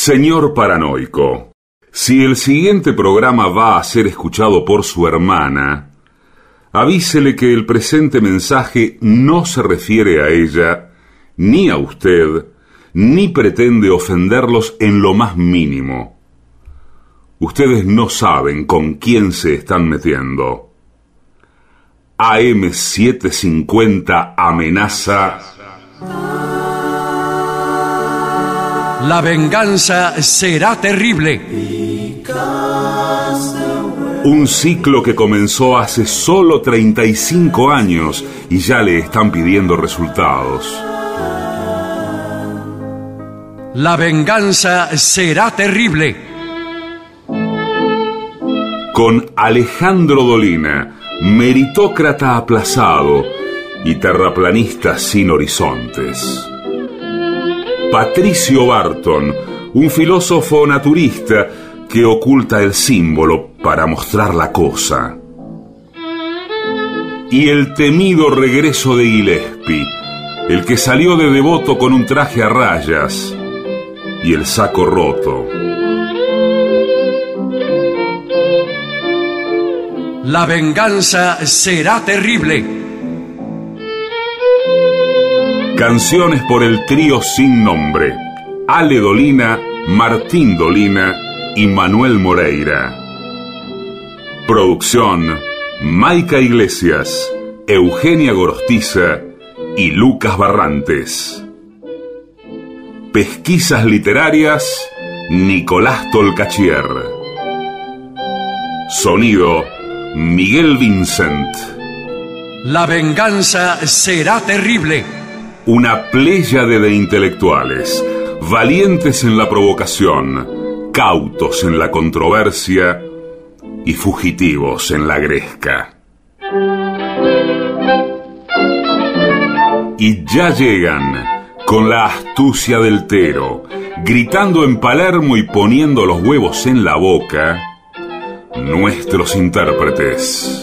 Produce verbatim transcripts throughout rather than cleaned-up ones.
Señor paranoico, si el siguiente programa va a ser escuchado por su hermana, avísele que el presente mensaje no se refiere a ella, ni a usted, ni pretende ofenderlos en lo más mínimo. Ustedes no saben con quién se están metiendo. A M setecientos cincuenta amenaza. La venganza será terrible. Un ciclo que comenzó hace solo treinta y cinco años y ya le están pidiendo resultados. La venganza será terrible. Con Alejandro Dolina, meritócrata aplazado y terraplanista sin horizontes. Patricio Barton, un filósofo naturista que oculta el símbolo para mostrar la cosa. Y el temido regreso de Gillespie, el que salió de devoto con un traje a rayas y el saco roto. La venganza será terrible. Canciones por el trío sin nombre: Ale Dolina, Martín Dolina y Manuel Moreira. Producción: Maica Iglesias, Eugenia Gorostiza y Lucas Barrantes. Pesquisas literarias: Nicolás Tolcachier. Sonido: Miguel Vincent. La venganza será terrible. Una pléyade de intelectuales, valientes en la provocación, cautos en la controversia y fugitivos en la gresca. Y ya llegan, con la astucia del Tero, gritando en Palermo y poniendo los huevos en la boca, nuestros intérpretes.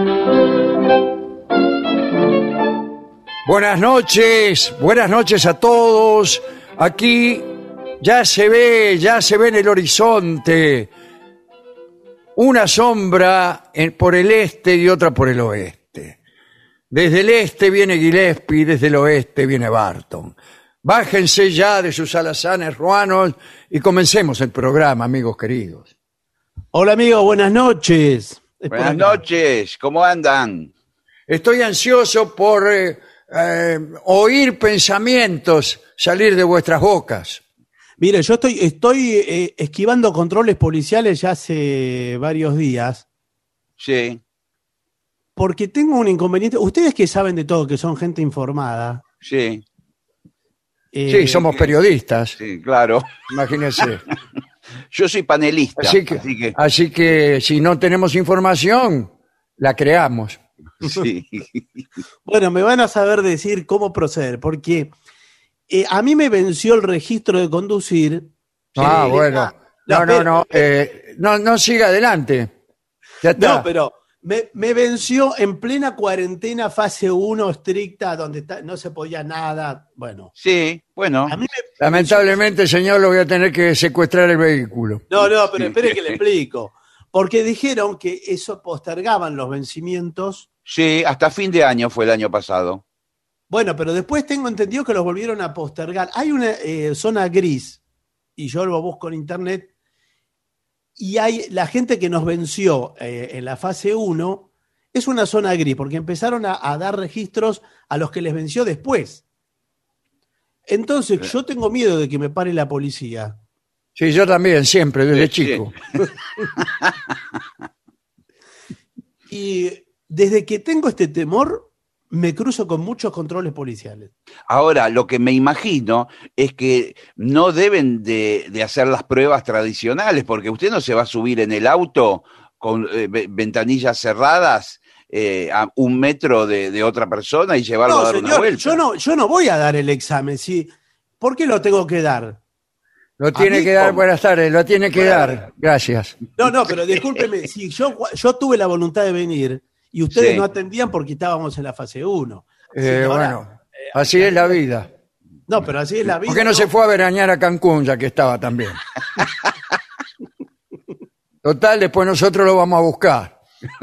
Buenas noches, buenas noches a todos. Aquí ya se ve, ya se ve en el horizonte una sombra en, por el este y otra por el oeste. Desde el este viene Gillespie, desde el oeste viene Barton. Bájense ya de sus alazanes ruanos y comencemos el programa, amigos queridos. Hola amigos, buenas noches. Buenas noches, ¿cómo andan? Estoy ansioso por eh, eh, oír pensamientos salir de vuestras bocas. Mire, yo estoy, estoy eh, esquivando controles policiales ya hace varios días. Sí. Porque tengo un inconveniente. Ustedes que saben de todo, que son gente informada. Sí. Eh, sí, somos periodistas. Sí, claro. Imagínense. Yo soy panelista. Así que, así que... así que si no tenemos información, la creamos. Sí. Bueno, me van a saber decir cómo proceder, porque eh, a mí me venció el registro de conducir. Ah, eh, bueno. No, no, no, no, eh, no, no siga adelante. Ya está. No, pero me, me venció en plena cuarentena fase uno estricta, donde ta, no se podía nada. Bueno. Sí, bueno. A mí me, Lamentablemente, señor, lo voy a tener que secuestrar el vehículo. No, no, pero espere que le explico. Porque dijeron que eso postergaban los vencimientos. Sí, hasta fin de año fue el año pasado. Bueno, pero después tengo entendido que los volvieron a postergar. Hay una eh, zona gris, y yo lo busco en internet, y hay la gente que nos venció eh, en la fase uno, es una zona gris, porque empezaron a, a dar registros a los que les venció después. Entonces, yo tengo miedo de que me pare la policía. Sí, yo también, siempre, desde Sí, chico. Y desde que tengo este temor, me cruzo con muchos controles policiales. Ahora, lo que me imagino es que no deben de, de hacer las pruebas tradicionales, porque usted no se va a subir en el auto con eh, ventanillas cerradas eh, a un metro de, de otra persona y llevarlo No, a dar señor, una vuelta. yo no, yo no voy a dar el examen. ¿Sí? ¿Por qué lo tengo que dar? Lo tiene mí, que dar, ¿cómo? buenas tardes, lo tiene que dar. Gracias. No, no, pero discúlpeme, si yo, yo tuve la voluntad de venir y ustedes Sí. no atendían porque estábamos en la fase uno. Eh, ahora, bueno, así es la vida. No, pero así es la vida. ¿Por qué no se fue a veranear a Cancún, ya que estaba también? Total, después nosotros lo vamos a buscar.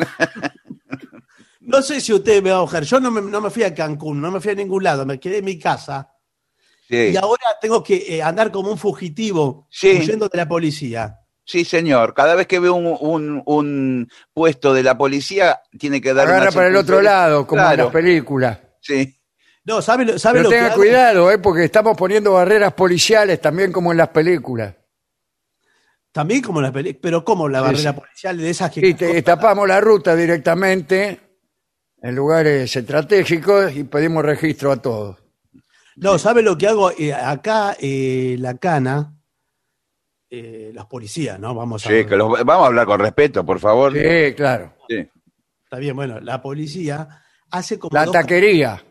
No sé si usted me va a buscar. Yo no me, no me fui a Cancún, no me fui a ningún lado, me quedé en mi casa. Sí. Y ahora tengo que eh, andar como un fugitivo, Sí. huyendo de la policía. Sí, señor. Cada vez que ve un, un, un puesto de la policía, tiene que dar Agarra una para el otro circunferencia. lado, como en Claro. las películas. Sí. No, ¿sabe, lo- sabe Pero lo que tenga hago? cuidado, ¿eh? Porque estamos poniendo barreras policiales también como en las películas. También como la película. Pero ¿cómo la Sí, barrera sí. policial de esas que... Y te, tapamos la ruta directamente en lugares estratégicos y pedimos registro a todos. No, ¿sabe lo que hago? Eh, acá, eh, la cana, eh, los policías, ¿no? Vamos a Sí, que los- vamos a hablar con respeto, por favor. Sí, claro. Sí. Está bien, bueno, la policía hace como, La dos, taquería.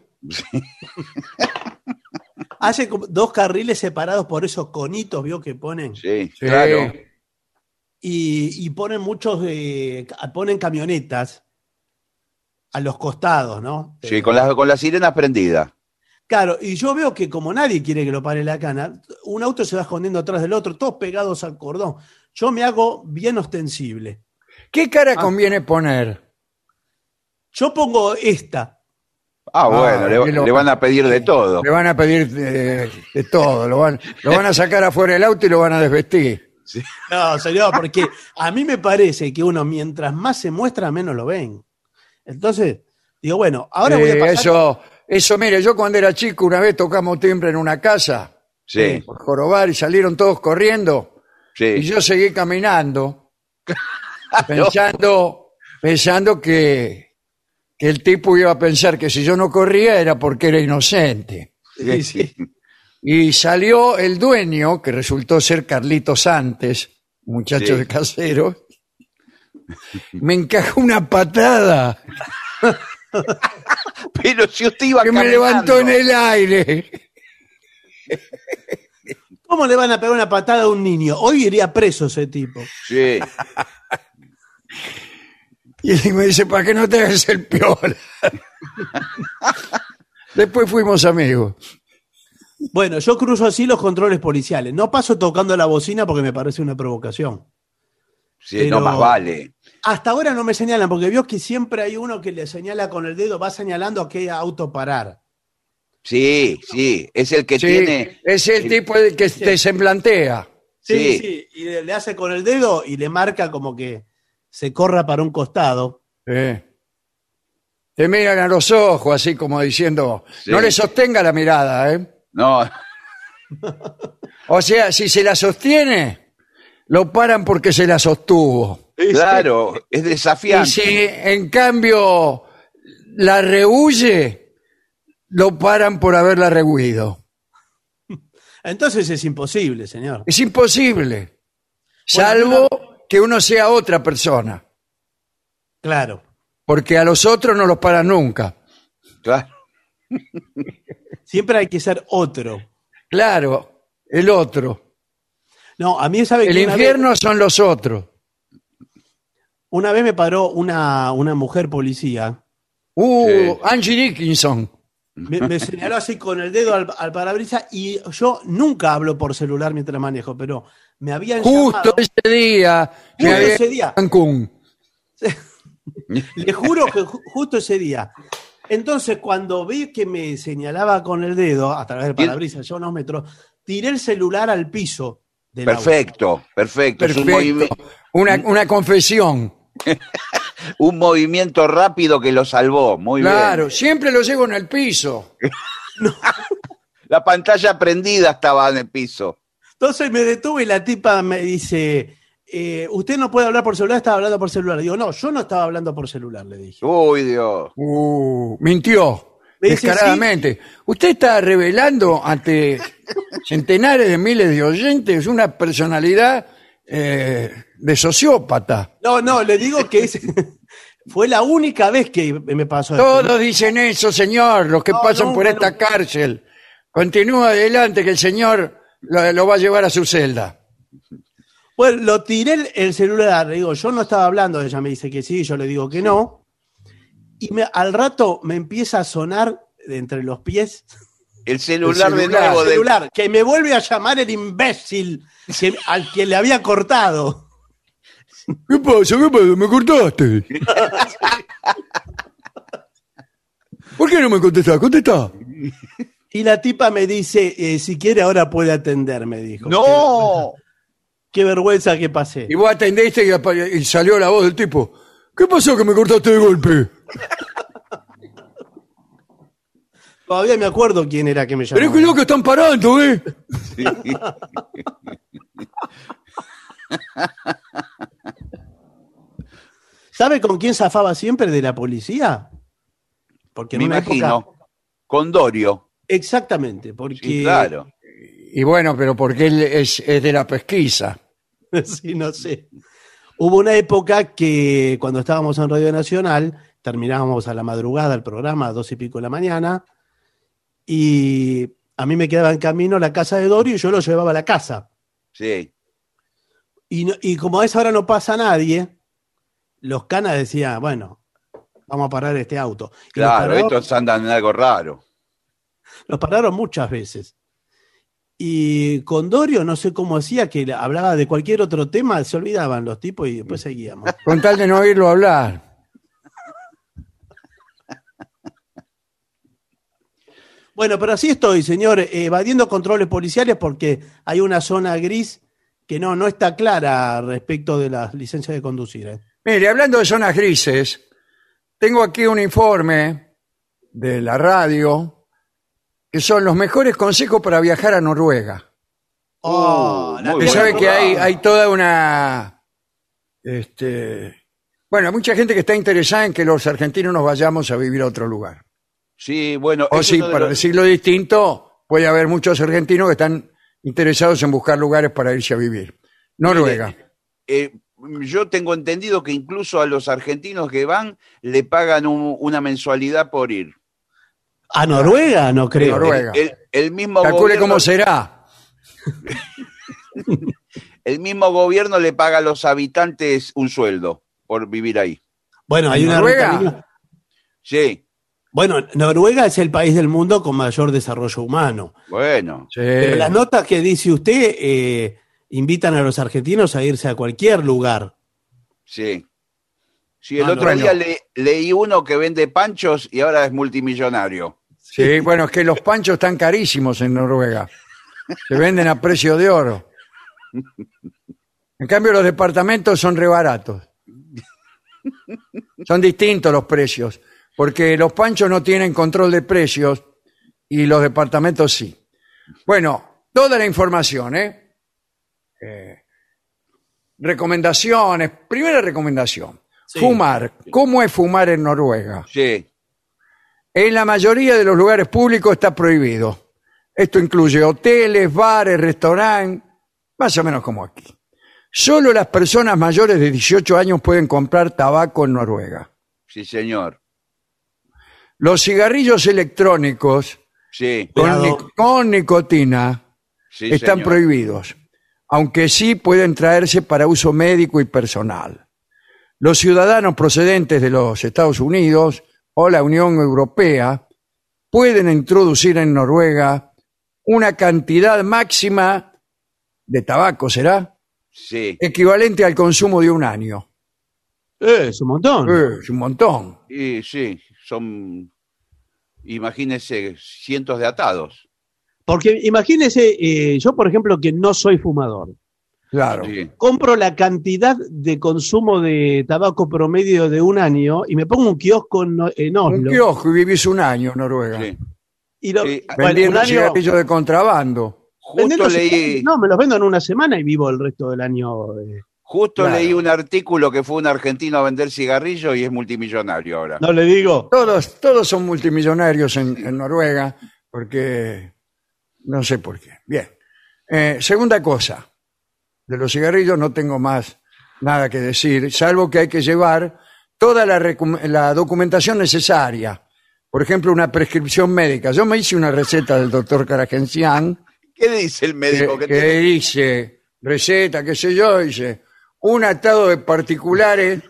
hace como dos carriles separados por esos conitos, ¿vio? Que ponen. Sí, Sí. claro. Y, y ponen muchos, eh, ca- ponen camionetas a los costados, ¿no? Sí, Eh, con las con las sirenas prendidas. Claro, y yo veo que como nadie quiere que lo pare la cana, un auto se va escondiendo atrás del otro, todos pegados al cordón. Yo me hago bien ostensible. ¿Qué cara conviene poner? Yo pongo esta. Ah, bueno, Ah, le, qué loco. le van a pedir de todo. Le van a pedir eh, de todo. Lo van, lo van a sacar afuera del auto y lo van a desvestir. No, señor, porque a mí me parece que uno mientras más se muestra, menos lo ven. Entonces, digo, bueno, ahora voy a Eh, pasar... Eso, eso, mire, yo cuando era chico una vez tocamos timbre en una casa Sí, por jorobar y salieron todos corriendo y sí. yo seguí caminando pensando, pensando que, que el tipo iba a pensar que si yo no corría era porque era inocente. Sí, sí. Y salió el dueño, que resultó ser Carlitos Antes, muchacho Sí. de Caseros, me encajó una patada Pero si usted iba que me caminando. levantó en el aire. ¿Cómo le van a pegar una patada a un niño? Hoy iría preso ese tipo. Sí. Y me dice, ¿para qué no te hagas el piola? Después fuimos amigos. Bueno, yo cruzo así los controles policiales. No paso tocando la bocina porque me parece una provocación. Sí, Pero- no más vale. Hasta ahora no me señalan, porque vio que siempre hay uno que le señala con el dedo, va señalando a qué auto parar. Sí, sí. Es el que Sí, tiene. es el tipo de que te semblantea. Sí, Sí. sí, y le, le hace con el dedo y le marca como que se corra para un costado. Sí. Te miran a los ojos, así como diciendo, Sí. no le sostenga la mirada, ¿eh? No, O sea, si se la sostiene, lo paran porque se la sostuvo. claro, es Y desafiante. si en cambio la rehuye, lo paran por haberla rehuido. Entonces es imposible, señor. Es imposible, salvo que uno sea otra persona, Claro. porque a los otros no los paran nunca. Claro. Siempre hay que ser otro. Claro, el otro. No, a mí sabe que El una infierno vez, son los otros. una vez me paró una, una mujer policía. Uh, Sí. Angie Dickinson. Me, me señaló así con el dedo al, al parabrisas y yo nunca hablo por celular mientras manejo, pero me habían Justo llamado. ese día. que Justo había ese día. Cancún. Le juro que ju- justo ese día. Entonces, cuando vi que me señalaba con el dedo a través del Bien. parabrisas, yo unos metros, tiré el celular al piso del auto. Perfecto, perfecto. Es un, Perfecto. movimi- Una, una confesión. un movimiento rápido que lo salvó. Muy Claro, bien. siempre lo llevo en el piso. La pantalla prendida estaba en el piso. Entonces me detuve y la tipa me dice, eh, usted no puede hablar por celular, estaba hablando por celular. Digo, no, yo no estaba hablando por celular, le dije. Uy, Dios. Uh, mintió. Me dice, Descaradamente. Usted está revelando ante centenares de miles de oyentes una personalidad eh, de sociópata. No, no, le digo que es, fue la única vez que me pasó esto. Todos dicen eso, señor, los que No, pasan no, por no, esta no. cárcel. Continúa adelante que el señor lo, lo va a llevar a su celda. Bueno, lo tiré el, el celular, le digo, yo no estaba hablando, ella me dice que sí, yo le digo que no. Y me- al rato me empieza a sonar de entre los pies El celular, El de celular. nuevo. El de- celular, que me vuelve a llamar el imbécil que- al que le había cortado. ¿Qué pasa? ¿Qué pasa? ¿Me cortaste? ¿Por qué no me contestás? Contestá. Y la tipa me dice, eh, si quiere ahora puede atender, me dijo. ¡No! Qué, qué vergüenza que pasé. Y vos atendiste y, apa- y salió la voz del tipo. ¿Qué pasó que me cortaste de golpe? Todavía me acuerdo quién era que me llamó. Pero es que no, que están parando, ¿eh? ¿Sabe con quién zafaba siempre de la policía? Porque en Me una imagino. época- Con Dorio. Exactamente, porque... Sí, claro. Y bueno, pero porque él es, es de la pesquisa. Sí, no sé. Hubo una época que cuando estábamos en Radio Nacional, terminábamos a la madrugada el programa, a dos y pico de la mañana, y a mí me quedaba en camino a la casa de Dorio y yo lo llevaba a la casa. Sí. Y, no- y como a esa hora no pasa nadie, los canas decían, bueno, vamos a parar este auto. Y los Claro, pararon- estos andan en algo raro. Los pararon muchas veces. Y con Dorio no sé cómo hacía, que hablaba de cualquier otro tema, se olvidaban los tipos y después seguíamos. Con tal de no oírlo hablar. Bueno, pero así estoy, señor, eh, evadiendo controles policiales porque hay una zona gris que no, no está clara respecto de las licencias de conducir. ¿eh? Mire, hablando de zonas grises, tengo aquí un informe de la radio que son los mejores consejos para viajar a Noruega. Oh, Uh, la- muy Usted sabe bueno. que hay, hay toda una... Este, bueno, mucha gente que está interesada en que los argentinos nos vayamos a vivir a otro lugar. Sí, bueno. O eso sí, es uno de para los- decirlo distinto, puede haber muchos argentinos que están interesados en buscar lugares para irse a vivir. Noruega. eh, yo tengo entendido que incluso a los argentinos que van le pagan un- una mensualidad por ir. ¿A Noruega? No creo. Noruega. El, el mismo Calcule gobierno, cómo será. el mismo gobierno le paga a los habitantes un sueldo por vivir ahí. Bueno, hay ¿En una Noruega? ruta mínima. Sí, Bueno, Noruega es el país del mundo con mayor desarrollo humano. bueno. Sí. Pero las notas que dice usted eh, invitan a los argentinos a irse a cualquier lugar. Sí. Sí, el Ah, otro bueno. día le- leí uno que vende panchos y ahora es multimillonario. Sí, bueno, es que los panchos están carísimos en Noruega. Se venden a precio de oro. En cambio, los departamentos son re baratos. Son distintos los precios, porque los panchos no tienen control de precios y los departamentos sí. Bueno, toda la información, ¿eh? Eh, recomendaciones. Primera recomendación. Sí. Fumar. ¿Cómo es fumar en Noruega? Sí, En la mayoría de los lugares públicos está prohibido. Esto incluye hoteles, bares, restaurantes, más o menos como aquí. Solo las personas mayores de dieciocho años pueden comprar tabaco en Noruega. sí, señor. Los cigarrillos electrónicos Sí, con, Cuidado. nic- con nicotina sí, están señor. prohibidos, aunque sí pueden traerse para uso médico y personal. Los ciudadanos procedentes de los Estados Unidos o la Unión Europea pueden introducir en Noruega una cantidad máxima de tabaco, ¿será? Sí, Equivalente al consumo de un año. Eh, es un montón. Eh, es un montón. y sí, son, imagínese, cientos de atados. Porque imagínese, eh, yo por ejemplo que no soy fumador, Claro. Sí, compro la cantidad de consumo de tabaco promedio de un año y me pongo un kiosco en, O- en Un Oslo. kiosco y vivís un año en Noruega. sí. Y lo, Sí, bueno, Vendiendo un año- cigarrillos de contrabando. Justo vendiendo leí, cigarrillos, no, me los vendo en una semana y vivo el resto del año. eh. justo Claro. leí un artículo que fue un argentino a vender cigarrillos y es multimillonario ahora. No le digo. Todos, todos son multimillonarios en, en Noruega, porque no sé por qué. Bien. Eh, segunda cosa, de los cigarrillos no tengo más nada que decir, salvo que hay que llevar toda la, recom- la documentación necesaria. Por ejemplo, una prescripción médica. Yo me hice una receta del doctor Karagensian, ¿Qué dice el médico? que, que que tiene? dice, receta, qué sé yo, dice, un atado de particulares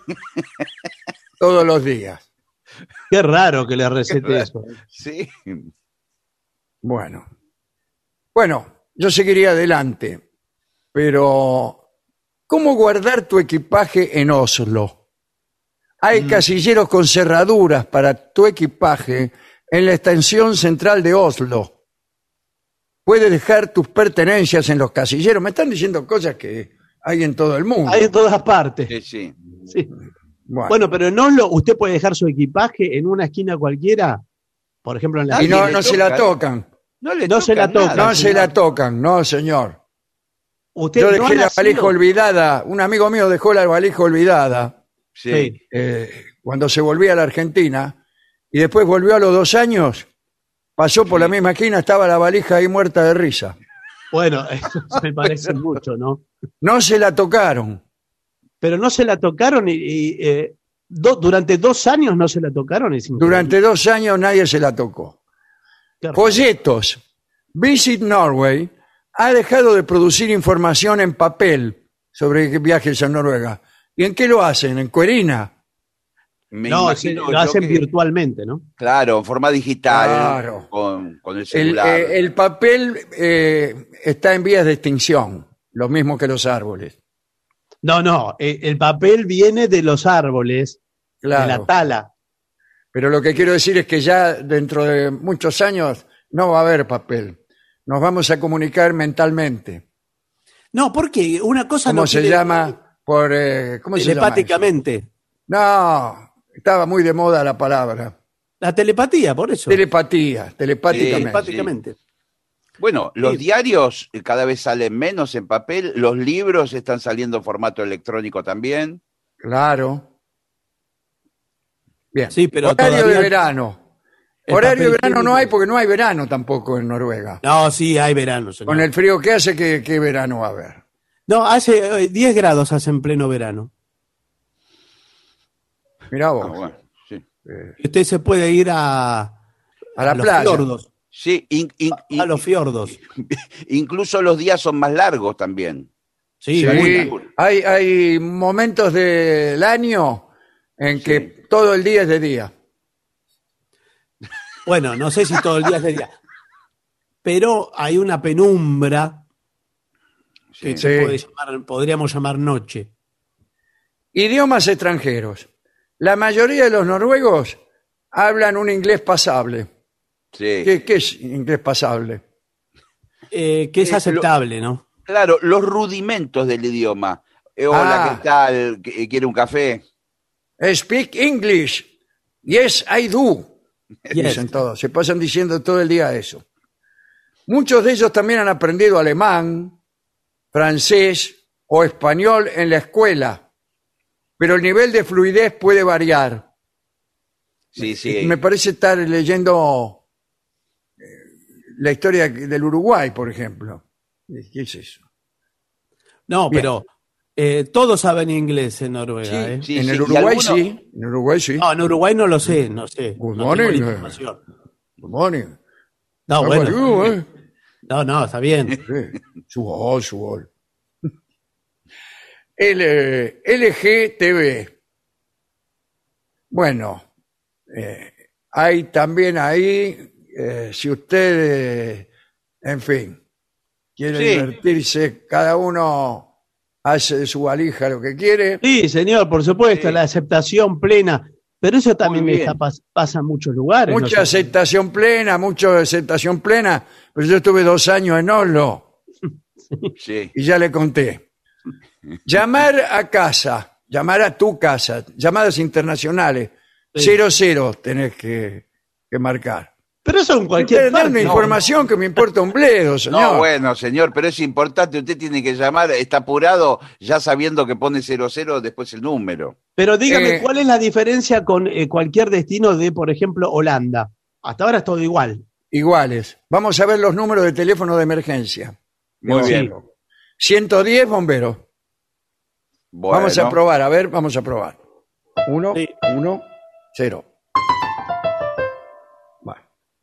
todos los días. Qué raro que le recete eso. Sí, Bueno. Bueno, yo seguiría adelante, pero ¿cómo guardar tu equipaje en Oslo? Hay Mm. casilleros con cerraduras para tu equipaje en la estación central de Oslo. Puedes dejar tus pertenencias en los casilleros. Me están diciendo cosas que hay en todo el mundo. Hay en todas partes. Sí, sí. Sí. Bueno, Bueno, pero no lo, usted puede dejar su equipaje en una esquina cualquiera, por ejemplo en la y no, le no se la tocan. tocan. No, le No se la tocan tocan. nada. No se la tocan, no, señor. Usted Yo no dejé ha la nacido- valija olvidada. Un amigo mío dejó la valija olvidada Sí. Sí. eh, cuando se volvía a la Argentina y después volvió a los dos años. Pasó por la misma esquina, estaba la valija ahí muerta de risa. Bueno, eso me parece mucho, ¿no? No se la tocaron. Pero no se la tocaron y, y, eh, do- durante dos años no se la tocaron. Es increíble. Durante dos años nadie se la tocó. Qué raro. Folletos. Visit Norway ha dejado de producir información en papel sobre viajes a Noruega. ¿Y en qué lo hacen? ¿En cuerina? Me No, sí, imagino lo yo hacen que- virtualmente, ¿no? Claro, en forma digital, Claro. con, con el El, celular. eh, el papel eh, está en vías de extinción, lo mismo que los árboles. No, no, eh, el papel viene de los árboles, de la Claro. tala. Pero lo que quiero decir es que ya dentro de muchos años no va a haber papel. Nos vamos a comunicar mentalmente. No, porque una cosa ¿Cómo no se quiere- llama? Por, eh, ¿Cómo se llama eso? telepáticamente. No, estaba muy de moda la palabra. La telepatía, por eso. Telepatía, telepáticamente. Telepáticamente. Bueno, los Sí. diarios eh, cada vez salen menos en papel, los libros están saliendo en formato electrónico también. Claro. Bien. Sí, pero Horario todavía- de verano. El Horario de papel verano no higiénico- hay porque no hay verano tampoco en Noruega. No, sí, hay verano, señor. Con el frío que hace, ¿qué, qué verano va a haber? No, hace eh, diez grados hace en pleno verano. Mirá Ah, vos, bueno, sí. Y usted se puede ir a, a la los playa. fiordos. Sí, in- in- A los fiordos. incluso los días son más largos también. Sí, Sí, muy- hay, hay momentos del año en que todo el día es de día. Bueno, no sé si todo el día es de día. Pero hay una penumbra que Sí. se puede llamar, podríamos llamar noche. Idiomas extranjeros. La mayoría de los noruegos hablan un inglés pasable. Sí. ¿Qué, qué es inglés pasable? Eh, que es Eh, lo- aceptable, ¿no? Claro, los rudimentos del idioma. Eh, hola, Ah. ¿qué tal? ¿Qu- ¿Quiere un café? Speak English. Yes, I do. Yes. Dicen todos. Se pasan diciendo todo el día eso. Muchos de ellos también han aprendido alemán, francés o español en la escuela, pero el nivel de fluidez puede variar. Sí, Y sí. me parece estar leyendo eh, la historia del Uruguay, por ejemplo. ¿Qué es eso? No, Bien. pero eh, todos saben inglés en Noruega. Sí, ¿eh? Sí, en sí, el y Uruguay alguno- sí. En Uruguay sí. No, en Uruguay no lo sé, no sé. Good no morning, tengo la eh. información. Good morning. No, How bueno. are you, eh? No, no, está bien. Sí, su gol, su gol. L, L G T V. Bueno, eh, hay también ahí, eh, si usted, eh, en fin, quiere Sí. divertirse, cada uno hace de su valija lo que quiere. Sí, señor, por supuesto, Sí. la aceptación plena. Pero eso también Muy bien. está, pas- pasa en muchos lugares. Mucha ¿no? sé. aceptación plena, mucha aceptación plena, pero yo estuve dos años en Oslo. Sí. Y ya le conté. Llamar a casa, llamar a tu casa, llamadas internacionales, Sí. cero cero tenés que, que marcar. Pero eso en cualquier Usted da parte. una No, información que me importa un bledo, señor. No, bueno, señor, pero es importante, usted tiene que llamar, está apurado, ya sabiendo que pone cero cero después el número. Pero dígame, Eh, ¿cuál es la diferencia con eh, cualquier destino de, por ejemplo, Holanda? Hasta ahora es todo igual. Iguales. Vamos a ver los números de teléfono de emergencia. Muy Sí. bien. ciento diez bomberos. Bueno, Vamos a probar, a ver, vamos a probar. Uno, Sí. uno, cero. Bueno.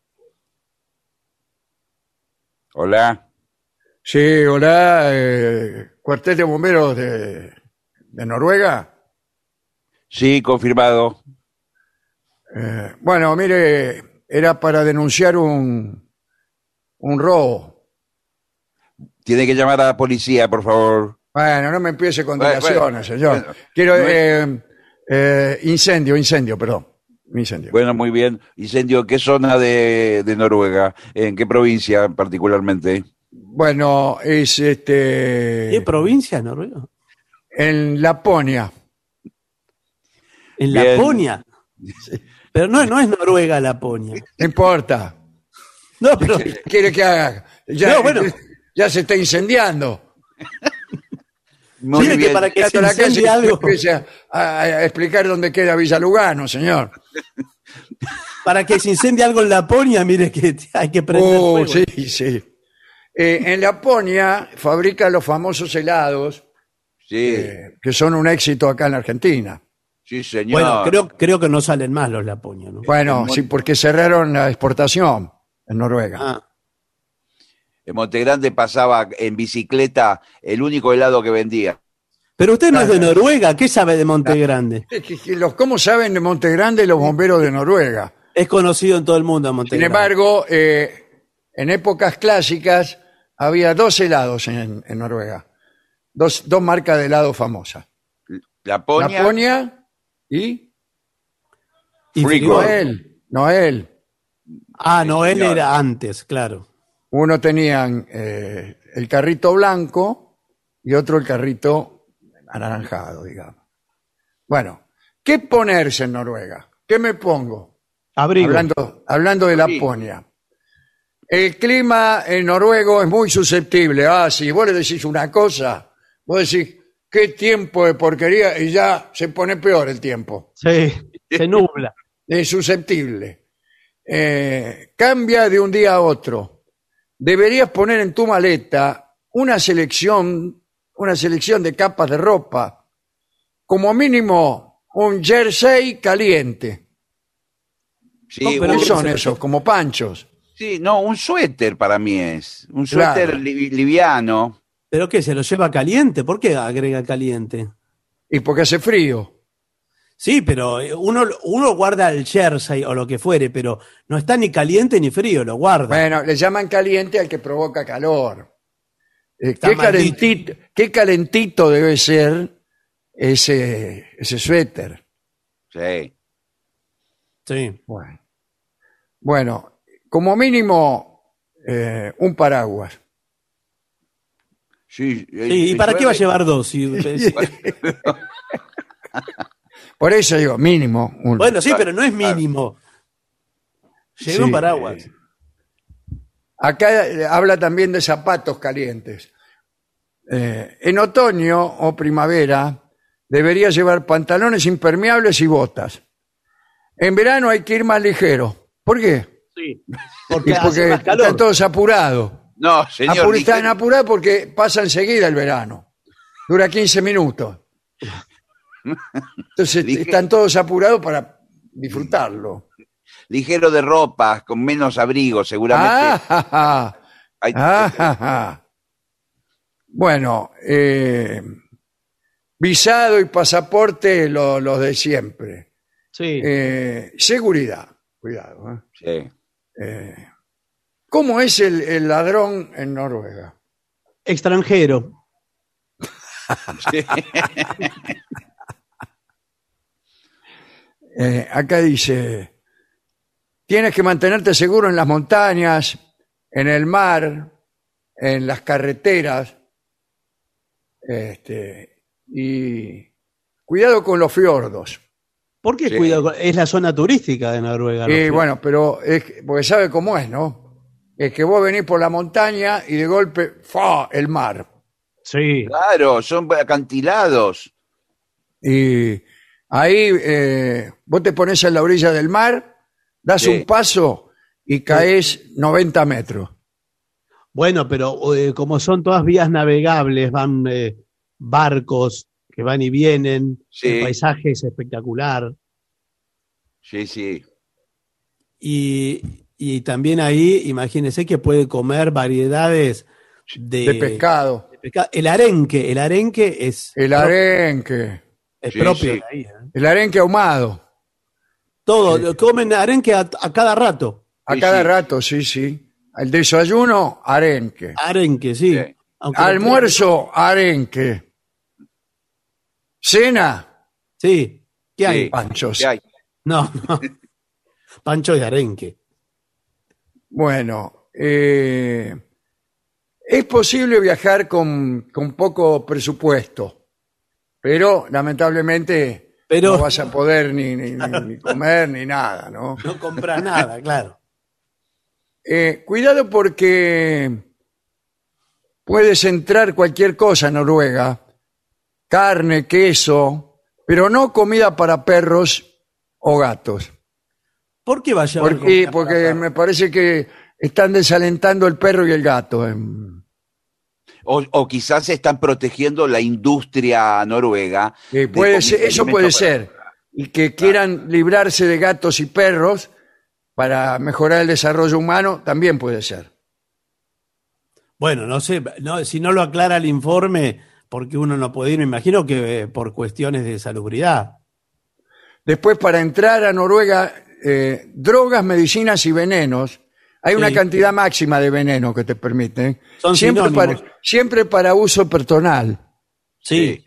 Hola. Sí, hola, eh, cuartel de bomberos de, de Noruega. Sí, confirmado. Eh, bueno, mire, era para denunciar un, un robo. Tiene que llamar a la policía, por favor. Bueno, no me empiece con Bueno, dilaciones, bueno, señor. bueno. Quiero, No es- eh, eh, incendio, incendio, perdón. Incendio. Bueno, muy bien. Incendio, ¿qué zona de, de Noruega? ¿En qué provincia particularmente? Bueno, es este ¿Qué provincia, Noruega? en Laponia. En Bien. Laponia. Pero no, no es Noruega Laponia. No importa. No, pero ¿Qué quiere que haga? Ya, No, bueno. ya se está incendiando. Muy Tiene que bien. para que se Llegando a la casa y incendie algo, empiece a, a- a explicar dónde queda Villa Lugano, señor. para que se incendie algo en Laponia, mire que hay que prender Oh, fuego. sí, sí. Eh, en Laponia fabrican los famosos helados, Sí, eh, que son un éxito acá en la Argentina. sí, señor. Bueno, creo, creo que no salen más los Laponia, ¿no? Bueno, en sí, Mon- porque cerraron la exportación en Noruega. Ah, En Montegrande pasaba en bicicleta el único helado que vendía. pero usted no es de Noruega, ¿qué sabe de Monte Grande? Es que- que los- ¿Cómo saben de Montegrande los bomberos de Noruega? Es conocido en todo el mundo Monte Sin Grande. embargo, eh, en épocas clásicas había dos helados en, en Noruega. Dos, dos marcas de helado famosas. Laponia, Laponia y Y Frigor. Frigor. Noel. Noel. Ah, no, él señor. era antes, claro. Uno tenían eh, el carrito blanco y otro el carrito anaranjado, digamos. Bueno, ¿qué ponerse en Noruega? ¿Qué me pongo? Abrigo. Hablando, hablando de Abrigo. Laponia. El clima en noruego es muy susceptible. Ah, si vos le decís una cosa, vos decís, qué tiempo de porquería, y ya se pone peor el tiempo. Sí, se nubla. Es susceptible. Eh, cambia de un día a otro. Deberías poner en tu maleta una selección, una selección de capas de ropa. Como mínimo, un jersey caliente. Sí, No, pero ¿Qué un- son se- esos? Como panchos. sí, no, un suéter para mí es. Un Claro. suéter li- liviano. ¿Pero qué? ¿Se lo lleva caliente? ¿Por qué agrega caliente? Y porque hace frío. Sí, pero uno, uno guarda el jersey o lo que fuere, pero no está ni caliente ni frío, lo guarda. Bueno, le llaman caliente al que provoca calor. Eh, Está qué, maldito. calentito, qué calentito debe ser ese, ese suéter. Sí. Sí. Bueno, bueno como mínimo eh, un paraguas. Sí, eh, Sí, ¿y para qué va a llueve. llevar dos? Si- Por eso digo, mínimo un. Bueno, sí, pero no es mínimo. Lleva Sí, un paraguas. eh, Acá eh, habla también de zapatos calientes. Eh, en otoño o primavera debería llevar pantalones impermeables y botas. En verano hay que ir más ligero. ¿Por qué? Sí. Y Porque, hace porque más calor. están todos apurados. No, señor. Apur- ni que- están apurados porque pasa enseguida el verano. Dura quince minutos. Entonces Dije- están todos apurados para disfrutarlo. ligero de ropa, con menos abrigo, seguramente. Ah, ja, ja. Hay- Ah, ja, ja. Bueno, eh, visado y pasaporte lo- los de siempre. Sí. Eh, seguridad, cuidado. ¿eh? Sí. Eh, ¿Cómo es el, el ladrón en Noruega? Extranjero. Eh, acá dice, tienes que mantenerte seguro en las montañas, en el mar, en las carreteras, este, y cuidado con los fiordos. ¿Por qué Sí. cuidado? con- Es la zona turística de Noruega. ¿no? Y bueno, pero es que- porque sabe cómo es, ¿no? Es que vos venís por la montaña y de golpe, ¡fa! El mar. Sí. Claro, son acantilados. Y ahí eh, vos te pones en la orilla del mar, das Sí. un paso y caes noventa metros. Bueno, pero eh, como son todas vías navegables, van eh, barcos que van y vienen, Sí. el paisaje es espectacular. Sí, sí. Y, y también ahí, imagínense que puede comer variedades de, De pescado. de pescado. El arenque, el arenque es, El arenque. es Sí, propio sí. de ahí. ¿eh? El arenque ahumado. Todo, comen arenque a, a cada rato. A Sí, cada sí. rato, sí, sí. Al desayuno, arenque. Arenque, sí. Sí. Aunque lo Almuerzo, arenque. Cena, Sí. ¿Qué hay? Sí. panchos. ¿Qué hay? No, no. Pancho de arenque. Bueno, eh, es posible viajar con, con poco presupuesto, pero lamentablemente Pero- no vas a poder ni, ni- ni- ni comer ni nada, ¿no? No compras nada, claro. Eh, cuidado porque puedes entrar cualquier cosa en Noruega, carne, queso, pero no comida para perros o gatos. ¿Por qué va a llevar ¿Por qué? comida para Porque perro? me parece que están desalentando el perro y el gato. en- O, o quizás están protegiendo la industria noruega. que de puede comi- ser, de eso alimentos puede para- ser. Y que quieran librarse de gatos y perros para mejorar el desarrollo humano, también puede ser. Bueno, no sé, no, si no lo aclara el informe, porque uno no puede ir, me imagino que eh, por cuestiones de salubridad. Después, para entrar a Noruega, eh, drogas, medicinas y venenos, hay una Sí. cantidad máxima de veneno que te permiten. Son siempre sinónimos. para, siempre para uso personal. Sí.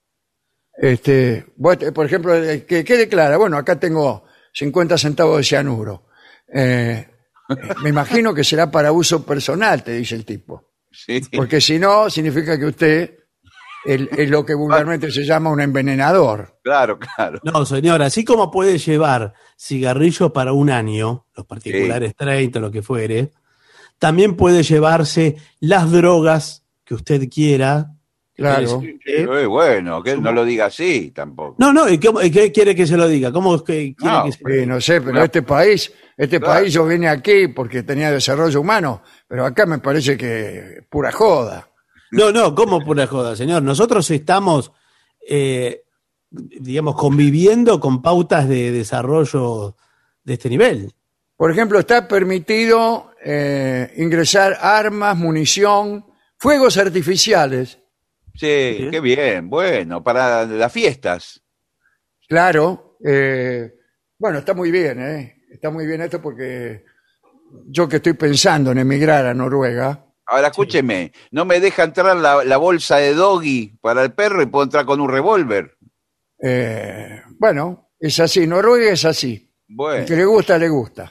Este, vos, eh, por ejemplo, eh, ¿qué, qué declara? Bueno, acá tengo cincuenta centavos de cianuro. Eh, eh, me imagino que será para uso personal, te dice el tipo. Sí. Porque si no, significa que usted el- es lo que vulgarmente se llama un envenenador. Claro, claro. No, señor, así como puede llevar cigarrillos para un año, los particulares treinta, lo que fuere, también puede llevarse las drogas que usted quiera. Claro. ¿Eh? Eh, bueno, que no lo diga así tampoco. No, no, ¿y cómo- y qué quiere que se lo diga? ¿Cómo es que quiere No, que se Sí, no sé, pero Claro. este país, este Claro. país yo vine aquí porque tenía desarrollo humano, pero acá me parece que pura joda. No, no, ¿cómo pura joda, señor? Nosotros estamos, eh, digamos, conviviendo con pautas de desarrollo de este nivel. Por ejemplo, está permitido eh, ingresar armas, munición, fuegos artificiales. Sí, qué bien. Bueno, para las fiestas. Claro, eh, bueno, está muy bien, ¿eh? Está muy bien esto porque yo que estoy pensando en emigrar a Noruega, Ahora escúcheme, no me deja entrar la, la bolsa de doggy para el perro y puedo entrar con un revólver. eh, bueno, es así, Noruega es así. El Bueno, que le gusta, le gusta.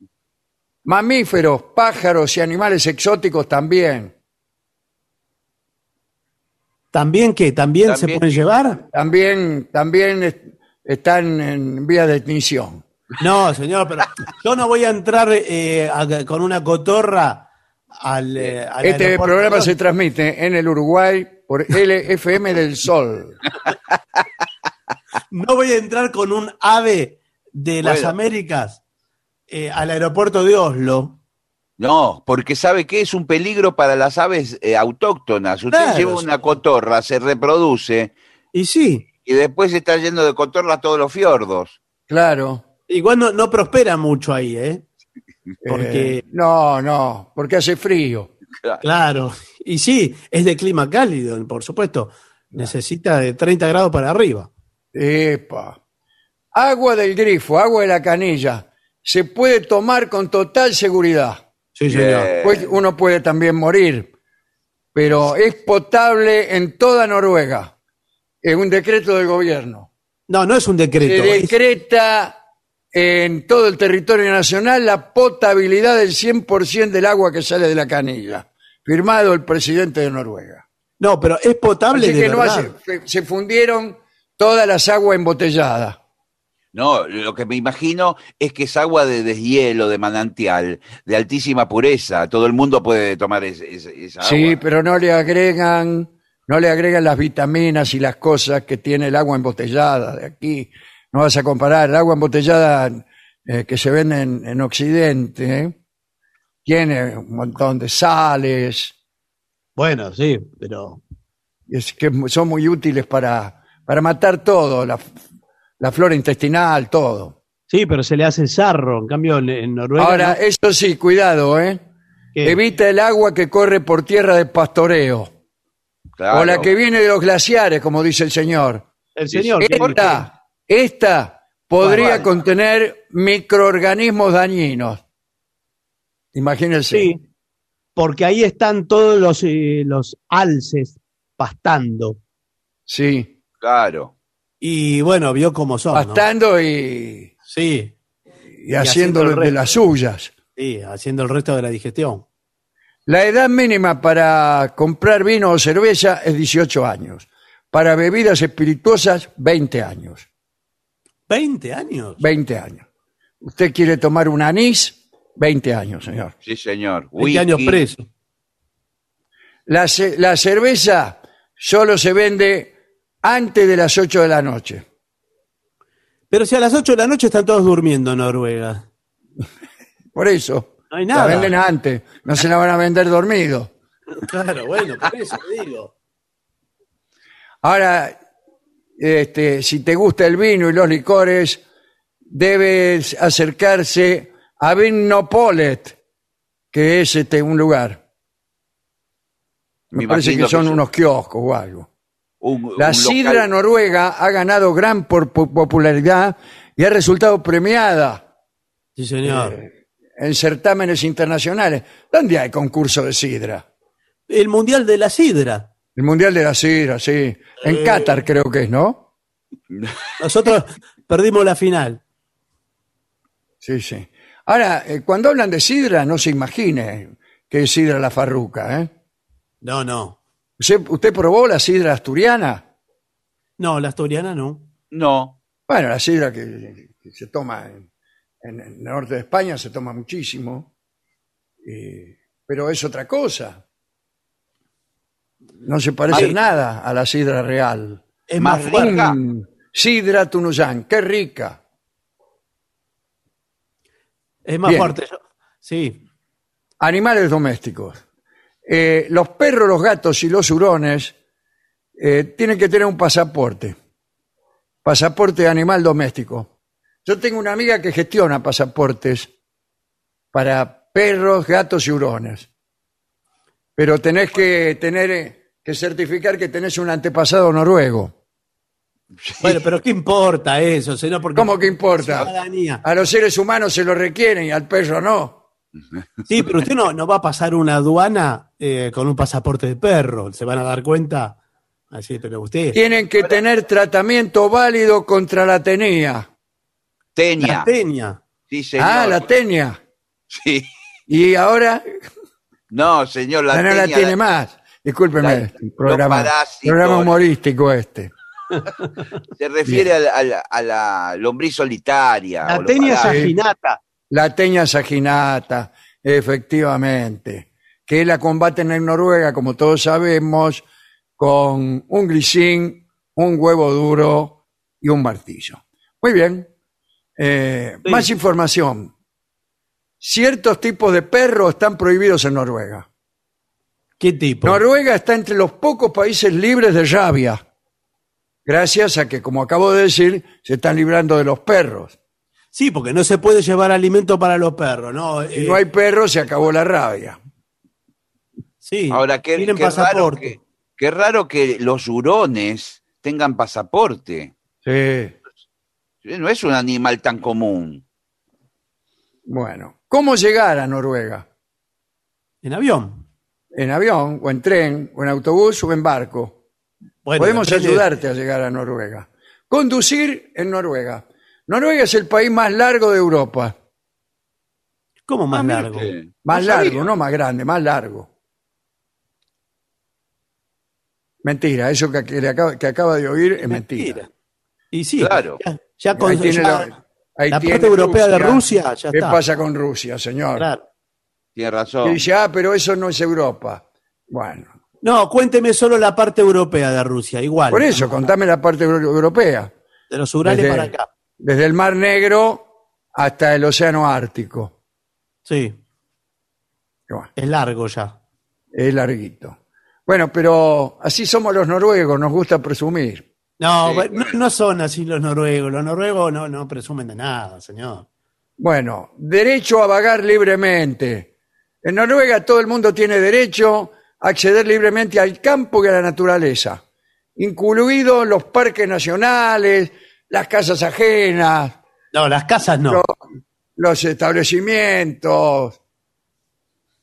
Mamíferos, pájaros y animales exóticos también. ¿También qué? ¿También, se También. pueden llevar? También, también est- están en vía de extinción. No, señor, pero yo no voy a entrar eh, a- con una cotorra al, eh, al Este aeropuerto. programa se transmite en el Uruguay por L F M del Sol. No voy a entrar con un ave de las Bueno. Américas eh, al aeropuerto de Oslo. no, porque sabe que es un peligro para las aves eh, autóctonas. Usted Claro, lleva una cotorra, se reproduce Y sí, y después está lleno de cotorras todos los fiordos. Claro. igual no, no prospera mucho ahí, ¿eh? Porque, Eh, no, no, porque hace frío. claro, y sí, es de clima cálido, por supuesto. Necesita de treinta grados para arriba. Epa. Agua del grifo, agua de la canilla. Se puede tomar con total seguridad. Sí, señor. Bien. Pues uno puede también morir, pero es potable en toda Noruega. Es un decreto del gobierno. No, no es un Se decreto. es- decreta en todo el territorio nacional la potabilidad del cien por ciento del agua que sale de la canilla. Firmado el presidente de Noruega. No, pero es potable Así de que no verdad. hace- se- se fundieron todas las aguas embotelladas. No, lo que me imagino es que es agua de deshielo, de manantial, de altísima pureza. Todo el mundo puede tomar es- es- esa agua. Sí, pero no le agregan, no le agregan las vitaminas y las cosas que tiene el agua embotellada de aquí. No vas a comparar el agua embotellada eh, que se vende en, en Occidente, ¿eh? Tiene un montón de sales, Bueno, sí, pero es que son muy útiles para, para matar todo, la, la flora intestinal, todo. sí, pero se le hace sarro. En cambio, en, en Noruega. Ahora, ¿no? eso sí, cuidado, ¿eh? ¿Qué? Evita el agua que corre por tierra de pastoreo. Claro. O la que viene de los glaciares, como dice el señor. el señor. Sí, ¿qué- ¿por qué? Esta, esta podría Bueno. contener microorganismos dañinos. Imagínense. Sí, porque ahí están todos los, eh, los alces pastando. Sí. Claro. Y bueno, vio cómo son, ¿no? Pastando y, Sí, y haciendo haciendo el de resto. las suyas. sí, haciendo el resto de la digestión. La edad mínima para comprar vino o cerveza es dieciocho años. Para bebidas espirituosas, veinte años. ¿veinte años? veinte años. ¿Usted quiere tomar un anís? veinte años, señor. Sí, señor. veinte años Whisky. preso. La, ce- la cerveza solo se vende antes de las ocho de la noche. Pero si a las ocho de la noche están todos durmiendo en Noruega. Por eso. No hay La nada. venden antes. No se la van a vender dormido. Claro, bueno, por eso te digo. Ahora, este, si te gusta el vino y los licores, debes acercarse a Vinmonopolet, que es este, un lugar. Me, Me parece imagino que son que unos kioscos o algo. Un- La un sidra local- noruega ha ganado gran por- po- popularidad y ha resultado premiada Sí, señor. en certámenes internacionales. ¿Dónde hay concurso de sidra? El Mundial de la Sidra. El Mundial de la Sidra, sí. En Eh. Qatar creo que es, ¿no? Nosotros perdimos la final. Sí, sí. Ahora, eh, cuando hablan de sidra, no se imagine que es sidra la farruca, ¿eh? No, no. ¿Usted, usted probó la sidra asturiana? No, la asturiana no. No. Bueno, la sidra que, que se toma en, en el norte de España se toma muchísimo, eh, pero es otra cosa. No se parece Ay. nada a la sidra real. Es más Más fuerte. rica. Mm, sidra Tunuyán, qué rica. Es más Bien. fuerte. Yo- Sí. Animales domésticos. Eh, los perros, los gatos y los hurones eh, tienen que tener un pasaporte. Pasaporte de animal doméstico. Yo tengo una amiga que gestiona pasaportes para perros, gatos y hurones. Pero tenés que tener eh, que certificar que tenés un antepasado noruego. Bueno, pero ¿qué importa eso, señor? Porque ¿Cómo que importa? ciudadanía. A los seres humanos se lo requieren y al perro no. Sí, pero usted no, no va a pasar una aduana eh, con un pasaporte de perro. Se van a dar cuenta. Así, pero usted. Tienen que tener tratamiento válido contra la tenía. Tenia. La teña. Sí, señor. Ah, la tenia. Sí. Y ahora No, señor, la ya no la tenia, tiene la- más. Discúlpeme, la- el programa, los parásitos. programa humorístico este. se refiere a la, a la- a la lombriz solitaria. La o los teña parásitos. saginata. La teña saginata, efectivamente, que la combaten en Noruega, como todos sabemos, con un grisín, un huevo duro y un martillo. Muy bien. Eh, Sí. Más información. Ciertos tipos de perros están prohibidos en Noruega. ¿Qué tipo? Noruega está entre los pocos países libres de rabia, gracias a que, como acabo de decir, se están librando de los perros. Sí, porque no se puede llevar alimento para los perros, ¿no? Si Eh, no hay perros, se acabó la rabia. Sí, Ahora, qué, tienen qué raro pasaporte. que, qué raro que los hurones tengan pasaporte. Sí. No es un animal tan común. Bueno, ¿cómo llegar a Noruega? En avión. ¿En avión, o en tren, o en autobús, o en barco? Bueno, Podemos depende- ayudarte a llegar a Noruega. Conducir en Noruega. Noruega es el país más largo de Europa. ¿Cómo más Ah, mire largo? usted. Más No largo, sabía. no más grande, más largo. Mentira, eso que, que le acaba, que acaba de oír es mentira. Y sí, Claro. ya, ya con Ahí tiene ya- lo- ahí la tiene parte europea de Rusia, ya ¿Qué está. pasa con Rusia, señor? Claro. Tiene Y razón. dice, ah, pero eso no es Europa. Bueno, No, cuénteme solo la parte europea de Rusia, igual. por eso, contame la parte euro- europea. De los Urales Desde- para acá. Desde el Mar Negro hasta el Océano Ártico. Sí, Que bueno, es largo ya. es larguito. Bueno, pero así somos los noruegos, nos gusta presumir. No, Sí, bueno, no, bueno. no son así los noruegos. Los noruegos no, no presumen de nada, señor. Bueno, derecho a vagar libremente. En Noruega todo el mundo tiene derecho a acceder libremente al campo y a la naturaleza, incluidos los parques nacionales, las casas ajenas, No, las casas no. los establecimientos,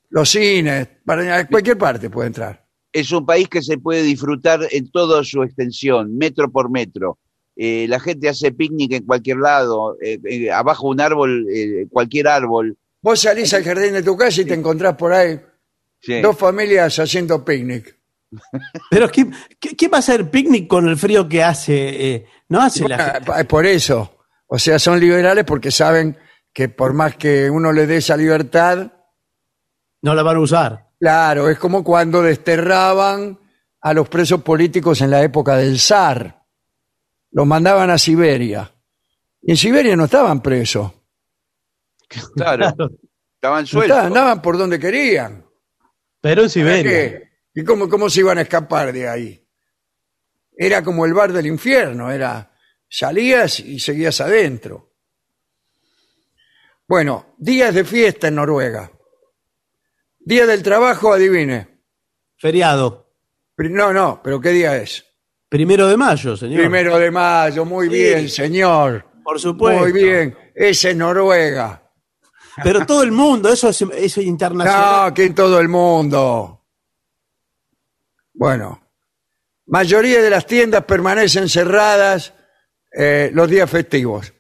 los cines, para cualquier parte puede entrar. Es un país que se puede disfrutar en toda su extensión, metro por metro. Eh, la gente hace picnic en cualquier lado, eh, eh, abajo un árbol, eh, cualquier árbol. Vos salís al jardín de tu casa y te encontrás por ahí Sí. dos familias haciendo picnic. Pero ¿qué, qué, qué va a hacer picnic con el frío que hace? Eh, no hace la Bueno, gente. pa- por eso. O sea, son liberales porque saben que por más que uno le dé esa libertad, No la van a usar. claro, es como cuando desterraban a los presos políticos en la época del zar. Los mandaban a Siberia. Y en Siberia no estaban presos. Claro, estaban No sueltos. estaban, andaban por donde querían. Pero en ¿Para Siberia. qué? ¿Y cómo, cómo se iban a escapar de ahí? Era como el bar del infierno, era salías y seguías adentro. Bueno, días de fiesta en Noruega. Día del trabajo, adivine. Feriado. Pri- No, no, pero ¿qué día es? Primero de mayo, señor. Primero de mayo, muy Sí. bien, señor. Por supuesto. Muy bien, ese es Noruega. Pero todo el mundo, eso es, eso es internacional. No, que en todo el mundo. Bueno, mayoría de las tiendas permanecen cerradas eh, los días festivos.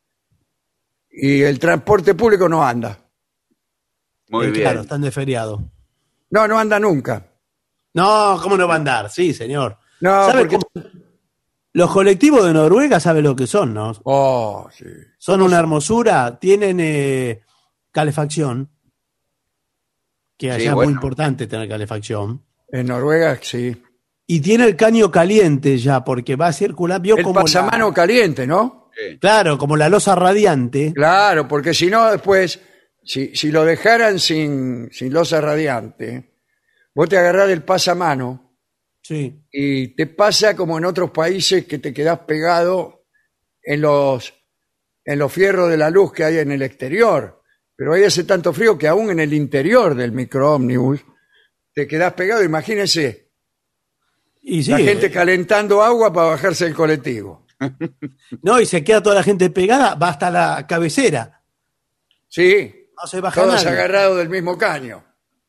Y el transporte público no anda. Muy Eh, bien. Claro, están de feriado. No, no anda nunca. No, ¿cómo no va a andar? Sí, señor. No, ¿Sabe porque... cómo? Los colectivos de Noruega, ¿sabe lo que son, no? Oh, sí. Son una hermosura, tienen eh, calefacción, que allá Sí, es bueno. muy importante tener calefacción. En Noruega, sí. Y tiene el caño caliente ya, porque va a circular, vio El como pasamano la, caliente, ¿no? Sí. claro, como la losa radiante. Claro, porque si no, después, si, si lo dejaran sin, sin losa radiante, vos te agarrás del pasamano Sí. y te pasa como en otros países que te quedás pegado en los, en los fierros de la luz que hay en el exterior. Pero ahí hace tanto frío que aún en el interior del microómnibus te quedás pegado. Imagínense, Y sí, la gente eh, calentando agua para bajarse del colectivo. no, y se queda toda la gente pegada, va hasta la cabecera. Sí, No se baja todos nadie. agarrados del mismo caño.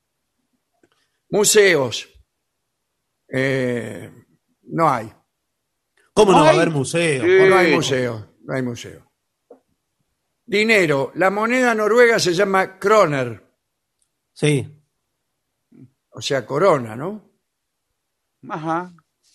Museos. Eh, no hay. ¿Cómo no, No va a hay. haber museo? Sí. No hay museo. No hay museo. Dinero. La moneda noruega se llama kroner. Sí. O sea, corona, ¿no? Ajá.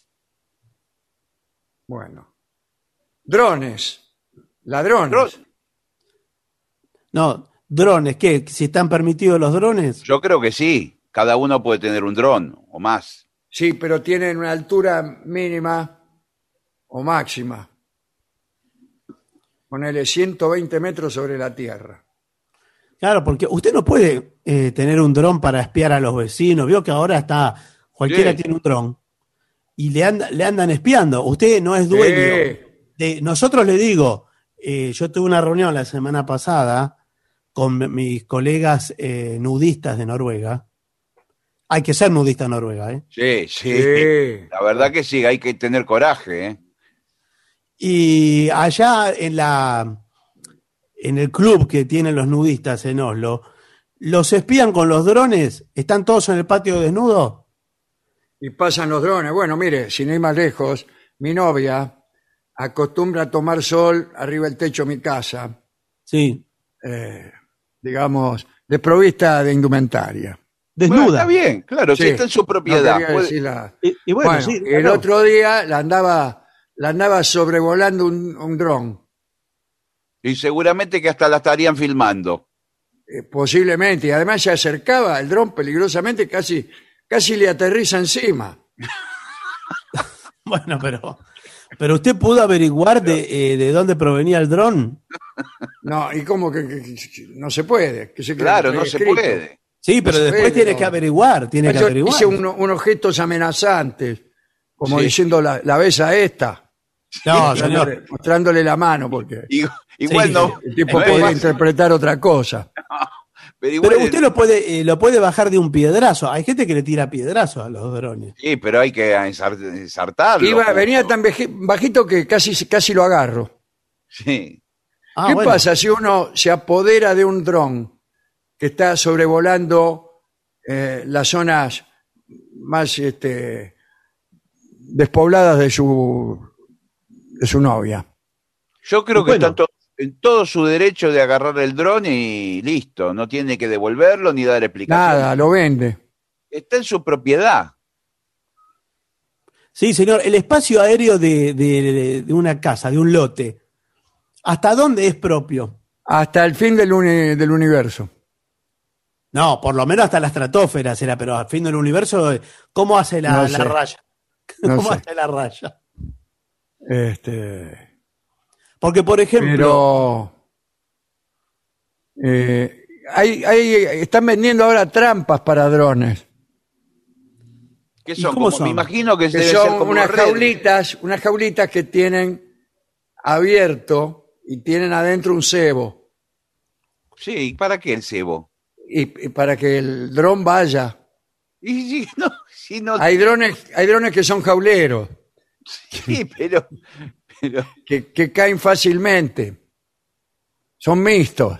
Bueno. Drones. Ladrones. Dron- No, drones, ¿qué? ¿Si están permitidos los drones? Yo creo que sí. Cada uno puede tener un dron o más. Sí, pero tienen una altura mínima o máxima. Ponele ciento veinte metros sobre la tierra. Claro, porque usted no puede eh, tener un dron para espiar a los vecinos. Vio que ahora está, cualquiera Sí. tiene un dron y le, anda- le andan espiando. Usted no es dueño. Sí. De, nosotros le digo, eh, yo tuve una reunión la semana pasada con m- mis colegas eh, nudistas de Noruega. Hay que ser nudista en Noruega, ¿eh? Sí, sí. Sí. La verdad que sí, hay que tener coraje, ¿eh? Y allá en la en el club que tienen los nudistas en Oslo, los espían con los drones, están todos en el patio desnudos. Y pasan los drones. Bueno, mire, sin ir más lejos, mi novia acostumbra a tomar sol arriba del techo de mi casa, Sí, eh, digamos, desprovista de indumentaria. Bueno, desnuda. está bien, claro, Sí, si está en su no propiedad. quería puede- decir la- Y, y bueno, Bueno, sí, y el claro. otro día la andaba, la andaba sobrevolando un, un dron. Y seguramente que hasta la estarían filmando. Eh, posiblemente, y además se acercaba el dron peligrosamente, casi, casi le aterriza encima. Bueno, pero, pero usted pudo averiguar de, eh, de dónde provenía el dron. No, y como que, que- que no se puede. Que se cree Claro, que no trae se escrito. puede. Sí, pero se después ve, tiene no. que averiguar, tiene que Yo averiguar. hice uno- unos gestos amenazantes, como Sí. diciendo la, la ves a esta, No, mostrándole, señor. mostrándole la mano, porque Y- igual Sí, no. el tipo no es podía fácil, interpretar otra cosa. pero igual Pero es- usted lo puede, eh, lo puede bajar de un piedrazo. Hay gente que le tira piedrazos a los drones. Sí, pero hay que ensar- ensartarlo. Iba, venía tan veji- bajito que casi, casi lo agarro. Sí. Ah, ¿Qué bueno. pasa si uno se apodera de un dron que está sobrevolando eh, las zonas más este, despobladas de su, de su novia. Yo creo que Bueno. está to- en todo su derecho de agarrar el dron y listo, no tiene que devolverlo ni dar explicaciones. Nada, lo vende. Está en su propiedad. Sí, señor, el espacio aéreo de, de- de- de una casa, de un lote, ¿hasta dónde es propio? Hasta el fin del, uni- del universo. No, por lo menos hasta la estratosfera será, pero al fin del universo, ¿cómo hace la, No la sé. raya? No ¿Cómo sé. hace la raya? Este, Porque, por ejemplo, pero eh, hay, hay, están vendiendo ahora trampas para drones. ¿Qué ¿Y son? cómo Como- son? Me imagino que, Que debe ser son como unas redes. jaulitas, unas jaulitas que tienen abierto y tienen adentro un cebo. Sí, ¿para qué el cebo? Y, y para que el dron vaya. Y si no, si no Hay drones, hay drones que son jauleros, sí, pero, pero que, que caen fácilmente. Son mixtos.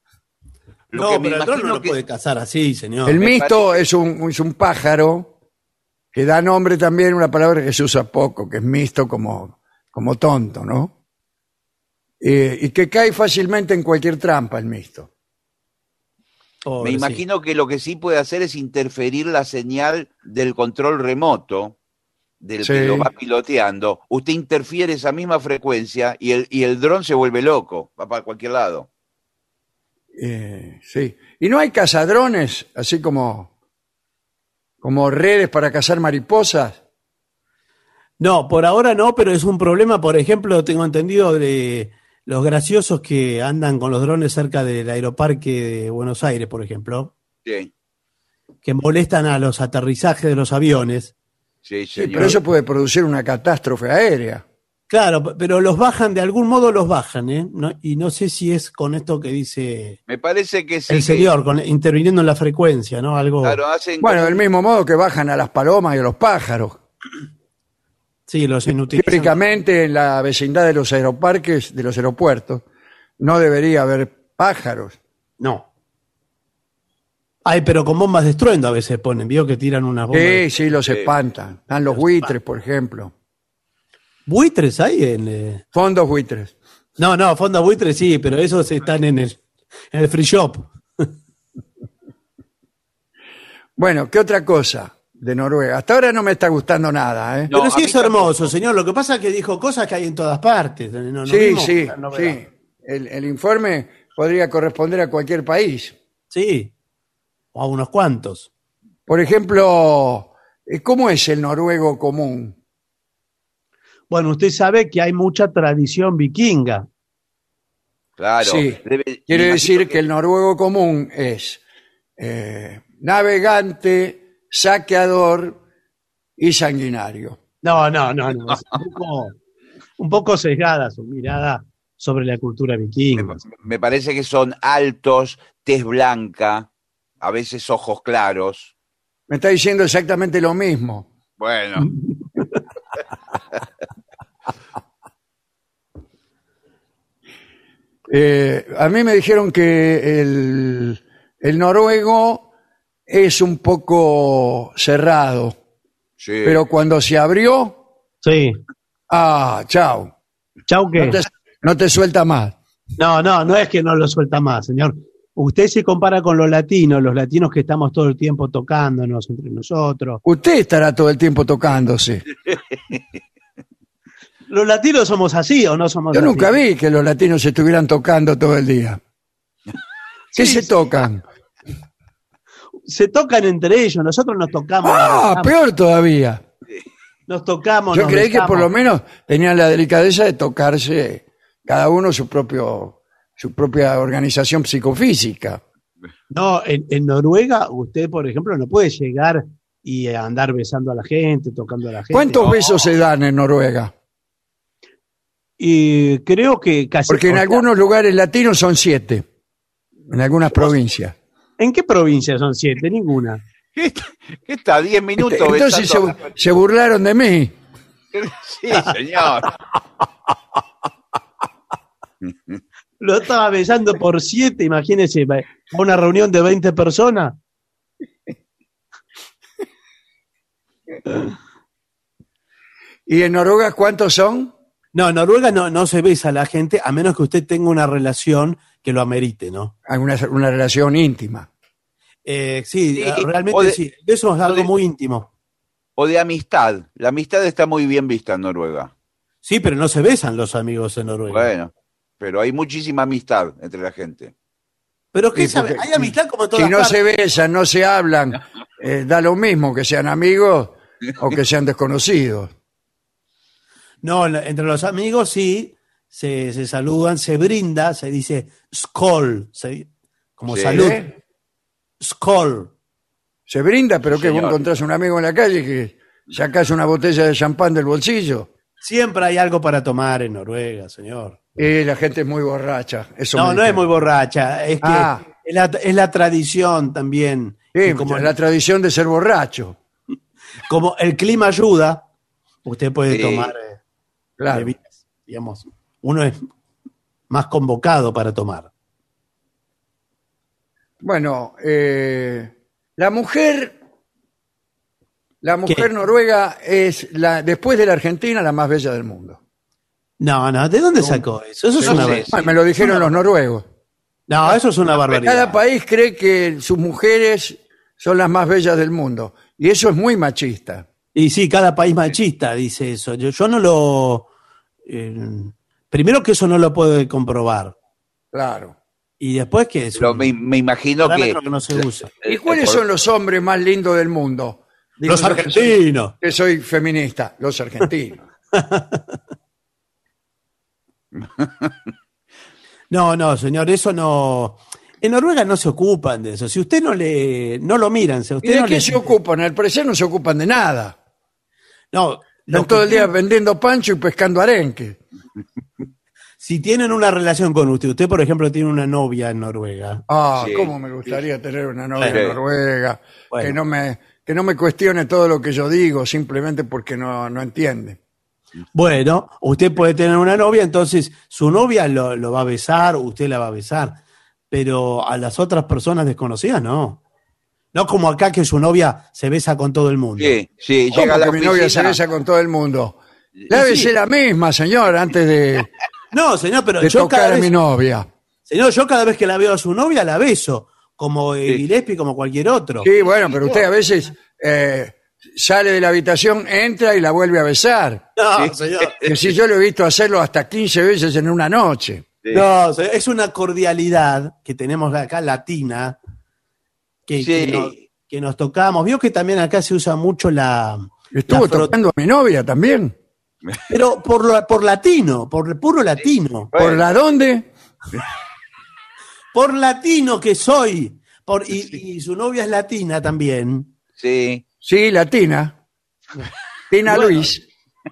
lo no, que me pero el dron no imagino lo que puede cazar así, señor. El me mixto parece- es un, es un pájaro que da nombre también a una palabra que se usa poco, que es mixto como, como tonto, ¿no? Eh, y que cae fácilmente en cualquier trampa el mixto. Pobre, me sí. imagino que lo que sí puede hacer es interferir la señal del control remoto del Sí. que lo va piloteando. Usted interfiere esa misma frecuencia y el, y el dron se vuelve loco, va para cualquier lado. Eh, sí. Y no hay cazadrones, así como, como redes para cazar mariposas. No, por ahora no, pero es un problema, por ejemplo, tengo entendido de los graciosos que andan con los drones cerca del aeroparque de Buenos Aires, por ejemplo, Sí, que molestan a los aterrizajes de los aviones. sí, Sí, señor. pero eso puede producir una catástrofe aérea. Claro, p- pero los bajan, de algún modo los bajan, ¿eh? No- y no sé si es con esto que dice Me parece que sí. el que- señor, con, interviniendo en la frecuencia, ¿no? Algo. Claro, hacen Bueno, como- del mismo modo que bajan a las palomas y a los pájaros. Sí, los inutilizan. Teóricamente, en la vecindad de los aeroparques, de los aeropuertos, no debería haber pájaros. No. Ay, pero con bombas de estruendo a veces ponen, vio que tiran unas bombas. Sí, de- sí, los espantan. Están los buitres, por ejemplo. ¿Buitres hay en...? eh? Fondos buitres. No, no, fondos buitres sí, pero esos están en el, en el free shop. Bueno, ¿qué otra cosa de Noruega? Hasta ahora no me está gustando nada, ¿eh? No, pero a sí mí es tampoco. hermoso, señor. Lo que pasa es que dijo cosas que hay en todas partes. No- no sí, vimos sí, la novedad. sí. El, el informe podría corresponder a cualquier país. Sí, o a unos cuantos. Por ejemplo, eh, ¿cómo es el noruego común? Bueno, usted sabe que hay mucha tradición vikinga. Claro. Sí. debe- Quiere me decir imagino que el noruego común es eh, navegante, saqueador y sanguinario. No, no, no, no. Es un poco, un poco sesgada su mirada sobre la cultura vikinga. Me, me parece que son altos, tez blanca, a veces ojos claros. Me está diciendo exactamente lo mismo. Bueno, Eh, a mí me dijeron que el, el noruego es un poco cerrado, sí. pero cuando se abrió, Sí. ah, chao, Chau que. no te, no te suelta más. No, no, no es que no lo suelta más, señor. Usted se compara con los latinos, los latinos que estamos todo el tiempo tocándonos entre nosotros. Usted estará todo el tiempo tocándose. ¿Los latinos somos así o no somos Yo así? nunca vi que los latinos se estuvieran tocando todo el día. ¿Qué Sí, se sí. tocan? Se tocan entre ellos, nosotros nos tocamos. nos Ah, besamos, peor todavía. Nos tocamos. Yo nos creí que por besamos. lo menos tenían la delicadeza de tocarse cada uno su propio su propia organización psicofísica. No, en, en Noruega usted, por ejemplo, no puede llegar y andar besando a la gente, tocando a la gente. ¿Cuántos No. besos se dan en Noruega? Y creo que casi. Porque en o sea, algunos lugares latinos son siete, en algunas provincias. ¿En qué provincia son siete? Ninguna. ¿Qué, qué está? ¿Diez minutos Entonces se, besando a- se burlaron de mí. Sí, señor. Lo estaba besando por siete, imagínese, a una reunión de veinte personas. ¿Y en Noruega cuántos son? No, en Noruega no, no se besa a la gente, a menos que usted tenga una relación que lo amerite, ¿no? Una, una relación íntima. Eh, sí, Sí, realmente de, sí. Eso es algo de, muy íntimo. O de amistad. La amistad está muy bien vista en Noruega. Sí, pero no se besan los amigos en Noruega. Bueno, pero hay muchísima amistad entre la gente. ¿Pero qué Sí, sabe? porque Hay amistad como en todas si no partes. se besan, no se hablan, eh, da lo mismo que sean amigos o que sean desconocidos. No, entre los amigos sí, se, se saludan, se brinda, se dice skål, se- como Sí. salud. Skål. Se brinda, pero que vos Señor. encontrás un amigo en la calle que sacás una botella de champán del bolsillo Siempre hay algo para tomar en Noruega, señor. y la gente es muy borracha. Eso No, me no es dijeron. muy borracha, es que Ah. es, la, es la tradición también. Sí, Y como, la tradición de ser borracho. como el clima ayuda, usted puede Sí. tomar eh, Claro. bebidas, digamos. Uno es más convocado para tomar. Bueno, eh, la mujer, la mujer ¿Qué? noruega es la, después de la Argentina, la más bella del mundo. No, no, ¿de dónde sacó eso? Eso es Sí, una sí, bar- sí. Bueno, me lo dijeron los noruegos. No, eso es una barbaridad. Cada país cree que sus mujeres son las más bellas del mundo. Y eso es muy machista. Y sí, cada país machista dice eso. Yo, yo no lo... eh, primero que eso no lo puedo comprobar. Claro. Y después que es Pero un me, me imagino que... parámetro que no se usa. ¿Y cuáles son los hombres más lindos del mundo? Digo Los yo que soy- argentinos. Que soy feminista, los argentinos. No, no, señor, eso no... En Noruega no se ocupan de eso. Si usted no le... No lo miran, si a ¿Y usted de no qué le... se ocupan? Al parecer no se ocupan de nada. No, Están lo todo que el día tienen- vendiendo pancho y pescando arenque. Si tienen una relación con usted, usted por ejemplo tiene una novia en Noruega. Ah, Sí. cómo me gustaría tener una novia Sí. noruega, Bueno. que no me que no me cuestione todo lo que yo digo simplemente porque no, no entiende. Bueno, usted puede tener una novia, entonces su novia lo, lo va a besar, usted la va a besar, pero a las otras personas desconocidas no. No como acá que su novia se besa con todo el mundo. Sí, sí, ¿Cómo llega a la que mi novia se oficina. besa con todo el mundo? Lávese sí. la misma, señor, antes de, No, señor, pero de yo cada tocar a vez, mi novia. señor, yo cada vez que la veo a su novia la beso, como eh, Sí. Gillespie, como cualquier otro. Sí, bueno, pero usted a veces eh, sale de la habitación, entra y la vuelve a besar. No, Sí. señor. Que si yo lo he visto hacerlo hasta quince veces en una noche. Sí. No, señor, es una cordialidad que tenemos acá latina que, Sí. que, nos, que nos tocamos. Vio que también acá se usa mucho la... Estuvo la frot- tocando a mi novia también. Pero por, lo- por latino, por puro latino. ¿Por la dónde? Por latino que soy. Por, y, y su novia es latina también. Sí. Sí, latina. Tina Bueno. Luis.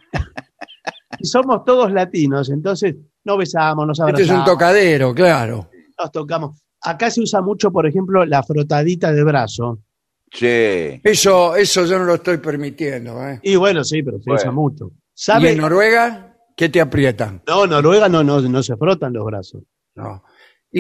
Y somos todos latinos, entonces nos besamos, nos Este es un abrazamos, tocadero, claro. nos tocamos. Acá se usa mucho, por ejemplo, la frotadita de brazo. Sí. Eso, eso yo no lo estoy permitiendo. ¿eh? Y bueno, sí, pero se Bueno. usa mucho. ¿Y ¿Sabe? en Noruega qué te aprietan? No, Noruega no, no, no se frotan los brazos. No. Y,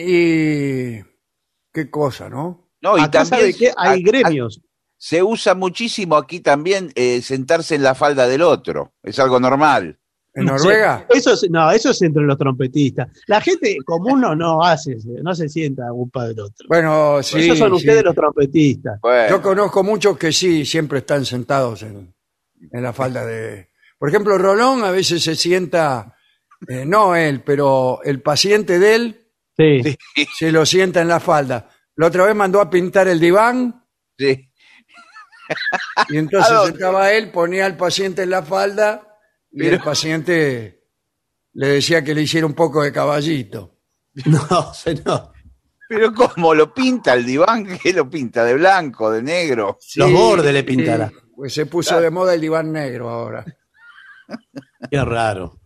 y qué cosa, ¿no? No, y Acá, también ¿sabe qué? Hay a- gremios. a- se usa muchísimo aquí también eh, sentarse en la falda del otro. Es algo normal. ¿En Noruega? Sí, eso es, no, eso es entre los trompetistas. La gente común no, no hace, no se sienta un para del otro. Bueno, sí. Esos son sí. ustedes los trompetistas. Bueno, Yo conozco muchos que sí, siempre están sentados en, en la falda de... Por ejemplo, Rolón a veces se sienta, eh, no él, pero el paciente de él Sí. se lo sienta en la falda. La otra vez mandó a pintar el diván sí. y entonces ¿A dónde? sentaba él, ponía al paciente en la falda y Pero- el paciente le decía que le hiciera un poco de caballito. No, señor. Pero ¿cómo lo pinta el diván? ¿Qué lo pinta? ¿De blanco, de negro? Los Sí, bordes le pintará. sí, pues se puso de moda el diván negro ahora. Qué raro.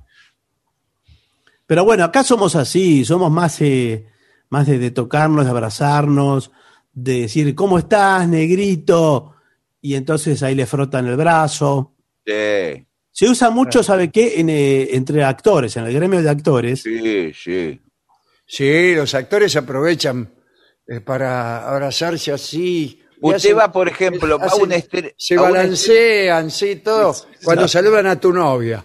Pero bueno, acá somos así, somos más, eh, más de, de tocarnos, de abrazarnos, de decir, ¿cómo estás, negrito? Y entonces ahí le frotan el brazo. Sí, Se usa mucho, ¿sabe qué? En, eh, entre actores, en el gremio de actores. sí, sí. Sí, los actores aprovechan eh, para abrazarse así Usted hacen- va, por ejemplo, va a hacen- un estre- se a un balancean, sí, todo, cuando saludan a tu novia.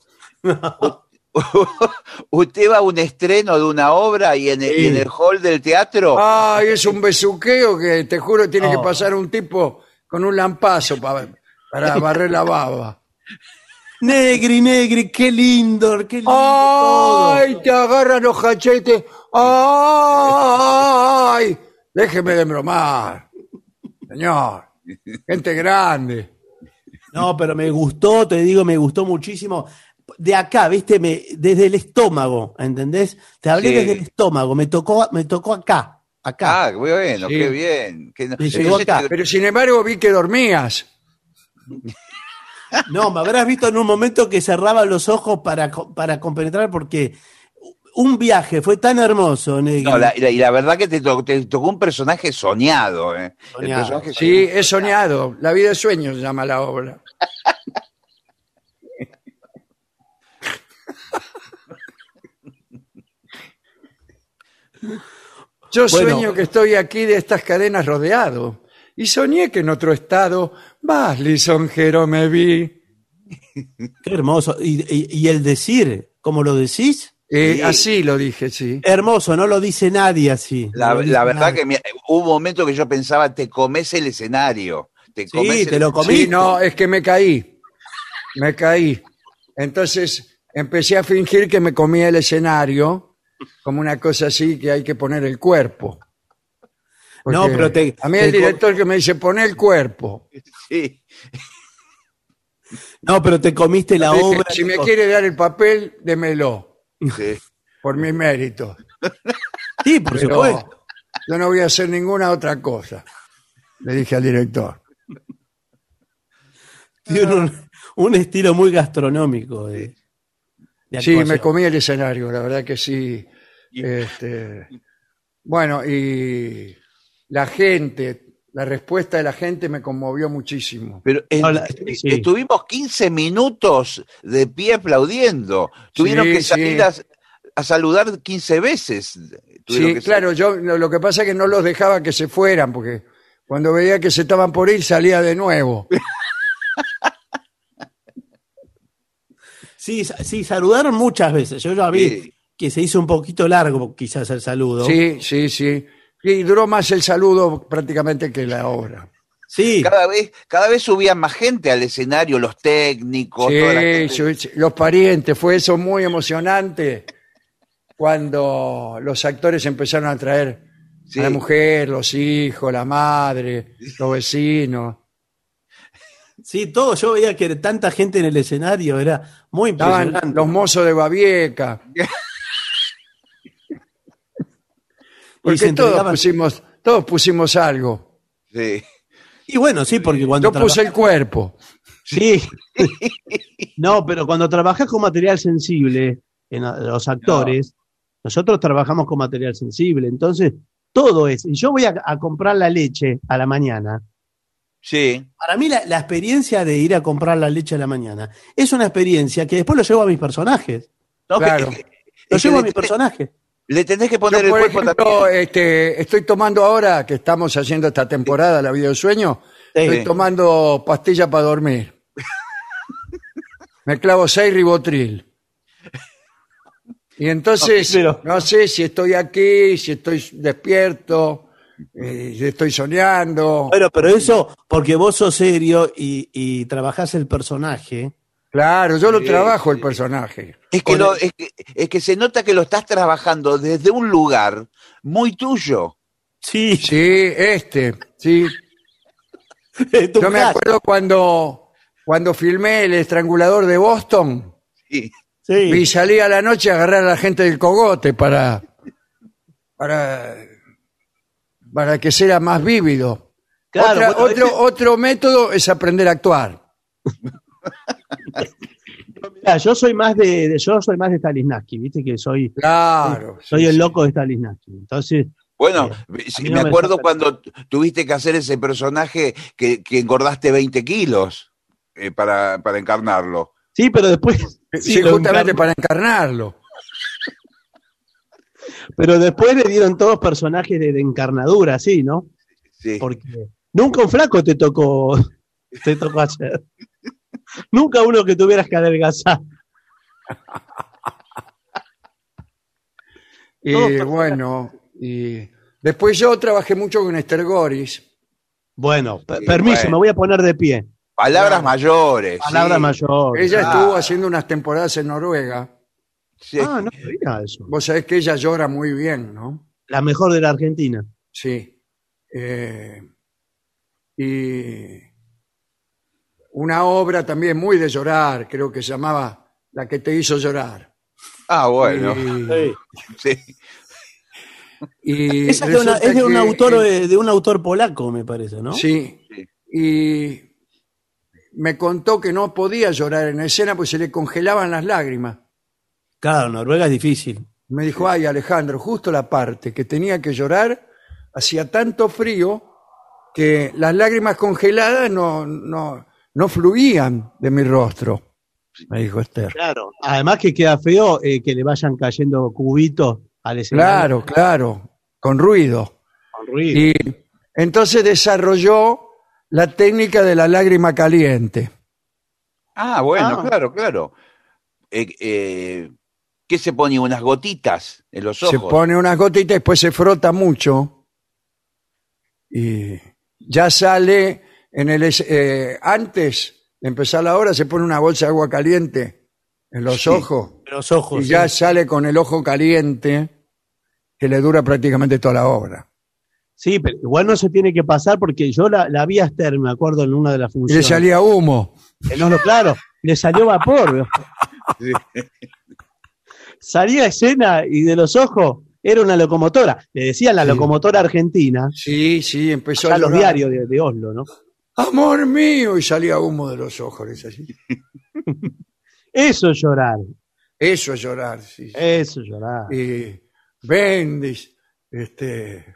Usted va a un estreno de una obra y en el, y en el hall del teatro. Ay, es un besuqueo que te juro tiene que No. pasar un tipo con un lampazo para, para barrer la baba. Negri, negri, qué lindo, qué lindo todo. ¡Ay! Te agarran los cachetes. ¡Ay! Déjeme de bromar. Señor. Gente grande. No, pero me gustó, te digo, me gustó muchísimo. De acá, viste, me, desde el estómago, ¿entendés? Te hablé Sí. desde el estómago, me tocó, me tocó acá, acá. Ah, bueno, Sí. qué bien. Que no- Me llegó entonces acá. te- Pero sin embargo vi que dormías. No, me habrás visto en un momento que cerraba los ojos para, co- para compenetrar porque un viaje fue tan hermoso, Negri. No, la- y la, y la verdad que te, to- te tocó un personaje soñado. ¿eh? El Soñado. personaje Sí, he soñado. La vida de sueños se llama la obra. Yo Bueno. sueño que estoy aquí de estas cadenas rodeado. Y soñé que en otro estado más lisonjero me vi. Qué hermoso. Y, y- y el decir, ¿cómo lo decís? Eh, Sí. Así lo dije, sí. Hermoso, no lo dice nadie así. La, No lo dice la verdad nadie. que me- hubo un momento que yo pensaba, te comes el escenario. Te Sí, comes te el- lo comiste. Sí, no, es que me caí. Me caí. Entonces empecé a fingir que me comía el escenario, como una cosa así que hay que poner el cuerpo. Porque No, pero te- a mí te el co- director que me dice, pon el cuerpo. Sí. No, pero te comiste la Dije, obra. si me te- quiere dar el papel, démelo, Sí. por mi mérito. Sí, por Pero supuesto. yo no voy a hacer ninguna otra cosa, le dije al director. Tiene un, un estilo muy gastronómico. De, de Sí, actuación. me comí el escenario, la verdad que sí. Este, bueno, y la gente, la respuesta de la gente me conmovió muchísimo. Pero eh, No, la- estu- sí. estuvimos quince minutos de pie aplaudiendo. Tuvieron Sí, que salir sí. a, a saludar quince veces. Tuvieron Sí, que claro, yo lo, lo que pasa es que no los dejaba que se fueran, porque cuando veía que se estaban por ir, salía de nuevo. Sí, sa- sí, saludaron muchas veces. Yo ya vi Sí. que se hizo un poquito largo, quizás el saludo. Sí, sí, sí. Y duró más el saludo prácticamente que la obra. Sí, Cada vez, cada vez subía más gente al escenario, los técnicos, toda la Sí, gente. sí, sí, los parientes, fue eso muy emocionante cuando los actores empezaron a traer Sí. a la mujer, los hijos, la madre, los vecinos. sí, todo. Yo veía que tanta gente en el escenario, era muy Estaban impresionante. los mozos de Babieca. Y Porque se todos entregaban- pusimos, todos pusimos algo. Sí. Y bueno, sí, porque cuando Yo puse traba- el cuerpo. Sí. No, pero cuando trabajas con material sensible, en a- los actores, nosotros trabajamos con material sensible, entonces todo es. Y yo voy a, a comprar la leche a la mañana. Sí. Para mí la, la experiencia de ir a comprar la leche a la mañana es una experiencia que después lo llevo a mis personajes. No, que- Claro. que- Lo es que llevo a le, mis personajes. le tenés que Yo, poner el por cuerpo ejemplo, también. este, estoy tomando ahora que estamos haciendo esta temporada, la vida del sueño, Sí. estoy tomando pastillas para dormir. Me clavo seis ribotril. Y entonces, Pero- no sé si estoy aquí, si estoy despierto, eh, si estoy soñando. Bueno, pero eso porque vos sos serio y, y trabajás el personaje. Claro, yo lo Sí, trabajo el sí. personaje. Es que, lo- es, que, es que se nota que lo estás trabajando desde un lugar muy tuyo. Sí, Sí, este, sí. en tu Yo me casa. acuerdo cuando, cuando filmé El Estrangulador de Boston Sí. Sí. y salí a la noche a agarrar a la gente del cogote para, para, para que sea más vívido. Claro, Otra- bueno, otro, este- otro método es aprender a actuar. Mirá, yo soy más de, de- yo soy más de Stanislavski, viste que soy, Claro. soy sí, el sí. loco de Stanislavski. Entonces, Bueno, Eh, sí, a mí no me me acuerdo saca- cuando tu- tuviste que hacer ese personaje que, que engordaste veinte kilos eh, para, para encarnarlo. sí, pero después, Sí, sí, lo justamente encarno. para encarnarlo. Pero después le dieron todos personajes de, de encarnadura, sí, ¿no? Sí. Porque Nunca un flaco te tocó, te tocó hacer. Nunca uno que tuvieras que adelgazar. Y bueno, y después yo trabajé mucho con Esther Goris. Bueno, per- Sí, permiso, bueno. me voy a poner de pie. Palabras Claro. mayores. Palabra sí. mayor. Ella Ah. estuvo haciendo unas temporadas en Noruega. Sí. Ah, no sabía eso. Vos sabés que ella llora muy bien, ¿no? La mejor de la Argentina. Sí. Eh, y una obra también muy de llorar, creo que se llamaba La que te hizo llorar. Ah, bueno. Y, Sí. y Esa es de, una- resulta es de un que, autor eh, de, de un autor polaco, me parece, ¿no? Sí. Sí. Y me contó que no podía llorar en escena porque se le congelaban las lágrimas. Claro, Noruega es difícil. Me dijo, ay Alejandro, justo la parte que tenía que llorar, hacía tanto frío que las lágrimas congeladas no, no, no fluían de mi rostro, me dijo Esther. Claro. Además que queda feo eh, que le vayan cayendo cubitos al escenario. Claro, claro, con ruido. Con ruido. Y entonces desarrolló la técnica de la lágrima caliente. Ah, bueno, Ah. claro, claro. Eh, eh, ¿Qué se pone? Unas gotitas en los ojos. Se pone unas gotitas y después se frota mucho y ya sale en el es- eh, antes de empezar la obra se pone una bolsa de agua caliente en los Sí. ojos Los ojos. y sí. ya sale con el ojo caliente que le dura prácticamente toda la obra. Sí, pero igual no se tiene que pasar porque yo la, la vi a Esther, me acuerdo, en una de las Y le funciones. salía humo. Eh, No, no, claro, le salió vapor. Sí. Salía a escena y de los ojos era una locomotora. Le decían la Sí. locomotora argentina, Sí, sí, empezó ya a los llorar. diarios de, de Oslo, ¿no? Amor mío, y salía humo de los ojos. le salía. Eso es llorar, Eso es llorar, sí. sí. eso es llorar. Y Bendis, este.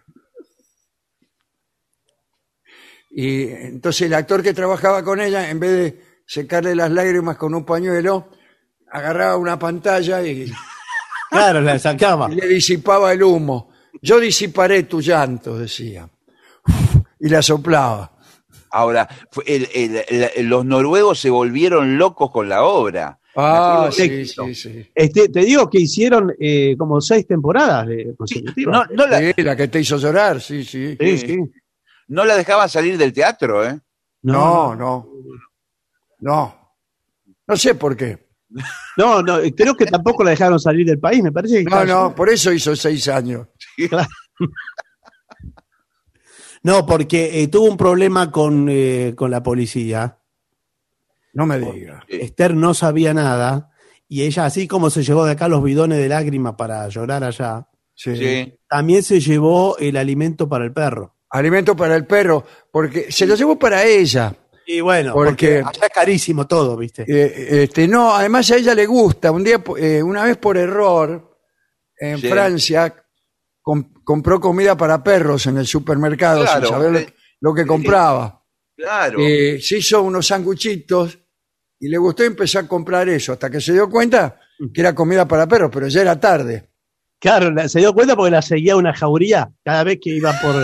Y entonces el actor que trabajaba con ella, en vez de secarle las lágrimas con un pañuelo, agarraba una pantalla y, Claro, la sacaba. y le disipaba el humo. Yo disiparé tu llanto, decía. Y la soplaba. Ahora, fue- el- el- el- los noruegos se volvieron locos con la obra. Ah, Me acuerdo sí, de- sí, sí. Este, te digo que hicieron eh, como seis temporadas de Sí, consecutivas. no, no la, Sí, la que te hizo llorar, sí, sí. Sí, sí. no la dejaban salir del teatro, ¿eh? No, no. No. No sé por qué. No, no, eh, creo que tampoco la dejaron salir del país, me parece que No, está- no, por eso hizo seis años. No, porque eh, tuvo un problema con, eh, con la policía. No me diga. Sí. Esther no sabía nada y ella, así como se llevó de acá los bidones de lágrimas para llorar allá, Sí. Sí. también se llevó el alimento para el perro. Alimento para el perro, porque se lo llevó para ella. Y bueno, Porque- porque allá es carísimo todo, ¿viste? Eh, este, no, además a ella le gusta. Un día, eh, una vez por error, en Sí. Francia, com- compró comida para perros en el supermercado Claro, sin saber lo, eh, lo que compraba. Claro. Eh, se hizo unos sanguchitos y le gustó empezar a comprar eso, hasta que se dio cuenta que era comida para perros, pero ya era tarde. Claro, la- se dio cuenta porque la seguía una jauría cada vez que iba por,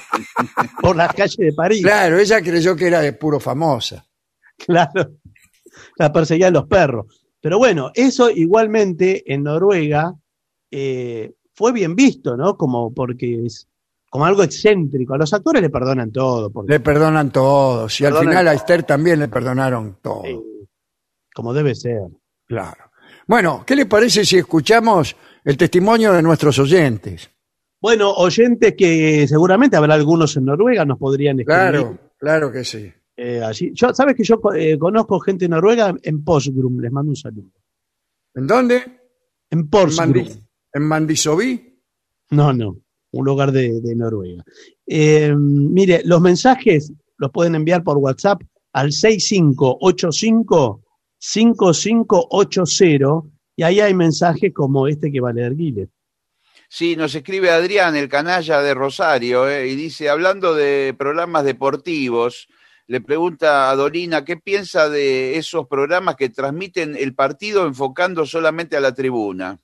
por las calles de París. Claro, ella creyó que era de puro famosa. Claro, la perseguían los perros. Pero bueno, eso igualmente en Noruega eh, fue bien visto, ¿no? Como porque es como algo excéntrico. A los actores le perdonan todo, porque, Le perdonan todos. Y al Perdonan final a todo. Esther también le perdonaron todo. eh, como debe ser. Claro. Bueno, ¿qué le parece si escuchamos el testimonio de nuestros oyentes? Bueno, oyentes que seguramente habrá algunos en Noruega, nos podrían escribir. Claro, claro que sí. eh, allí. Yo, ¿sabes que yo eh, conozco gente en Noruega en Postgrum? Les mando un saludo. ¿En dónde? En ¿En, Postgrum. Mandi- en Mandisoví? No, no, un lugar de, de Noruega. Eh, mire, los mensajes los pueden enviar por WhatsApp al seis cinco ocho cinco cinco cinco ocho cero y ahí hay mensajes como este que va a leer Guile. Sí, nos escribe Adrián, el canalla de Rosario, eh, y dice, hablando de programas deportivos, le pregunta a Dolina qué piensa de esos programas que transmiten el partido enfocando solamente a la tribuna.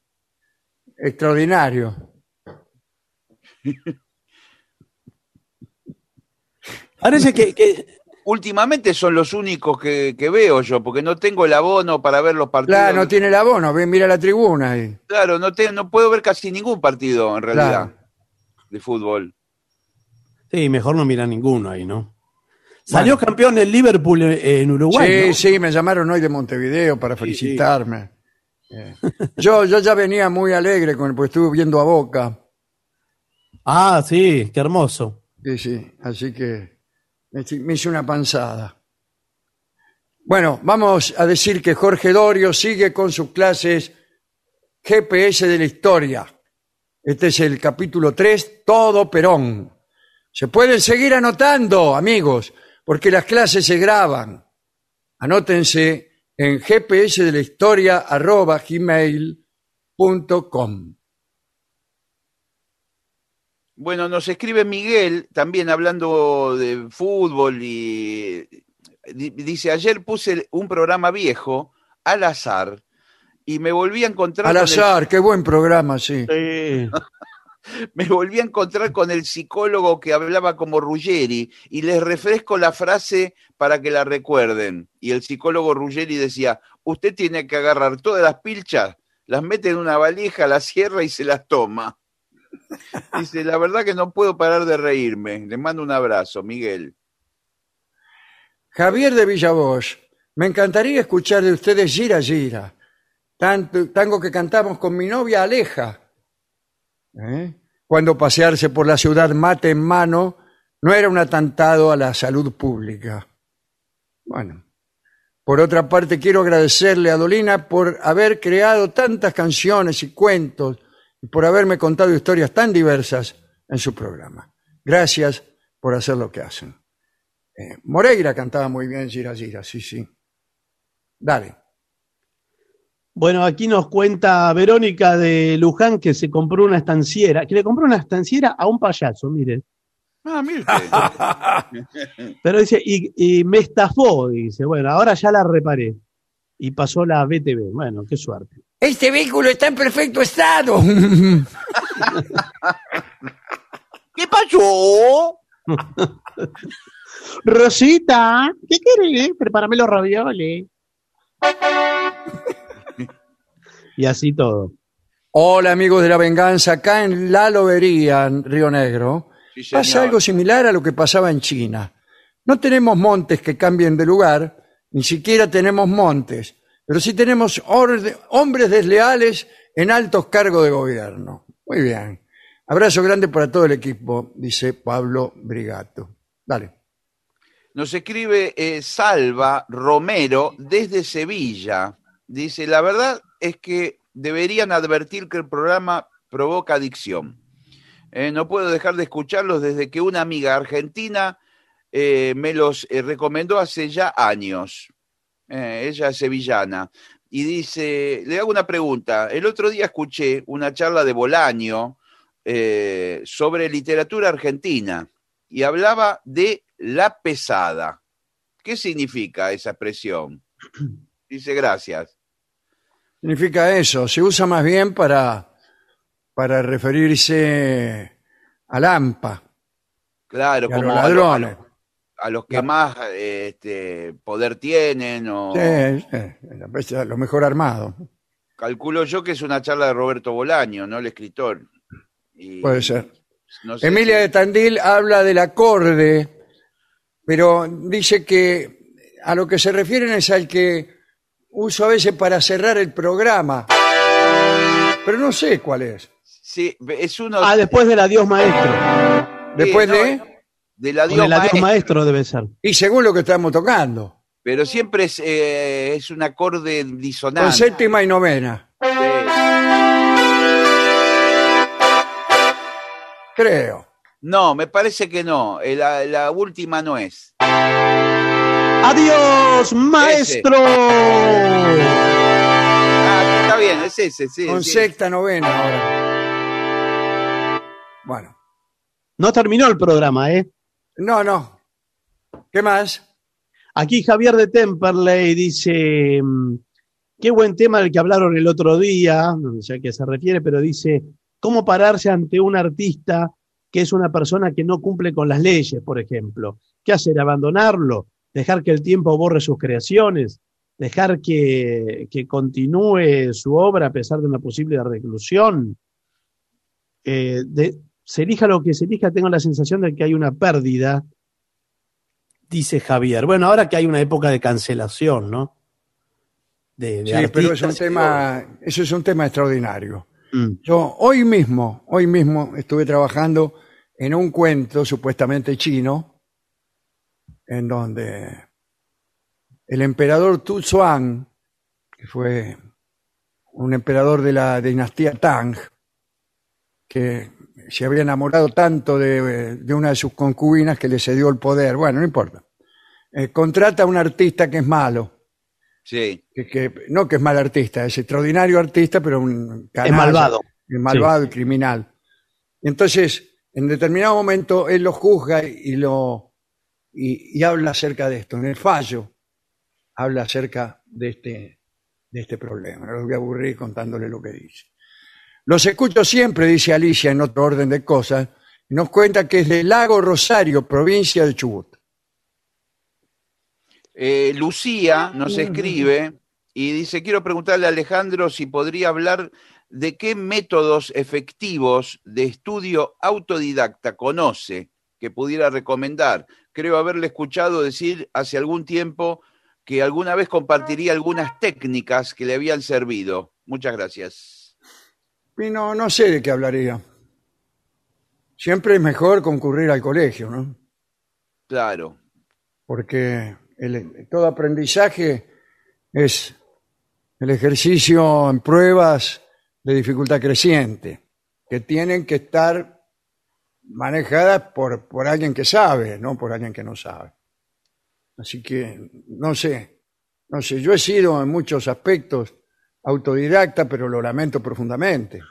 Extraordinario. Parece que, que Últimamente son los únicos que, que veo yo, porque no tengo el abono para ver los partidos. Claro, no tiene el abono, ven, mira la tribuna ahí. Claro, no, te, no puedo ver casi ningún partido, en realidad, Claro. de fútbol. sí, mejor no mirar ninguno ahí, ¿no? Salió Bueno. campeón el Liverpool en Uruguay, Sí, ¿no? sí, me llamaron hoy de Montevideo para felicitarme. Eh, Yo, yo ya venía muy alegre con, porque estuve viendo a Boca. Ah, sí, qué hermoso. Sí, sí, así que me, me hice una panzada. Bueno, vamos a decir que Jorge Dorio sigue con sus clases G P S de la historia. Este es el capítulo tres, Todo Perón. Se pueden seguir anotando, amigos, porque las clases se graban. Anótense en gps de la historia arroba gmail punto com. Bueno, nos escribe Miguel, también hablando de fútbol, y di- dice, ayer puse un programa viejo, al azar, y me volví a encontrar Al con azar, qué buen programa, sí. Sí. el, me volví a encontrar con el psicólogo que hablaba como Ruggeri, y les refresco la frase para que la recuerden. Y el psicólogo Ruggeri decía, usted tiene que agarrar todas las pilchas, las mete en una valija, las cierra y se las toma. Dice, la verdad que no puedo parar de reírme. Le mando un abrazo, Miguel. Javier de Villavoz, me encantaría escuchar de ustedes Gira Gira, tanto, tango que cantamos con mi novia Aleja. ¿Eh? Cuando pasearse por la ciudad mate en mano no era un atentado a la salud pública. Bueno, por otra parte quiero agradecerle a Dolina por haber creado tantas canciones y cuentos y por haberme contado historias tan diversas en su programa. Gracias por hacer lo que hacen. Eh, Moreira cantaba muy bien Gira Gira, sí, sí. Dale. Bueno, aquí nos cuenta Verónica de Luján que se compró una estanciera, que le compró una estanciera a un payaso, miren. Ah, mire usted. Pero dice, y, y me estafó, dice, bueno, ahora ya la reparé. Y pasó la B T V. Bueno, qué suerte. Este vehículo está en perfecto estado. ¿Qué pasó? Rosita, ¿qué querés? Prepárame los ravioles. Y así todo. Hola amigos de la venganza, acá en La Lobería, en Río Negro, Sí, señor. pasa algo similar a lo que pasaba en China. No tenemos montes que cambien de lugar, ni siquiera tenemos montes, pero sí tenemos orde- hombres desleales en altos cargos de gobierno. Muy bien. Abrazo grande para todo el equipo, dice Pablo Brigato. Dale. Nos escribe eh, Salva Romero desde Sevilla. Dice, la verdad es que deberían advertir que el programa provoca adicción. Eh, no puedo dejar de escucharlos desde que una amiga argentina eh, me los eh, recomendó hace ya años. Eh, ella es sevillana. Y dice, le hago una pregunta. El otro día escuché una charla de Bolaño eh, sobre literatura argentina y hablaba de la pesada. ¿Qué significa esa expresión? Dice, gracias. Significa eso, se usa más bien para, para referirse al AMPA Claro, y a como los a, lo- a ladrones. lo- a los que Claro. más eh, este, poder tienen, o Sí, sí, la peste- lo mejor armado. calculo yo que es una charla de Roberto Bolaño, ¿no? El escritor. Y Puede ser. no sé Emilia si- de Tandil habla del acorde, pero dice que a lo que se refieren es al que uso a veces para cerrar el programa. Pero no sé cuál es. Sí, es uno Ah, después del adiós maestro. Después no, de... de la Con Dios el adiós maestro, maestro debe ser. Y según lo que estamos tocando. pero siempre es, eh, es un acorde Con disonante. séptima y novena, Sí. creo. No, me parece que no. eh, La, la última no es. ¡Adiós, maestro! Ah, está bien, es ese, sí. Con sí. sexta, novena ahora. Bueno, No terminó el programa, ¿eh? no, no. ¿Qué más? Aquí Javier de Temperley dice, mm, qué buen tema del que hablaron el otro día, no sé a qué se refiere, pero dice, ¿cómo pararse ante un artista que es una persona que no cumple con las leyes, por ejemplo? ¿Qué hacer? ¿Abandonarlo? ¿Dejar que el tiempo borre sus creaciones? ¿Dejar que, que continúe su obra a pesar de una posible reclusión? Eh, de, se elija lo que se elija, tengo la sensación de que hay una pérdida, dice Javier. Bueno, ahora que hay una época de cancelación, ¿no? De, de sí, artistas, pero es un tema, eso es un tema extraordinario. Mm. Yo hoy mismo, hoy mismo estuve trabajando en un cuento supuestamente chino, en donde el emperador Tu Xuan, que fue un emperador de la dinastía Tang, que se había enamorado tanto de, de una de sus concubinas que le cedió el poder, bueno, no importa, eh, contrata a un artista que es malo. Sí. Que, que, no que es mal artista, es extraordinario artista, pero un canalla, es malvado. Es malvado sí. y criminal. Entonces, en determinado momento, él lo juzga y, lo, y, y habla acerca de esto. En el fallo, habla acerca de este, de este problema. No los voy a aburrir contándole lo que dice. Los escucho siempre, dice Alicia, en otro orden de cosas, y nos cuenta que es de Lago Rosario, provincia de Chubut. Eh, Lucía nos escribe y dice, quiero preguntarle a Alejandro si podría hablar de qué métodos efectivos de estudio autodidacta conoce que pudiera recomendar. Creo haberle escuchado decir hace algún tiempo que alguna vez compartiría algunas técnicas que le habían servido. Muchas gracias. Y no, no sé de qué hablaría. Siempre es mejor concurrir al colegio, ¿no? Claro. Porque el, todo aprendizaje es el ejercicio en pruebas de dificultad creciente, que tienen que estar manejadas por, por alguien que sabe, no por alguien que no sabe. Así que, no sé, no sé, yo he sido en muchos aspectos autodidacta, pero lo lamento profundamente.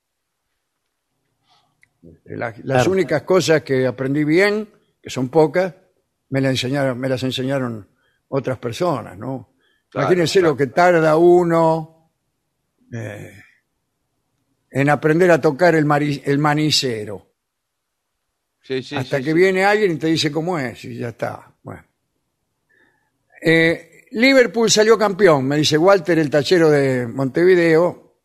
Las, las claro. únicas cosas que aprendí bien, que son pocas, me las enseñaron, me las enseñaron otras personas, ¿no? Claro, Imagínense claro. lo que tarda uno eh, en aprender a tocar el, mari, el manicero. Sí, sí, Hasta sí, que sí. viene alguien y te dice cómo es, y ya está. Bueno. Eh, Liverpool salió campeón, me dice Walter, el tachero de Montevideo.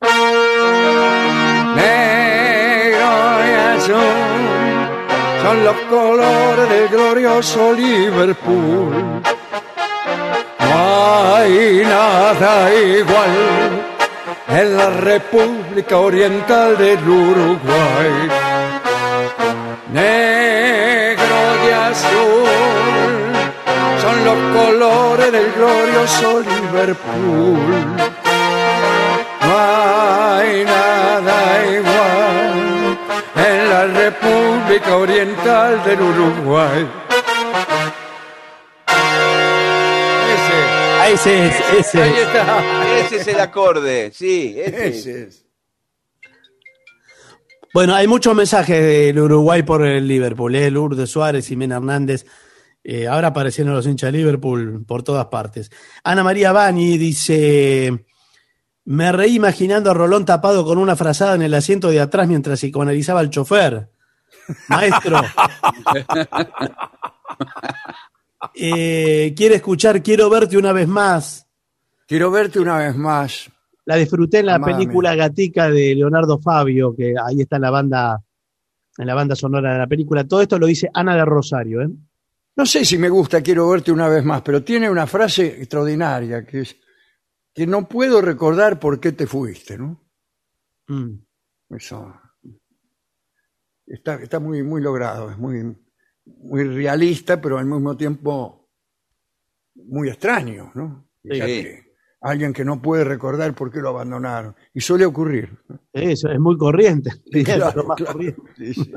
Negro y azul son los colores del glorioso Liverpool. No hay nada igual en la República Oriental del Uruguay. Negro y azul son los colores del glorioso Liverpool. No hay nada igual en la República Oriental del Uruguay. Ese, ese es, ese Ahí es. está. Ese es el acorde, sí, ese, Ese es. Bueno, hay muchos mensajes del Uruguay por el Liverpool, ¿eh? Lourdes Suárez, Jimena Hernández. Eh, ahora aparecieron los hinchas de Liverpool por todas partes. Ana María Bani dice: me reí imaginando a Rolón tapado con una frazada en el asiento de atrás mientras psicoanalizaba al chofer. Maestro. eh, quiere escuchar Quiero verte una vez más. Quiero verte una vez más. La disfruté en la Amame. película Gatica de Leonardo Fabio, que ahí está en la banda, en la banda sonora de la película. Todo esto lo dice Ana de Rosario, ¿eh? No sé si me gusta Quiero verte una vez más, pero tiene una frase extraordinaria que es que no puedo recordar por qué te fuiste, ¿no? Mm. Eso está, está muy, muy logrado, es muy, muy realista, pero al mismo tiempo muy extraño, ¿no? Sí. Ya que alguien que no puede recordar por qué lo abandonaron. Y suele ocurrir, ¿no? Eso es muy corriente. Sí, claro, Es lo más claro. corriente. Sí, sí.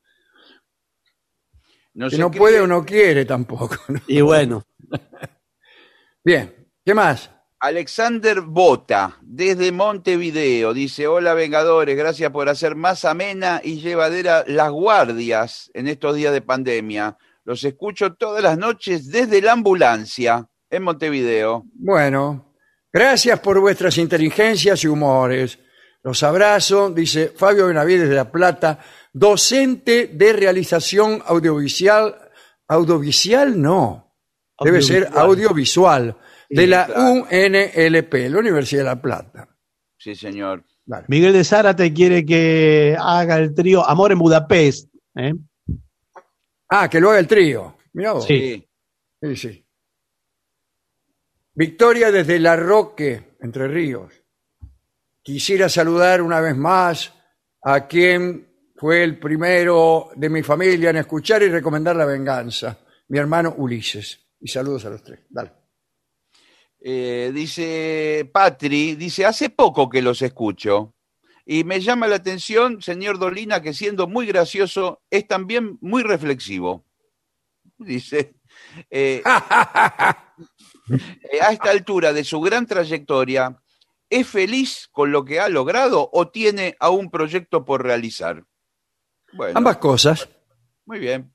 No Que sé no qué- puede o no quiere tampoco, ¿no? Y bueno, Bien, ¿qué más? Alexander Bota, desde Montevideo, dice: hola Vengadores, gracias por hacer más amena y llevadera las guardias en estos días de pandemia. Los escucho todas las noches desde la ambulancia en Montevideo. Bueno, gracias por vuestras inteligencias y humores. Los abrazo, dice Fabio Benavides de La Plata, docente de realización audiovisual Audiovisual no. Debe ser audiovisual. De Sí, la claro. U N L P, la Universidad de La Plata. Sí, señor. Dale. Miguel de Zárate quiere que haga el trío Amor en Budapest. ¿eh? Ah, que lo haga el trío. Mirá vos. Sí. Sí, sí. Victoria desde La Roque, Entre Ríos. Quisiera saludar una vez más a quien fue el primero de mi familia en escuchar y recomendar La Venganza, mi hermano Ulises. Y saludos a los tres. Dale. Eh, dice Patri, dice, hace poco que los escucho y me llama la atención, señor Dolina, que siendo muy gracioso, es también muy reflexivo. Dice, eh, eh, a esta altura de su gran trayectoria, ¿es feliz con lo que ha logrado o tiene aún proyecto por realizar? Bueno, Ambas cosas. muy bien.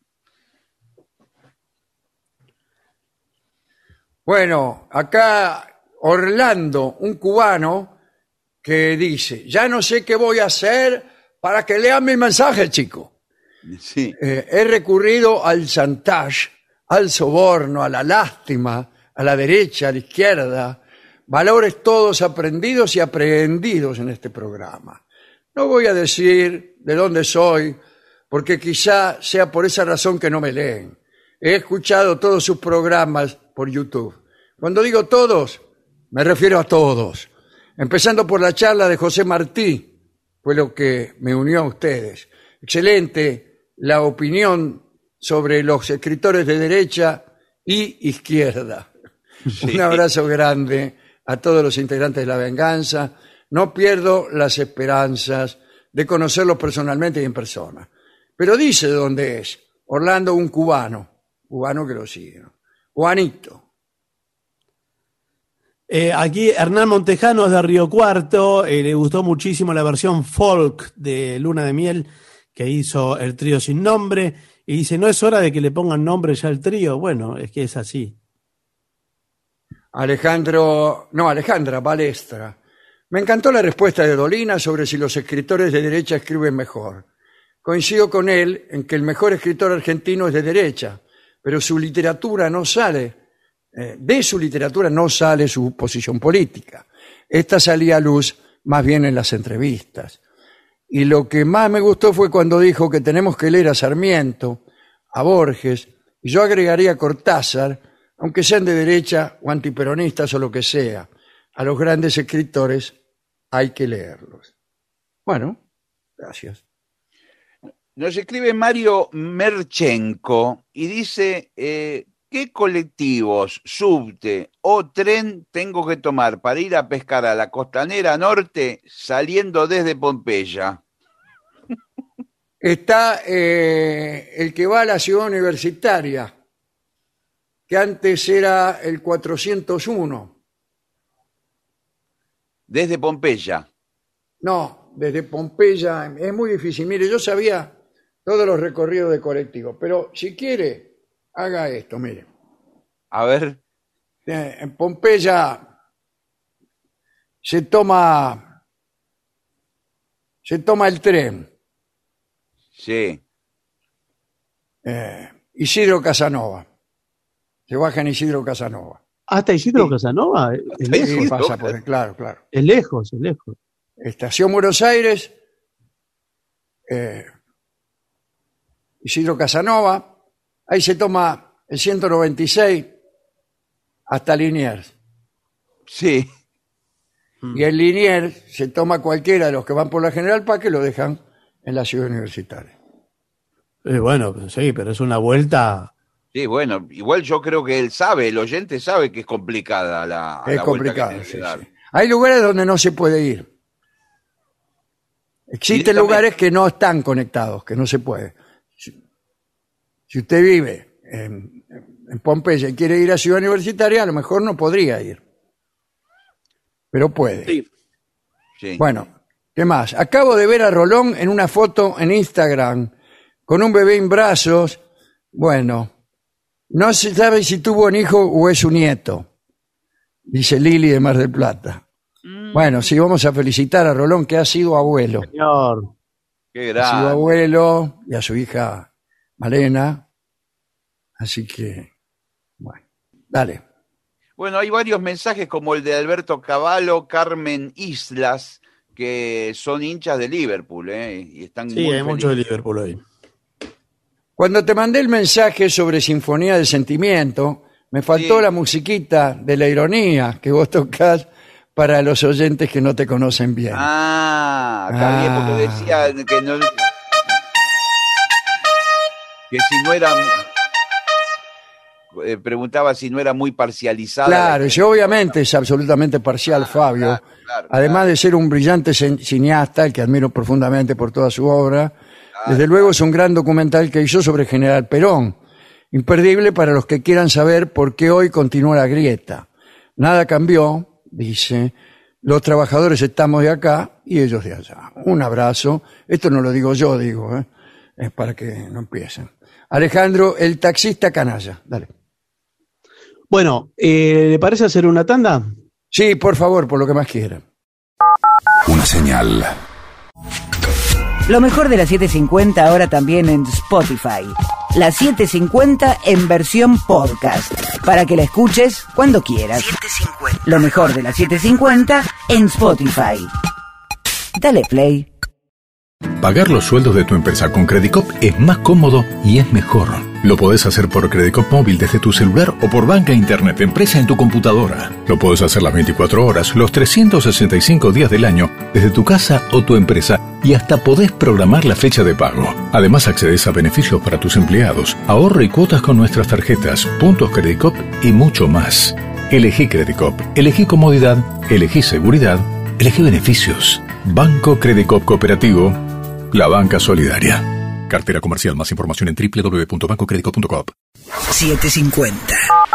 Bueno, acá Orlando, un cubano, que dice, ya no sé qué voy a hacer para que lean mi mensaje, chico. Sí. Eh, he recurrido al chantage, al soborno, a la lástima, a la derecha, a la izquierda, valores todos aprendidos y aprehendidos en este programa. No voy a decir de dónde soy, porque quizá sea por esa razón que no me leen. He escuchado todos sus programas por YouTube. Cuando digo todos, me refiero a todos. Empezando por la charla de José Martí, fue lo que me unió a ustedes. Excelente la opinión sobre los escritores de derecha y izquierda. Sí. Un abrazo grande a todos los integrantes de La Venganza. No pierdo las esperanzas de conocerlos personalmente y en persona. Pero dice de dónde es. Orlando, un cubano. Cubano que lo sigue, ¿no? Juanito. Eh, aquí Hernán Montejano es de Río Cuarto, eh, le gustó muchísimo la versión folk de Luna de Miel que hizo el trío Sin Nombre y dice, ¿no es hora de que le pongan nombre ya al trío? Bueno, es que es así. Alejandro, no, Alejandra Balestra. Me encantó la respuesta de Dolina sobre si los escritores de derecha escriben mejor. Coincido con él en que el mejor escritor argentino es de derecha, pero su literatura no sale, eh, de su literatura no sale su posición política. Esta salía a luz más bien en las entrevistas. Y lo que más me gustó fue cuando dijo que tenemos que leer a Sarmiento, a Borges, y yo agregaría a Cortázar, aunque sean de derecha o antiperonistas o lo que sea. A los grandes escritores hay que leerlos. Bueno, gracias. Nos escribe Mario Merchenko y dice, eh, ¿qué colectivos, subte o tren tengo que tomar para ir a pescar a la costanera norte saliendo desde Pompeya? Está eh, el que va a la ciudad universitaria, que antes era el cuatrocientos uno. Desde Pompeya. No, desde Pompeya es muy difícil. Mire, yo sabía todos los recorridos de colectivo, pero si quiere, haga esto, mire. A ver. Eh, En Pompeya se toma, se toma el tren. Sí. Eh, Isidro Casanova. Se baja en Isidro Casanova. Hasta Isidro Sí. Casanova, es Hasta lejos, Sí, Isidro. pasa por el- claro, claro. es lejos, es lejos. Estación Buenos Aires, eh, Isidro Casanova, ahí se toma el ciento noventa y seis hasta Liniers. Sí. Y el Liniers se toma cualquiera de los que van por la General Paz que lo dejan en la ciudad universitaria. Eh, bueno, sí, pero es una vuelta. Sí, bueno, igual yo creo que él sabe, el oyente sabe que es complicada la, Es la vuelta que complicado, tiene que sí, dar. sí. Hay lugares donde no se puede ir. Existen Directamente. lugares que no están conectados, que no se puede. Si, si usted vive en, en Pompeya y quiere ir a Ciudad Universitaria, a lo mejor no podría ir. Pero puede. Sí. Sí. Bueno, ¿qué más? Acabo de ver a Rolón en una foto en Instagram con un bebé en brazos. Bueno, no se sabe si tuvo un hijo o es su nieto, dice Lili de Mar del Plata. Bueno, sí, vamos a felicitar a Rolón, que ha sido abuelo. Señor. Qué Ha sido grande. abuelo y a su hija Malena. Así que, bueno, dale. Bueno, hay varios mensajes como el de Alberto Cavallo, Carmen Islas, que son hinchas de Liverpool, ¿eh? Y están Sí, muy hay felices. mucho de Liverpool hoy. Cuando te mandé el mensaje sobre Sinfonía del Sentimiento, me faltó Sí. la musiquita de la ironía que vos tocás para los oyentes que no te conocen bien. Ah, está bien, porque Ah. decía que no... Que si no era... eh, preguntaba si no era muy parcializada. Claro, la- yo obviamente es absolutamente parcial, Fabio. claro, claro, Además claro. de ser un brillante cin- cineasta, al que admiro profundamente por toda su obra, desde luego es un gran documental que hizo sobre General Perón. Imperdible para los que quieran saber por qué hoy continúa la grieta. Nada cambió, dice, los trabajadores estamos de acá y ellos de allá. Un abrazo. Esto no lo digo yo, digo, ¿eh? Es para que no empiecen. Alejandro, el taxista canalla. Dale. Bueno, eh, ¿le parece hacer una tanda? Sí, por favor, por lo que más quieran. Una señal. Lo mejor de la setecientos cincuenta ahora también en Spotify. La setecientos cincuenta en versión podcast, para que la escuches cuando quieras. Lo mejor de la setecientos cincuenta en Spotify. Dale play. Pagar los sueldos de tu empresa con Credicop es más cómodo y es mejor. Lo podés hacer por Credicop móvil desde tu celular o por banca internet empresa en tu computadora. Lo podés hacer las veinticuatro horas, los trescientos sesenta y cinco días del año, desde tu casa o tu empresa, y hasta podés programar la fecha de pago. Además accedes a beneficios para tus empleados, ahorro y cuotas con nuestras tarjetas, puntos Credicop y mucho más. Elegí Credicop, elegí comodidad, elegí seguridad, elegí beneficios. Banco Credicop Cooperativo, la banca solidaria. Cartera comercial. Más información en doble u doble u doble u punto banco credicop punto com. setecientos cincuenta.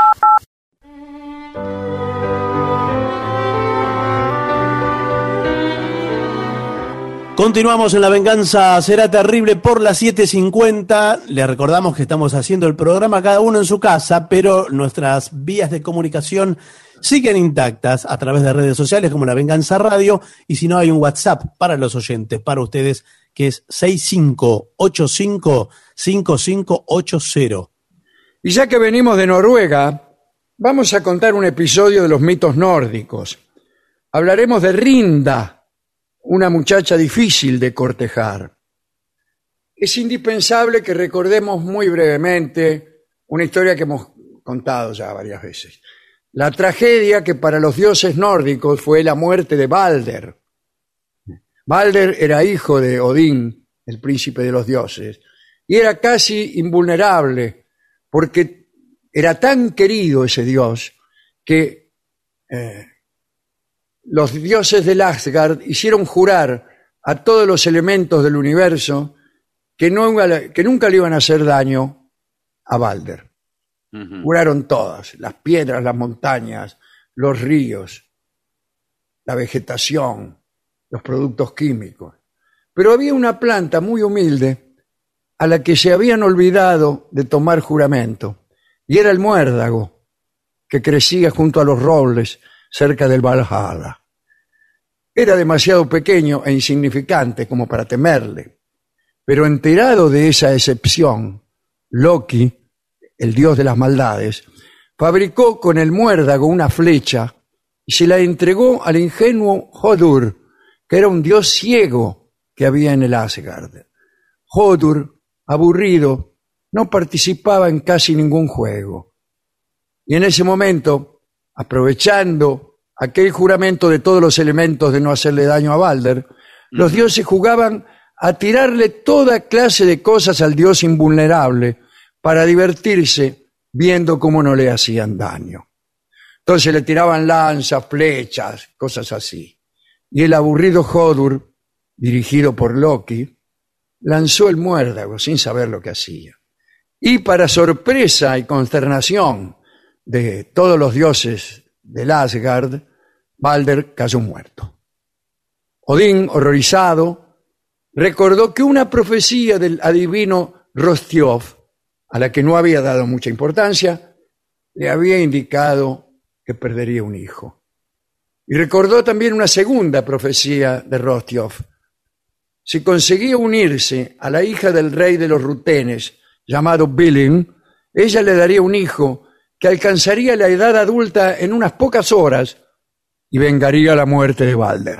Continuamos en La Venganza Será Terrible por las siete cincuenta. Le recordamos que estamos haciendo el programa cada uno en su casa, pero nuestras vías de comunicación siguen intactas a través de redes sociales como La Venganza Radio, y si no hay un WhatsApp para los oyentes, para ustedes, que es seis cinco ocho cinco cinco cinco ocho cero. Y ya que venimos de Noruega, vamos a contar un episodio de los mitos nórdicos. Hablaremos de Rinda, una muchacha difícil de cortejar. Es indispensable que recordemos muy brevemente una historia que hemos contado ya varias veces. La tragedia que para los dioses nórdicos fue la muerte de Balder. Balder era hijo de Odín, el príncipe de los dioses, y era casi invulnerable, porque era tan querido ese dios que eh, los dioses del Asgard hicieron jurar a todos los elementos del universo que, no, que nunca le iban a hacer daño a Balder. Uh-huh. Juraron todas, las piedras, las montañas, los ríos, la vegetación, los productos químicos. Pero había una planta muy humilde a la que se habían olvidado de tomar juramento, y era el muérdago, que crecía junto a los robles cerca del Valhalla. Era demasiado pequeño e insignificante como para temerle, pero enterado de esa excepción, Loki, el dios de las maldades, fabricó con el muérdago una flecha y se la entregó al ingenuo Hodur, que era un dios ciego que había en el Asgard. Hodur, aburrido, no participaba en casi ningún juego. Y en ese momento, aprovechando aquel juramento de todos los elementos de no hacerle daño a Balder, los dioses jugaban a tirarle toda clase de cosas al dios invulnerable para divertirse viendo cómo no le hacían daño. Entonces le tiraban lanzas, flechas, cosas así. Y el aburrido Hodur, dirigido por Loki, lanzó el muérdago sin saber lo que hacía. Y para sorpresa y consternación de todos los dioses del Asgard, Balder cayó muerto. Odín, horrorizado, recordó que una profecía del adivino Hrothgar, a la que no había dado mucha importancia, le había indicado que perdería un hijo. Y recordó también una segunda profecía de Hrothgar. Si conseguía unirse a la hija del rey de los rutenes, llamado Billing, ella le daría un hijo que alcanzaría la edad adulta en unas pocas horas y vengaría la muerte de Balder.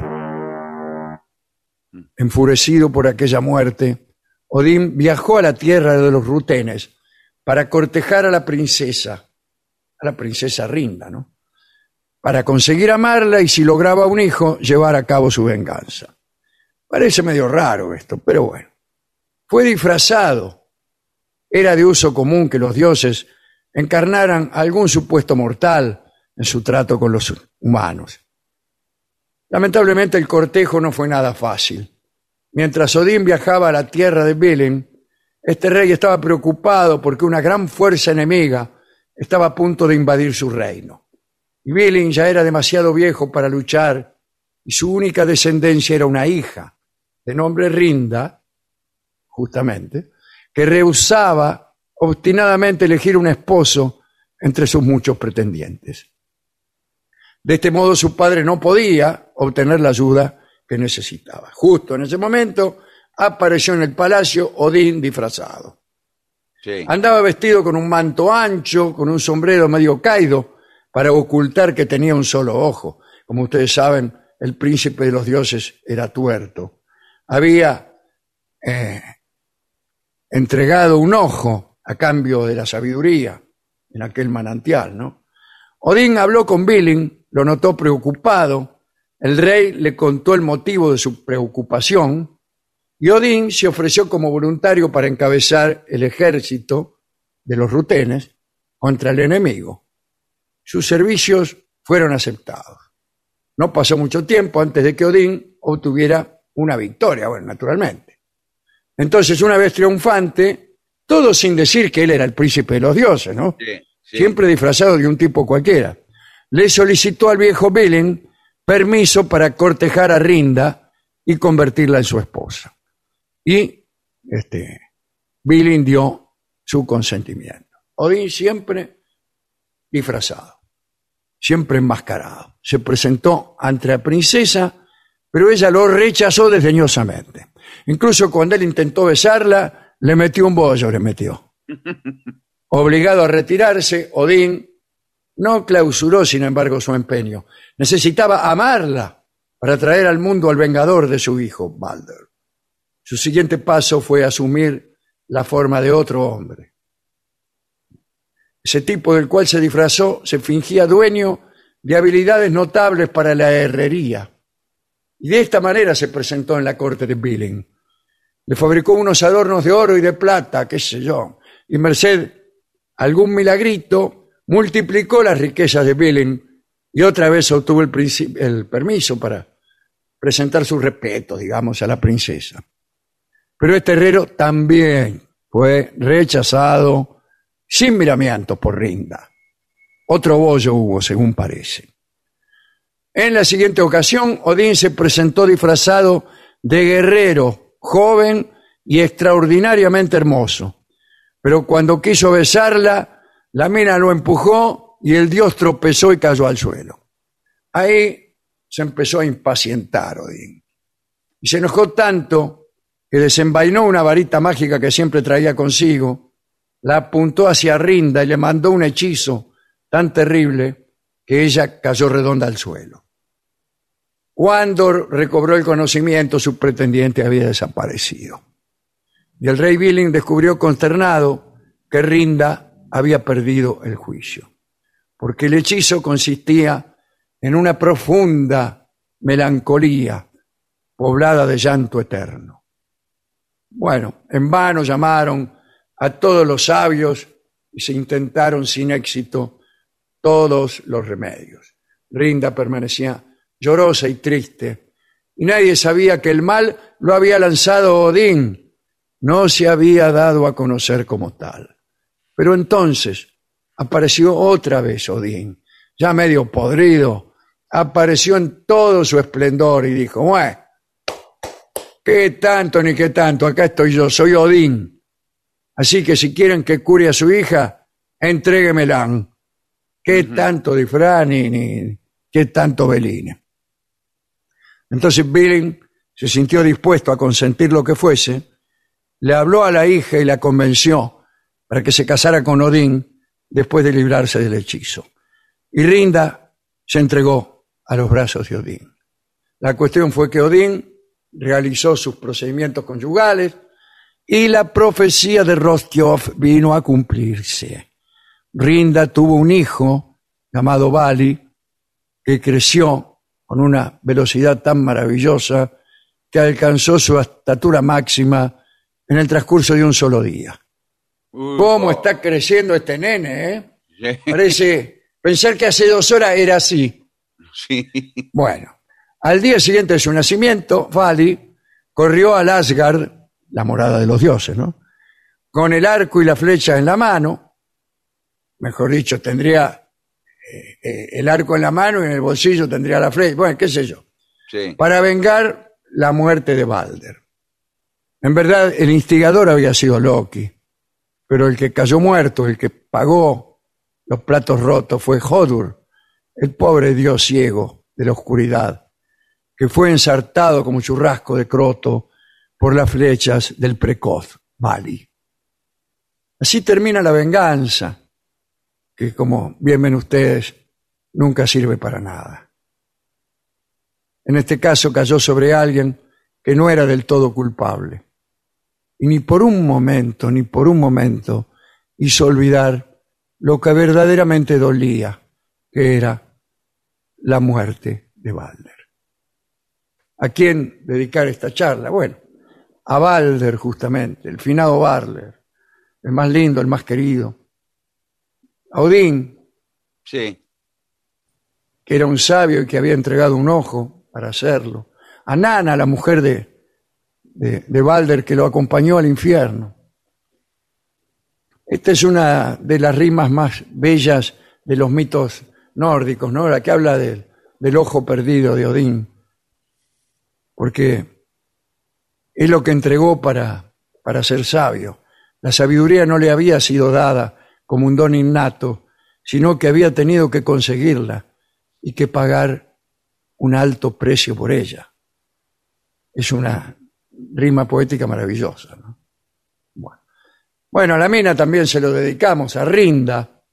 Enfurecido por aquella muerte, Odín viajó a la tierra de los rutenes para cortejar a la princesa, a la princesa Rinda, ¿no? Para conseguir amarla y, si lograba un hijo, llevar a cabo su venganza. Parece medio raro esto, pero bueno. Fue disfrazado. Era de uso común que los dioses encarnaran a algún supuesto mortal en su trato con los humanos. Lamentablemente el cortejo no fue nada fácil. Mientras Odín viajaba a la tierra de Billing, este rey estaba preocupado porque una gran fuerza enemiga estaba a punto de invadir su reino. Y Billing ya era demasiado viejo para luchar y su única descendencia era una hija de nombre Rinda, justamente, que rehusaba obstinadamente elegir un esposo entre sus muchos pretendientes. De este modo su padre no podía obtener la ayuda que necesitaba. Justo en ese momento apareció en el palacio Odín disfrazado. Sí. Andaba vestido con un manto ancho, con un sombrero medio caído, para ocultar que tenía un solo ojo. Como ustedes saben, el príncipe de los dioses era tuerto. Había eh, entregado un ojo a cambio de la sabiduría en aquel manantial, ¿no? Odín habló con Billing, lo notó preocupado. El rey le contó el motivo de su preocupación y Odín se ofreció como voluntario para encabezar el ejército de los rutenes contra el enemigo. Sus servicios fueron aceptados. No pasó mucho tiempo antes de que Odín obtuviera una victoria, bueno, naturalmente. Entonces, una vez triunfante, todo sin decir que él era el príncipe de los dioses, ¿no? Sí, sí. Siempre disfrazado de un tipo cualquiera. Le solicitó al viejo Billing permiso para cortejar a Rinda y convertirla en su esposa. Y este, Billing dio su consentimiento. Odín siempre disfrazado, siempre enmascarado. Se presentó ante la princesa, pero ella lo rechazó desdeñosamente. Incluso cuando él intentó besarla, le metió un bollo, le metió. Obligado a retirarse, Odín no clausuró, sin embargo, su empeño. Necesitaba amarla para traer al mundo al vengador de su hijo, Balder. Su siguiente paso fue asumir la forma de otro hombre. Ese tipo del cual se disfrazó se fingía dueño de habilidades notables para la herrería. Y de esta manera se presentó en la corte de Billing. Le fabricó unos adornos de oro y de plata, qué sé yo, y merced a algún milagrito, multiplicó las riquezas de Billing y otra vez obtuvo el, el permiso para presentar sus respetos, digamos, a la princesa. Pero este herrero también fue rechazado sin miramientos por Rinda. Otro bollo hubo, según parece. En la siguiente ocasión, Odín se presentó disfrazado de guerrero, joven y extraordinariamente hermoso. Pero cuando quiso besarla, la mina lo empujó y el dios tropezó y cayó al suelo. Ahí se empezó a impacientar Odín. Y se enojó tanto que desenvainó una varita mágica que siempre traía consigo, la apuntó hacia Rinda y le mandó un hechizo tan terrible que ella cayó redonda al suelo. Cuando recobró el conocimiento, su pretendiente había desaparecido. Y el rey Billing descubrió consternado que Rinda había perdido el juicio, porque el hechizo consistía en una profunda melancolía poblada de llanto eterno. Bueno, en vano llamaron a todos los sabios y se intentaron sin éxito todos los remedios. Rinda permanecía llorosa y triste, y nadie sabía que el mal lo había lanzado Odín. No se había dado a conocer como tal. Pero entonces apareció otra vez Odín, ya medio podrido, apareció en todo su esplendor y dijo: bueno, qué tanto ni qué tanto, acá estoy yo, soy Odín. Así que si quieren que cure a su hija, entréguemela. Qué uh-huh. tanto disfraz ni, ni qué tanto beline. Entonces Billing se sintió dispuesto a consentir lo que fuese, le habló a la hija y la convenció para que se casara con Odín después de librarse del hechizo. Y Rinda se entregó a los brazos de Odín. La cuestión fue que Odín realizó sus procedimientos conyugales y la profecía de Hrothgar vino a cumplirse. Rinda tuvo un hijo llamado Vali, que creció con una velocidad tan maravillosa que alcanzó su estatura máxima en el transcurso de un solo día. Uy, ¿Cómo oh. está creciendo este nene, eh? Sí. Parece, pensar que hace dos horas era así. Sí. Bueno, al día siguiente de su nacimiento, Vali corrió al Asgard, la morada de los dioses, ¿no? Con el arco y la flecha en la mano, mejor dicho, tendría eh, eh, el arco en la mano y en el bolsillo tendría la flecha, bueno, qué sé yo, Sí. para vengar la muerte de Balder. En verdad, el instigador había sido Loki, pero el que cayó muerto, el que pagó los platos rotos fue Hodur, el pobre dios ciego de la oscuridad, que fue ensartado como churrasco de croto por las flechas del precoz Vali. Así termina la venganza, que como bien ven ustedes, nunca sirve para nada. En este caso cayó sobre alguien que no era del todo culpable. Y ni por un momento, ni por un momento hizo olvidar lo que verdaderamente dolía, que era la muerte de Balder. ¿A quién dedicar esta charla? Bueno, a Balder justamente, el finado Balder, el más lindo, el más querido. A Odín, Sí. que era un sabio y que había entregado un ojo para hacerlo. A Nana, la mujer de, de, de Balder, que lo acompañó al infierno. Esta es una de las rimas más bellas de los mitos nórdicos, ¿no? La que habla del, del ojo perdido de Odín. Porque es lo que entregó para, para ser sabio. La sabiduría no le había sido dada como un don innato, sino que había tenido que conseguirla y que pagar un alto precio por ella. Es una rima poética maravillosa, ¿no? Bueno. Bueno, a la mina también se lo dedicamos, a Rinda.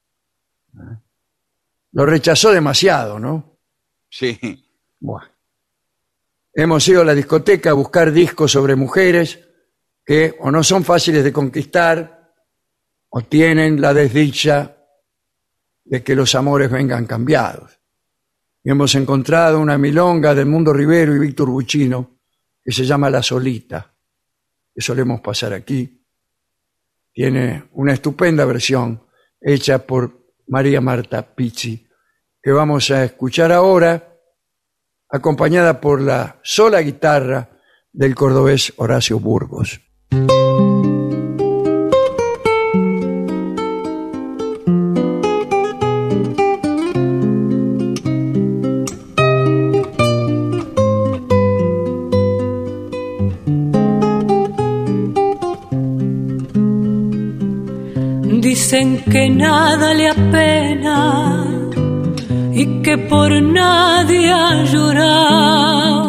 Lo rechazó demasiado, ¿no? Sí. Bueno. Hemos ido a la discoteca a buscar discos sobre mujeres que o no son fáciles de conquistar o tienen la desdicha de que los amores vengan cambiados. Y hemos encontrado una milonga del Mundo Rivero y Víctor Buccino que se llama La Solita, que solemos pasar aquí. Tiene una estupenda versión hecha por María Marta Pizzi, que vamos a escuchar ahora, acompañada por la sola guitarra del cordobés Horacio Burgos. Dicen que nada le apena y que por nadie ha llorado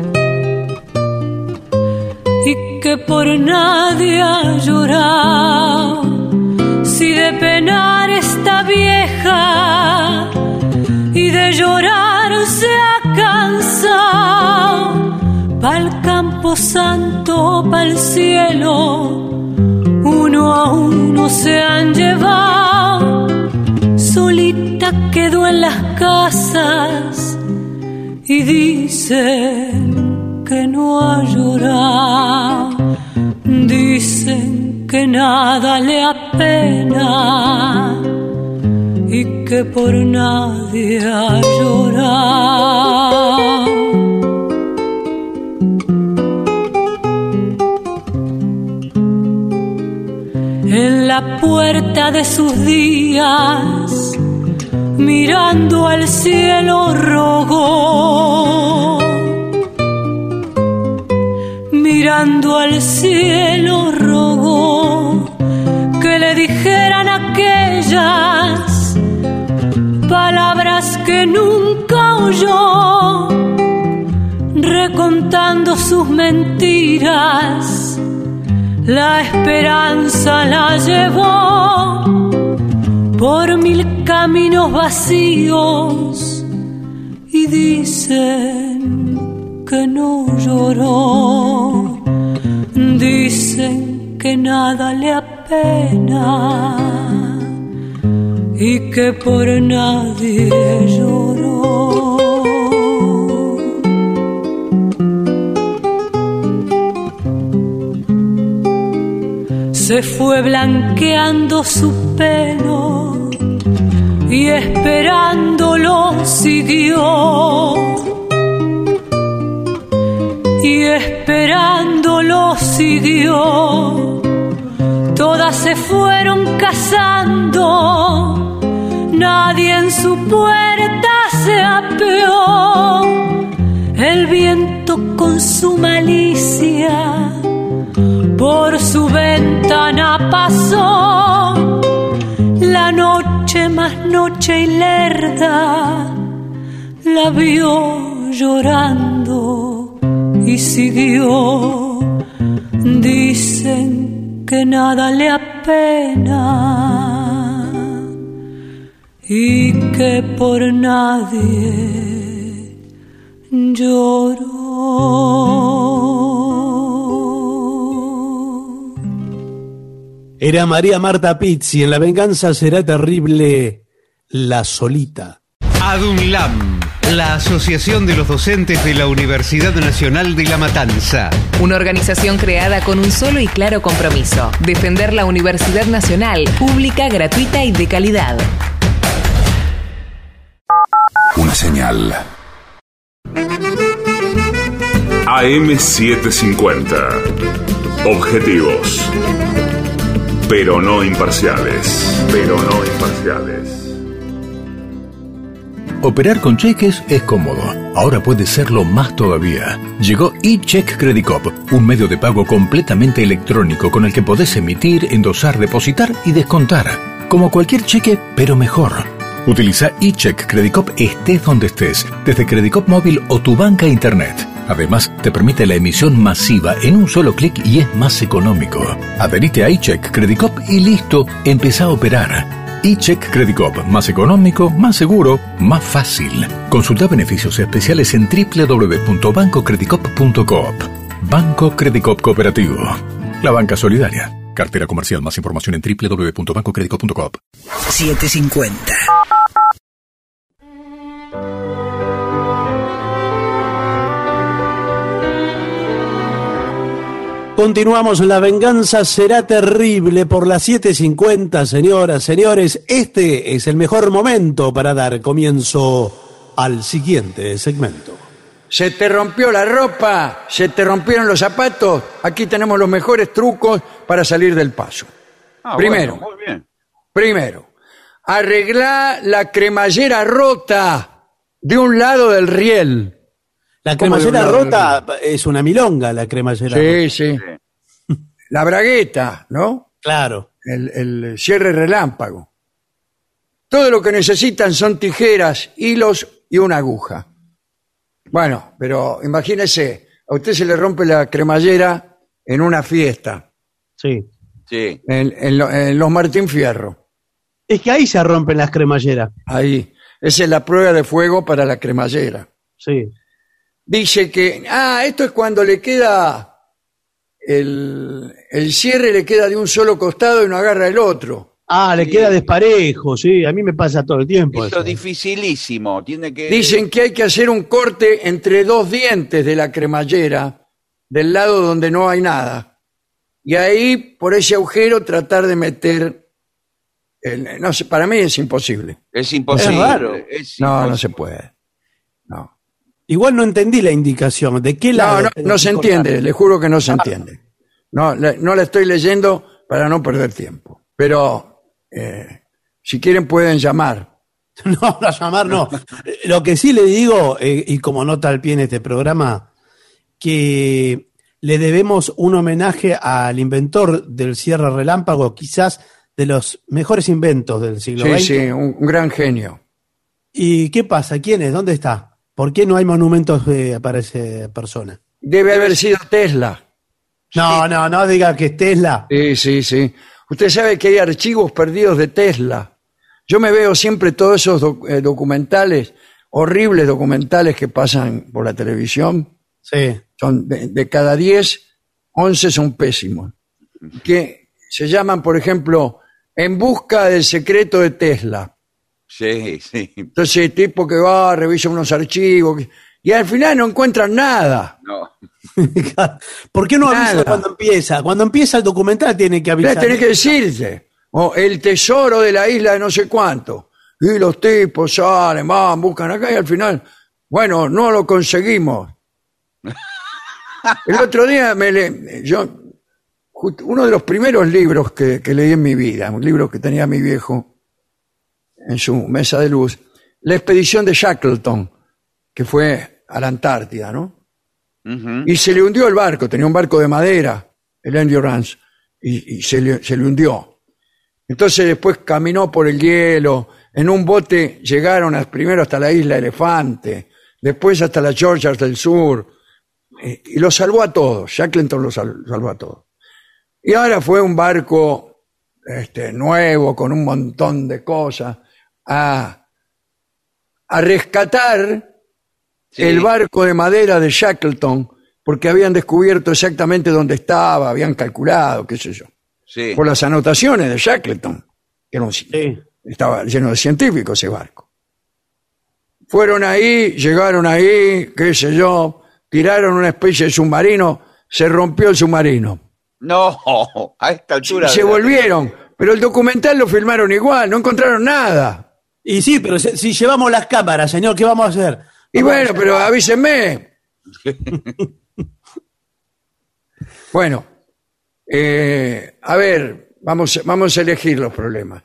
y que por nadie ha llorado. Si de penar está vieja y de llorar se ha cansado, pa'l campo santo, pa'l cielo, uno a uno se han llevado. Solita quedó en las casas y dicen que no ha llorado. Dicen que nada le apena y que por nadie ha llorado. En la puerta de sus días, mirando al cielo rogó, mirando al cielo rogó que le dijeran aquellas palabras que nunca oyó, recontando sus mentiras, la esperanza la llevó por mil caminos vacíos y dicen que no lloró, dicen que nada le apena y que por nadie lloró. Se fue blanqueando su pelo y esperándolo siguió. Y esperándolo siguió. Todas se fueron casando, nadie en su puerta se apeó. El viento con su malicia por su ventana pasó, la noche más noche y lerda la vio llorando y siguió. Dicen que nada le apena y que por nadie lloró. Era María Marta Pizzi en La venganza será terrible, La Solita. ADUNLAM, la Asociación de los Docentes de la Universidad Nacional de La Matanza. Una organización creada con un solo y claro compromiso: defender la Universidad Nacional, pública, gratuita y de calidad. Una señal. A M setecientos cincuenta. Objetivos. Pero no imparciales. Pero no imparciales. Operar con cheques es cómodo. Ahora puede serlo más todavía. Llegó eCheck Credit Cop, un medio de pago completamente electrónico con el que podés emitir, endosar, depositar y descontar. Como cualquier cheque, pero mejor. Utiliza eCheck Credit Cop estés donde estés, desde Credit Cop móvil o tu banca internet. Además, te permite la emisión masiva en un solo clic y es más económico. Adherite a eCheck Credit Cop y listo, empezá a operar. eCheck Credit Cop, más económico, más seguro, más fácil. Consulta beneficios especiales en doble u doble u doble u punto banco credit cop punto coop. Banco Credit Cop Cooperativo. La banca solidaria. Cartera comercial. Más información en doble u doble u doble u punto banco credit cop punto coop. setecientos cincuenta. Continuamos, La venganza será terrible por las siete cincuenta, señoras, señores. Este es el mejor momento para dar comienzo al siguiente segmento. ¿Se te rompió la ropa? ¿Se te rompieron los zapatos? Aquí tenemos los mejores trucos para salir del paso. Ah, primero, bueno, muy bien. primero, arreglá la cremallera rota de un lado del riel. La ¿Cómo de un cremallera lado rota del es una milonga, la cremallera rota. Sí, sí. La bragueta, ¿no? Claro. El, el cierre relámpago. Todo lo que necesitan son tijeras, hilos y una aguja. Bueno, pero imagínese, a usted se le rompe la cremallera en una fiesta, Sí. Sí. en, en lo- en los Martín Fierro. Es que ahí se rompen las cremalleras. Ahí. Esa es la prueba de fuego para la cremallera. Sí. Dice que, ah, esto es cuando le queda, el, el cierre le queda de un solo costado y no agarra el otro. Ah, le Sí. queda desparejo, sí. A mí me pasa todo el tiempo. Eso eso. es dificilísimo. Tiene que. Dicen que hay que hacer un corte entre dos dientes de la cremallera, del lado donde no hay nada. Y ahí, por ese agujero, tratar de meter... el- no sé, para mí es imposible. Es imposible. Es raro. es No, no imposible. se puede. No, Igual no entendí la indicación. ¿De qué lado? no, no, tengo no que se cortar? entiende, le juro que no se entiende. No, le- no la estoy leyendo para no perder tiempo. Pero, eh, si quieren pueden llamar. No, a llamar no. Lo que sí le digo, eh, y como nota al pie en este programa, que le debemos un homenaje al inventor del cierre relámpago, quizás de los mejores inventos del siglo Sí, veinte. sí, un, un gran genio. ¿Y qué pasa? ¿Quién es? ¿Dónde está? ¿Por qué no hay monumentos eh, para esa persona? Debe haber sido Tesla. No, no, no diga que es Tesla. Sí, sí, sí. Usted sabe que hay archivos perdidos de Tesla. Yo me veo siempre todos esos doc- eh, documentales, horribles documentales que pasan por la televisión. Sí. Son de, de cada diez, once son pésimos. Que se llaman, por ejemplo, En busca del secreto de Tesla. Sí, sí. Entonces, tipo que va, revisa unos archivos y al final no encuentran nada. No. ¿Por qué no avisa Nada. cuando empieza? Cuando empieza el documental tiene que avisar. Tenés que decirte. O el tesoro de la isla de no sé cuánto. Y los tipos salen, van, buscan acá y al final, bueno, no lo conseguimos. El otro día me le, yo, just- uno de los primeros libros que, que leí en mi vida, un libro que tenía mi viejo en su mesa de luz, La expedición de Shackleton, que fue a la Antártida, ¿no? Ujú. Y se le hundió el barco, tenía un barco de madera, el Endurance, y, y se, le, se le hundió. Entonces después caminó por el hielo, en un bote llegaron a- primero hasta la isla Elefante, después hasta las Georgias del Sur, eh, y lo salvó a todos, Shackleton lo sal- salvó a todos. Y ahora fue un barco este, nuevo, con un montón de cosas, a, a rescatar Sí. el barco de madera de Shackleton, porque habían descubierto exactamente dónde estaba, habían calculado, qué sé yo, Sí. por las anotaciones de Shackleton, que era un- Sí. estaba lleno de científicos ese barco. Fueron ahí, llegaron ahí, qué sé yo, tiraron una especie de submarino, se rompió el submarino. No, a esta Y altura. se de la- volvieron, pero el documental lo filmaron igual, no encontraron nada. Y sí, pero si, si llevamos las cámaras, señor, ¿qué vamos a hacer? Y bueno, pero avísenme. Bueno, eh, a ver, vamos, vamos a elegir los problemas.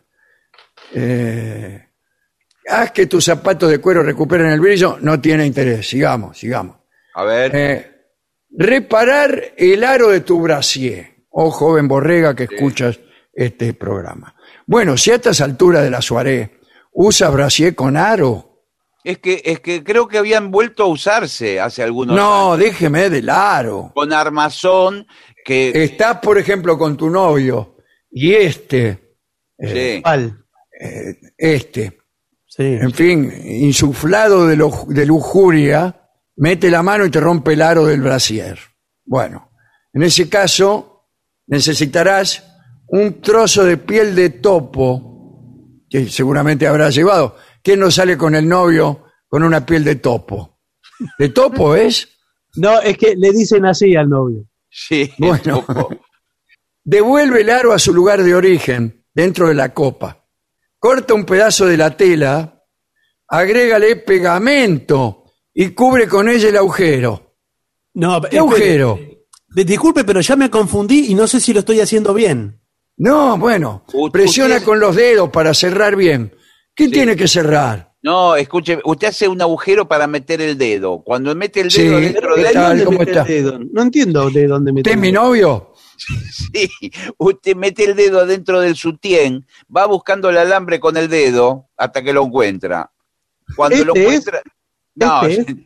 Eh, haz que tus zapatos de cuero recuperen el brillo, no tiene interés. Sigamos, sigamos. A ver. Eh, reparar el aro de tu brasier. Oh, joven borrega que escuchas este programa. Bueno, si a estas alturas de la soirée usas brasier con aro, Es que, es que creo que habían vuelto a usarse hace algunos no, años. déjeme del aro. Con armazón que. Estás, por ejemplo, con tu novio y este, Sí. ¿Cuál? este, Sí. en fin, insuflado de, lo- de lujuria, mete la mano y te rompe el aro del brasier. Bueno, en ese caso necesitarás un trozo de piel de topo, que seguramente habrás llevado. ¿Quién no sale con el novio con una piel de topo? ¿De topo es? No, es que le dicen así al novio. Sí. Bueno. Devuelve el aro a su lugar de origen, dentro de la copa. Corta un pedazo de la tela, agrégale pegamento y cubre con ella el agujero. No, ¿Qué espere. agujero? De- Disculpe, pero ya me confundí y no sé si lo estoy haciendo bien. No, bueno, U- presiona usted- con los dedos para cerrar bien. ¿Qué tiene que cerrar? No, escuche, usted hace un agujero para meter el dedo. Cuando mete el Sí, dedo dentro ¿qué del. tal? ¿Dónde ¿Cómo mete está? el dedo? No entiendo de dónde mete ¿Usted es el mi dedo. novio? Sí, usted mete el dedo dentro del sutién, va buscando el alambre con el dedo hasta que lo encuentra. Cuando lo ¿Este es? encuentra. No, ¿Este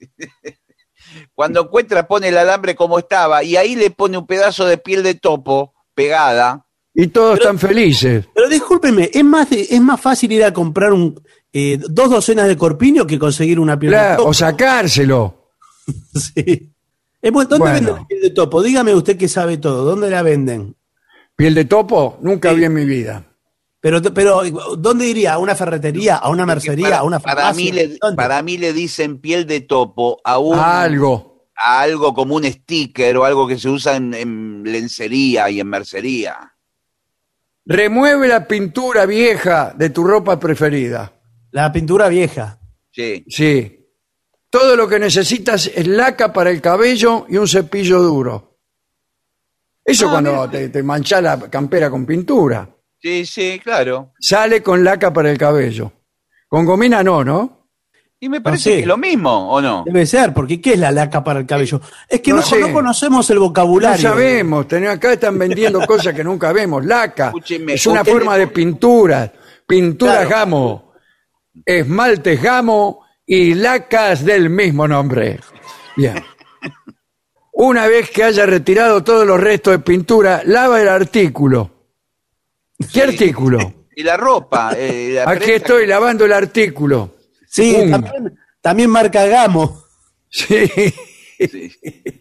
cuando encuentra pone el alambre como estaba y ahí le pone un pedazo de piel de topo pegada. Y todos están felices. Pero discúlpeme, es más, de- es más fácil ir a comprar un, eh, dos docenas de corpiño que conseguir una piel de Claro, topo. o sacárselo. Sí. Eh, bueno, ¿dónde Bueno. venden la piel de topo? Dígame usted que sabe todo. ¿Dónde la venden? ¿Piel de topo? Nunca vi en mi vida. Pero, pero ¿dónde iría? ¿A una ferretería? ¿A una mercería? Para, ¿A una para farmacia? mí le, ¿Dónde? para mí le dicen piel de topo a un Algo. a algo como un sticker o algo que se usa en, en lencería y en mercería. Remueve la pintura vieja de tu ropa preferida. La pintura vieja. Sí. Sí. Todo lo que necesitas es laca para el cabello y un cepillo duro. Eso Ah, cuando mira. te, te manchás la campera con pintura. Sí, sí, claro. Sale con laca para el cabello. Con gomina no, ¿no? Y me parece sé. que es lo mismo, ¿o no? Debe ser, porque ¿qué es la laca para el cabello? Es que No no, sé. no conocemos el No vocabulario. sabemos. Tenés- acá están vendiendo cosas que nunca vemos. Laca. Escúcheme, Es una usted forma le- de pintura. Pinturas Claro. Gamo. Esmaltes Gamo y lacas del mismo nombre. Bien. Una vez que haya retirado todos los restos de pintura, lava el artículo. ¿Qué Sí. artículo? Y la ropa. eh, la Aquí prenda estoy lavando el artículo. Sí, Pum. también, también marca Gamo. Sí. que- sí.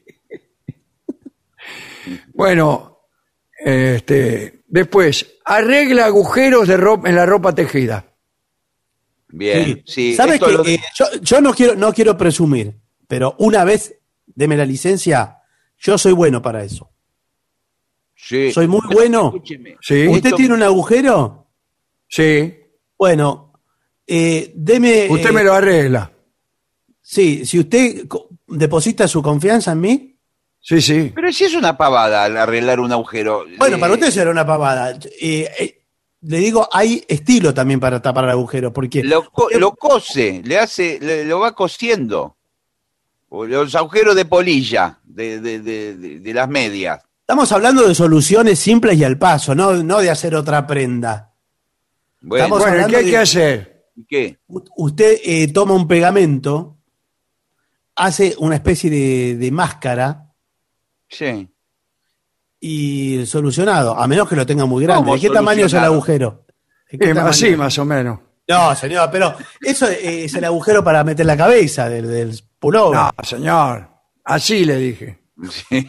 Bueno, este, después, arregla agujeros de ropa en la ropa tejida. Bien, sí. ¿Sabes esto que lo- eh, yo, yo no quiero no quiero presumir, pero una vez deme la licencia, yo soy bueno para eso. sí. soy muy Pero bueno. escúcheme, Sí, ¿Usted esto- tiene un agujero? sí. Bueno, eh, deme. Usted eh, me lo arregla. Sí, si usted co- deposita su confianza en mí. Sí, sí. Pero si es una pavada al arreglar un agujero. Bueno, Eh, para usted será una pavada. Eh, eh, le digo, hay estilo también para tapar el agujero, porque Lo, co- lo cose, le hace, le- lo va cosiendo. O los agujeros de polilla, de, de, de, de- de las medias. estamos hablando de soluciones simples y al paso, no, no de hacer otra prenda. Bueno, Estamos Bueno, ¿y hablando qué hay de- que hacer? ¿y qué? U- Usted eh, toma un pegamento, hace una especie de, de máscara Sí. y solucionado, a menos que lo tenga muy grande. ¿Cómo ¿De qué tamaño es el solucionado? agujero? ¿De qué Eh, tamaño? así, más o menos. No, señor, pero eso eh, es el agujero para meter la cabeza del, del pullover. No, señor. Así le dije. Sí.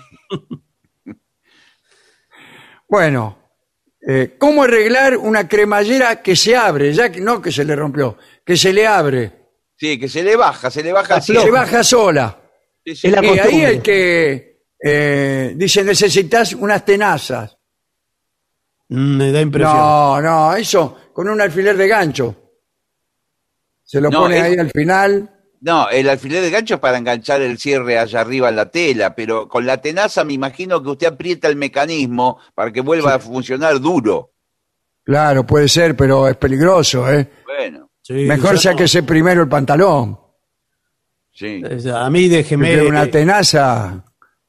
Bueno, eh, ¿cómo arreglar una cremallera que se abre? Ya que no que se le rompió, que se le abre. Sí, que se le baja, se le baja al Se cielo. baja sola. Sí, sí. Es la Y ahí costumbre. hay que, eh, dice, necesitas unas tenazas. Mm, me da impresión. No, no, eso con un alfiler de gancho. Se lo No, pone es- ahí al final. No, el alfiler de gancho es para enganchar el cierre allá arriba en la tela, pero con la tenaza me imagino que usted aprieta el mecanismo para que vuelva a funcionar duro. Claro, puede ser, pero es peligroso, ¿eh? Bueno, Sí, Mejor yo sáquese primero el pantalón. sí. no. A mí déjeme. Porque una eh, tenaza.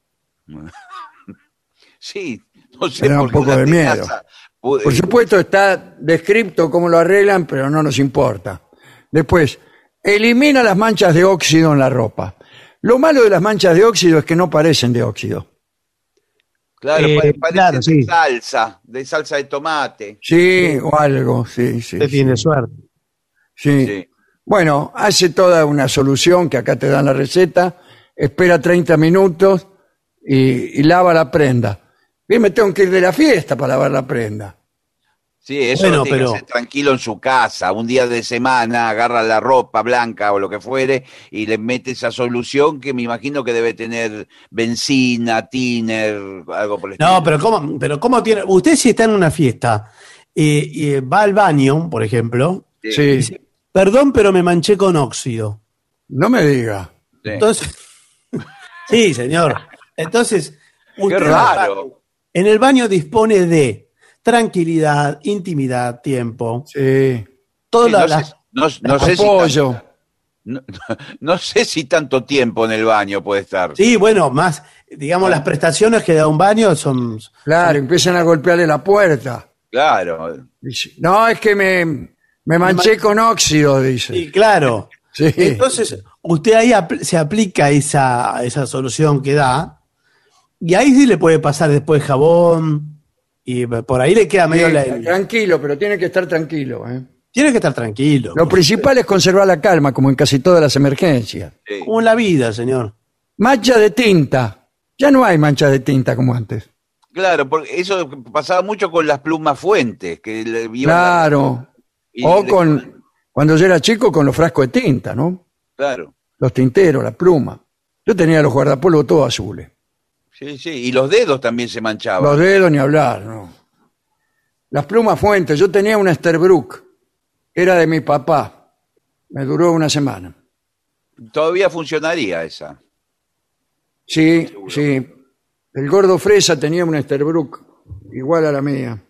Sí, no sé Me da un por qué poco una de miedo. tenaza puede- Por supuesto está descrito cómo lo arreglan, pero no nos importa. Después, elimina las manchas de óxido en la ropa. Lo malo de las manchas de óxido es que no parecen de óxido. Claro, Eh, pare- parece claro, de sí. salsa, de salsa de tomate. Sí, o algo, sí, sí. Usted sí. tiene suerte. Sí. Sí. Bueno, hace toda una solución que acá te dan la receta, espera treinta minutos y, y lava la prenda. Bien, me tengo que ir de la fiesta para lavar la prenda. Sí, eso Bueno, lo tiene pero- que hacer tranquilo en su casa, un día de semana, agarra la ropa blanca o lo que fuere y le mete esa solución que me imagino que debe tener benzina, tiner, algo por el estilo. No, pero ¿cómo, pero ¿cómo tiene? Usted si está en una fiesta eh, y eh, va al baño, por ejemplo, Sí. dice, perdón, pero me manché con óxido. No me diga. Sí. Entonces, sí, señor. Entonces, usted raro. en el baño dispone de tranquilidad, intimidad, tiempo, Sí. todas Sí, no las... sé, no- no sé si Apoyo. tan- no, no sé si tanto tiempo en el baño puede estar. Sí, bueno, más, digamos, las prestaciones que da un baño son... Claro, empiezan a golpearle la puerta. Claro. Dice, no, es que me, me manché con óxido, dice. Sí, claro. Sí. Entonces, usted ahí apl- se aplica esa, esa solución que da, y ahí sí le puede pasar después jabón, y por ahí le queda medio... Sí, la- tranquilo, pero tiene que estar tranquilo. ¿eh? Tiene que estar tranquilo. Lo principal es conservar la calma, como en casi todas las emergencias. Sí. Como en la vida, señor. Mancha de tinta. Ya no hay mancha de tinta como antes. Claro, porque eso pasaba mucho con las plumas fuentes, que le iban Claro. y O le- con, cuando yo era chico, con los frascos de tinta, ¿no? Claro. Los tinteros, la pluma. Yo tenía los guardapolvos todos azules. Sí, sí, y los dedos también se manchaban. Los dedos ni hablar, ¿no? Las plumas fuentes. Yo tenía una Esterbrook. Era de mi papá. Me duró una semana. Todavía funcionaría esa. Sí, sí. El gordo Fresa tenía una Esterbrook igual a la mía.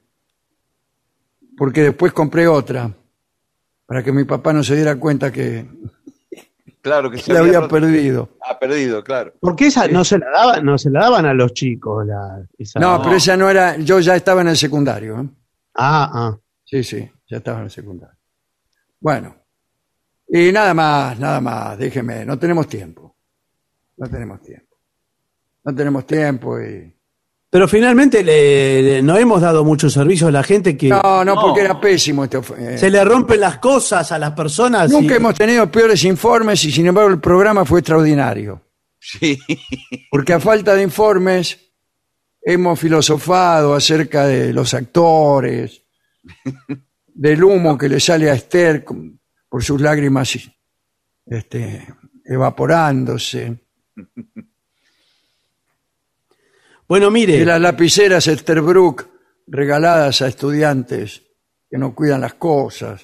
Porque después compré otra. Para que mi papá no se diera cuenta que Claro que se la había roto. perdido. Ah, perdido, claro. Porque esa no se la daban, no se la daban a los chicos, la, esa- No, pero esa no era. Yo ya estaba en el secundario. ¿eh? Ah, ah. Sí, sí, ya estaba en el secundario. Bueno. Y nada más, nada más. Déjeme, no tenemos tiempo. No tenemos tiempo. no tenemos tiempo. Y... Pero finalmente le, le- no hemos dado muchos servicios a la gente que No, no, porque era pésimo. Esto fue- eh, se le rompen las cosas a las personas. Nunca y- hemos tenido peores informes y sin embargo el programa fue extraordinario. Sí. Porque a falta de informes hemos filosofado acerca de los actores, del humo que le sale a Esther con- por sus lágrimas este, evaporándose, Bueno, mire, de las lapiceras Esterbrook regaladas a estudiantes que no cuidan las cosas,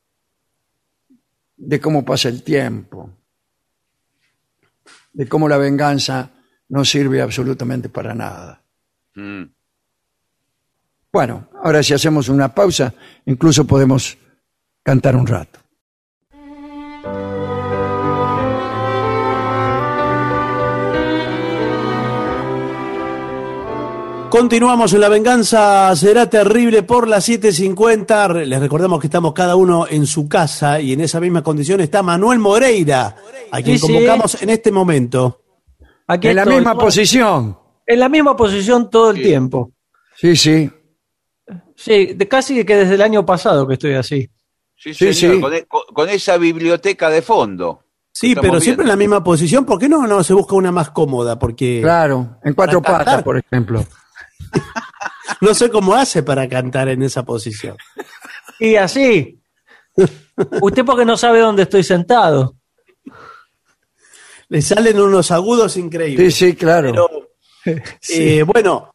de cómo pasa el tiempo, de cómo la venganza no sirve absolutamente para nada. Mm. Bueno, ahora si hacemos una pausa, incluso podemos cantar un rato. continuamos en La Venganza Será Terrible por las siete cincuenta. Les recordamos que estamos cada uno en su casa y en esa misma condición está Manuel Moreira, a quien Sí, sí. convocamos en este momento. Aquí En la estoy. misma Bueno, posición. En la misma posición todo el tiempo. Sí, sí. Sí, de casi que desde el año pasado que estoy así. Sí, Sí, señor, sí. Con, e- con- con esa biblioteca de fondo. Sí, Estamos pero siempre en viendo. la misma posición. ¿Por qué no, no se busca una más cómoda? Porque Claro, en cuatro Para cantar. patas, por ejemplo. no sé cómo hace para cantar en esa posición. Y así. Usted porque no sabe dónde estoy sentado. Le salen unos agudos increíbles. Sí, sí, claro. Pero, eh, bueno,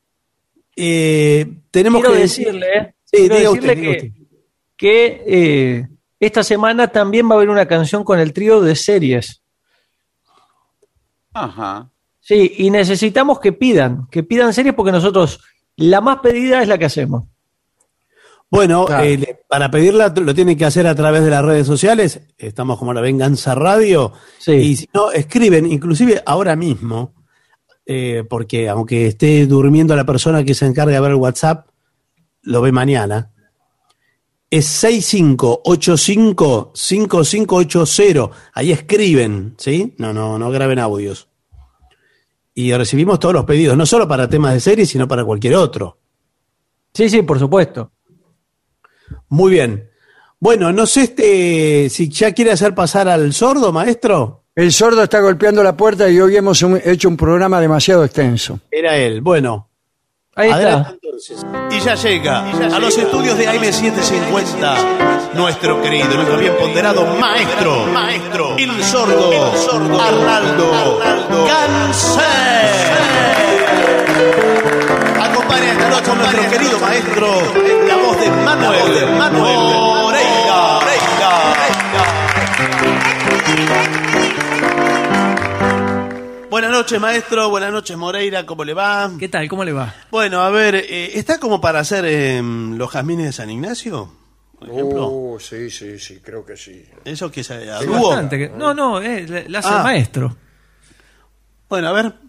eh, tenemos Quiero que decirle, ¿eh? Sí, Quiero diga decirle usted, diga que, usted. que eh, esta semana también va a haber una canción con el trío de series. Ajá. Sí, y necesitamos que pidan, que pidan series porque nosotros, la más pedida es la que hacemos. Bueno, Claro. eh, le- para pedirla lo tienen que hacer a través de las redes sociales. Estamos como La Venganza Radio. Sí. Y si no, escriben, inclusive ahora mismo, eh, porque aunque esté durmiendo la persona que se encarga de ver el WhatsApp, lo ve mañana. Es seis cinco ocho cinco cinco cinco ocho cero. Ahí escriben, ¿sí? No, no, no graben audios. Y recibimos todos los pedidos, no solo para temas de series, sino para cualquier otro. Sí, sí, por supuesto. Muy bien. Bueno, no sé este, si ya quiere hacer pasar al sordo, maestro. El sordo está golpeando la puerta y hoy hemos un- hecho un programa demasiado extenso. Era él. Bueno, Ahí adelante está. entonces. Y ya llega a los estudios de A M setecientos cincuenta nuestro querido, nuestro bien ponderado maestro, maestro, el sordo, el sordo Arnaldo, Ganser. Acompaña esta noche a nuestro querido maestro, la voz de Manuel, Manuel Moreira. Buenas noches, maestro. Buenas noches, Moreira. ¿Cómo le va? ¿Qué tal? ¿Cómo le va? Bueno, a ver, eh, ¿está como para hacer eh, los jazmines de San Ignacio? Por ejemplo. Oh, sí, sí, sí, creo que sí. ¿Eso que se Sí, bastante que- No, no, eh, la, la hace Ah. el maestro. Bueno, a ver.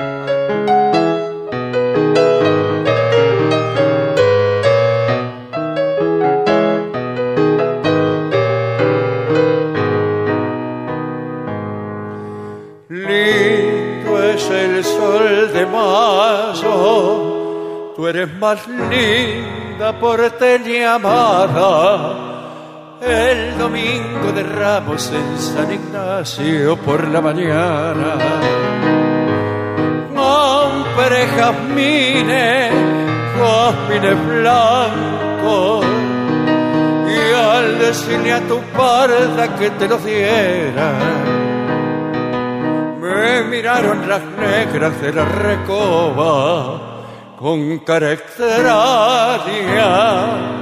Lindo es el sol de mayo, tú eres más linda porteña amada. El domingo de Ramos en San Ignacio por la mañana. Compré jazmines, jazmines blancos, y al decirle a tu parda que te los diera, me miraron las negras de la recoba con cara extraña.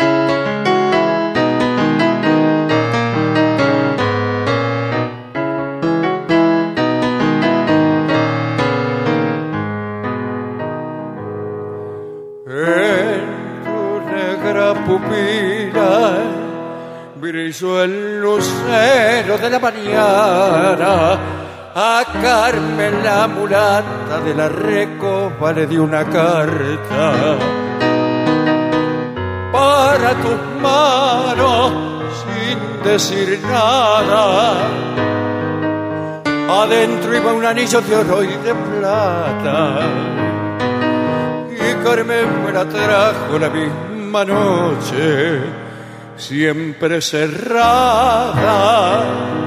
En tu negra pupila brilló el lucero de la mañana. A Carmen la mulata de la recoba le di una carta para tus manos sin decir nada. adentro iba un anillo de oro y de plata. Y Carmen me la trajo la misma noche, siempre cerrada.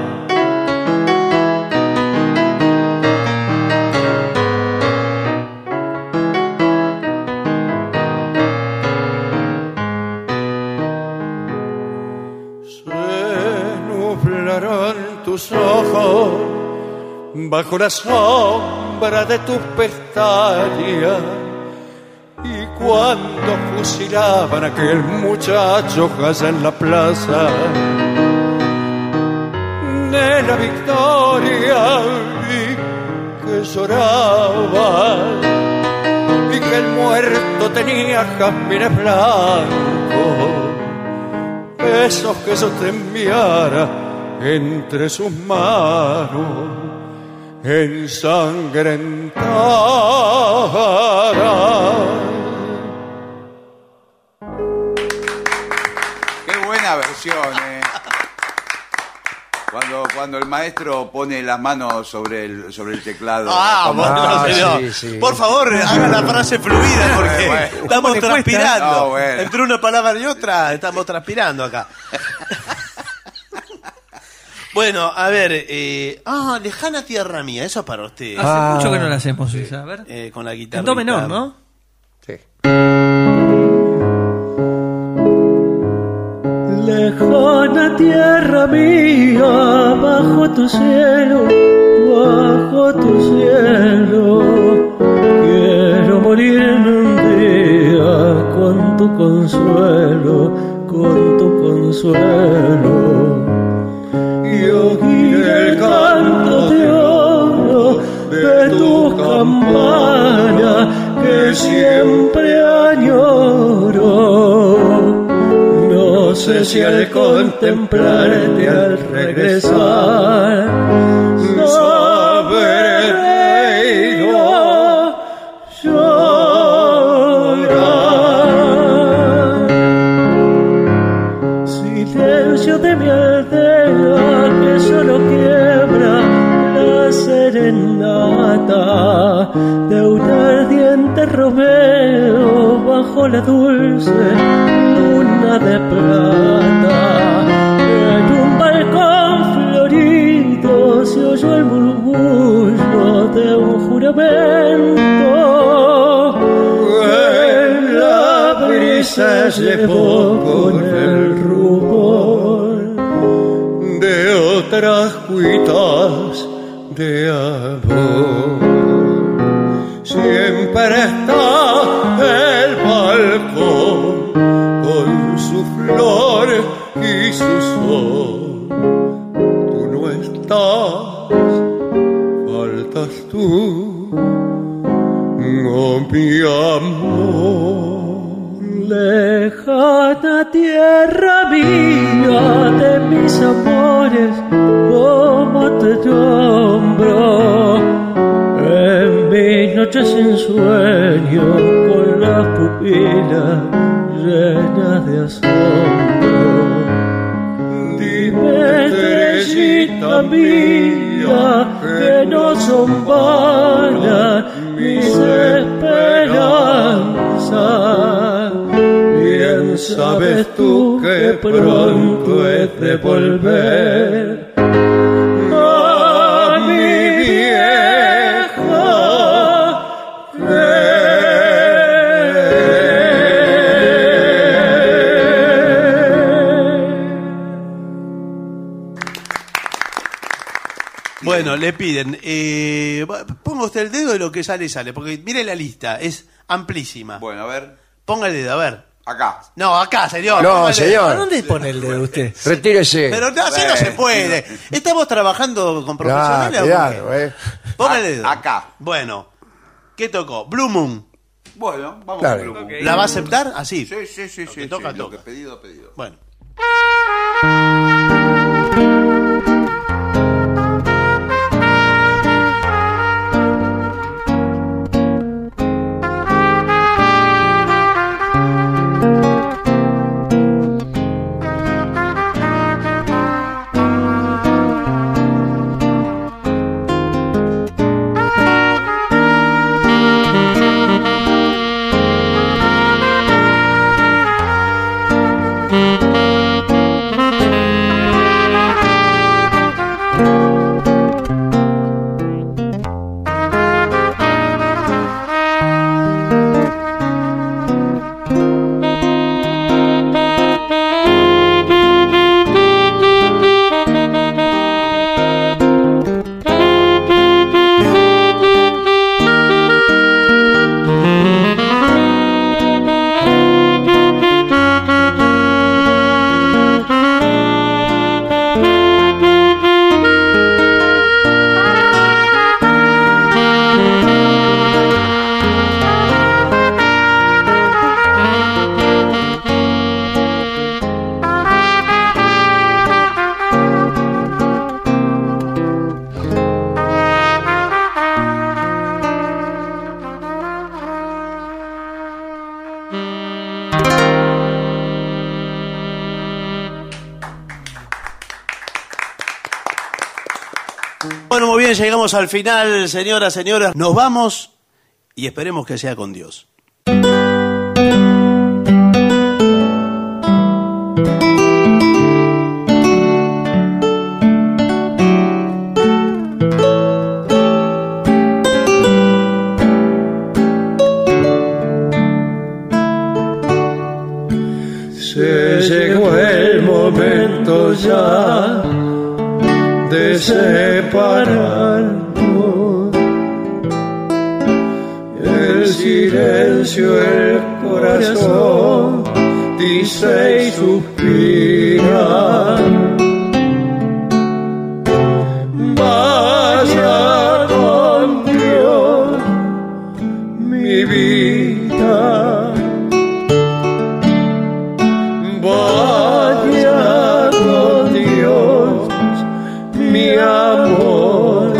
Tus ojos bajo la sombra de tus pestañas, y cuando fusilaban a aquel muchacho allá en la plaza de la Victoria, vi que lloraba y que el muerto tenía jazmines blancos, esos que yo te enviara entre sus manos ensangrentadas. Qué buena versión, eh. Cuando, cuando el maestro pone las manos sobre el, sobre el teclado. Ah, bueno, Ah, señor. sí, sí. Por favor, haga la frase fluida porque Bueno, estamos ¿cómo le cuesta? transpirando. No, bueno. Entre una palabra y otra estamos transpirando acá. Bueno, a ver, eh, ah, Lejana Tierra Mía, eso es para usted. Hace Ah. mucho que no la hacemos esa, a ver. Eh, con la guitarra. En do menor, ¿no? Sí. Lejana tierra mía, bajo tu cielo, bajo tu cielo, quiero morir en un día con tu consuelo, con tu consuelo. Y oír el canto de oro de tu campana que siempre añoro. No sé si al contemplarte, al regresar, sabré yo llorar. Silencio de mi aldea que solo quiebra la serenata de un ardiente Romeo bajo la dulce luna de plata. En un balcón florido se oyó el murmullo de un juramento que la brisa llevó con el rubor de otras cuitas de amor. Siempre está el balcón con su flor y su sol. Tú no estás, faltas tú, oh mi amor. Lejana tierra mía de mis amores, ¿cómo te nombro? En mis noches sin sueño, con las pupilas llenas de asombro. Dime, estrellita mía, que no son vanas mis esperanzas. Bien sabes tú que pronto he de volver a mi vieja Bueno, le piden, eh, ponga usted el dedo y lo que sale, sale. Porque mire la lista, es amplísima. Bueno, a ver. Ponga el dedo, a ver. Acá. No, acá, señor. No, Póngale. señor. ¿A dónde pone el dedo usted? Retírese. Pero no, así no se puede. Estamos trabajando con profesionales. Ah, ¿o cuidado, qué? eh. Ponga el dedo. Acá. Bueno, ¿qué tocó? Blue Moon. Bueno, vamos Claro. con Blue Moon. ¿La va a aceptar? Así. Sí, sí, sí, sí. que toca, sí, lo toca. que pedido, pedido. Bueno. bien, llegamos al final, señoras, señoras. Nos vamos y esperemos que sea con Dios. Se llegó el momento ya de separarnos. El silencio, el corazón dice y suspira. Vaya con Dios, mi vida. Vaya con Dios, mi amor.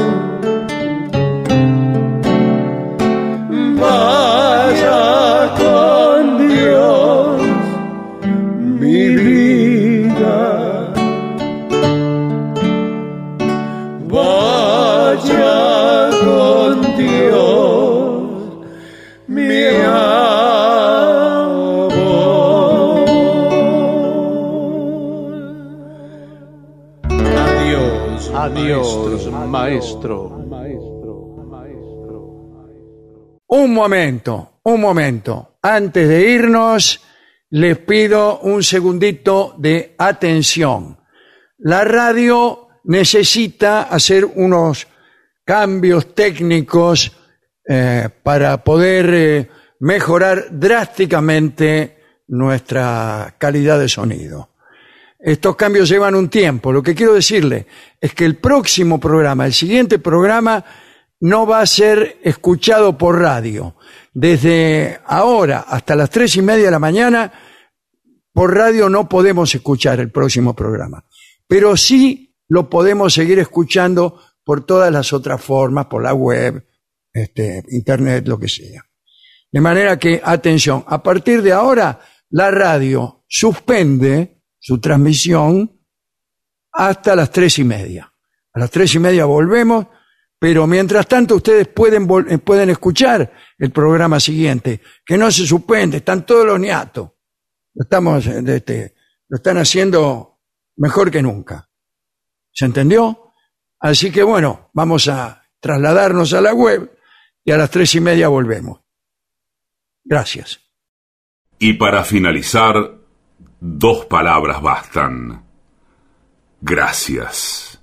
Vaya con Dios, mi vida. Vaya con Dios, mi amor. Adiós, maestro. Un momento, un momento. Antes de irnos, les pido un segundito de atención. La radio necesita hacer unos cambios técnicos eh, para poder eh, mejorar drásticamente nuestra calidad de sonido. Estos cambios llevan un tiempo. Lo que quiero decirle es que el próximo programa, el siguiente programa, no va a ser escuchado por radio. Desde ahora hasta las tres y media de la mañana, por radio no podemos escuchar el próximo programa. Pero sí lo podemos seguir escuchando por todas las otras formas, por la web, este, internet, lo que sea. De manera que, atención, a partir de ahora, la radio suspende su transmisión hasta las tres y media. A las tres y media volvemos, pero mientras tanto ustedes pueden, pueden escuchar el programa siguiente, que no se suspende, están todos los niatos. Lo, estamos, este, lo están haciendo mejor que nunca. ¿Se entendió? Así que bueno, vamos a trasladarnos a la web y a las tres y media volvemos. Gracias. Y para finalizar, dos palabras bastan. Gracias.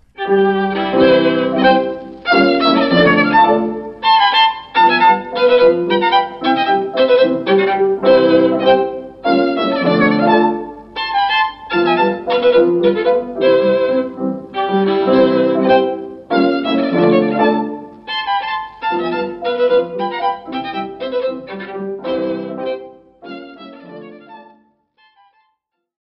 Thank you.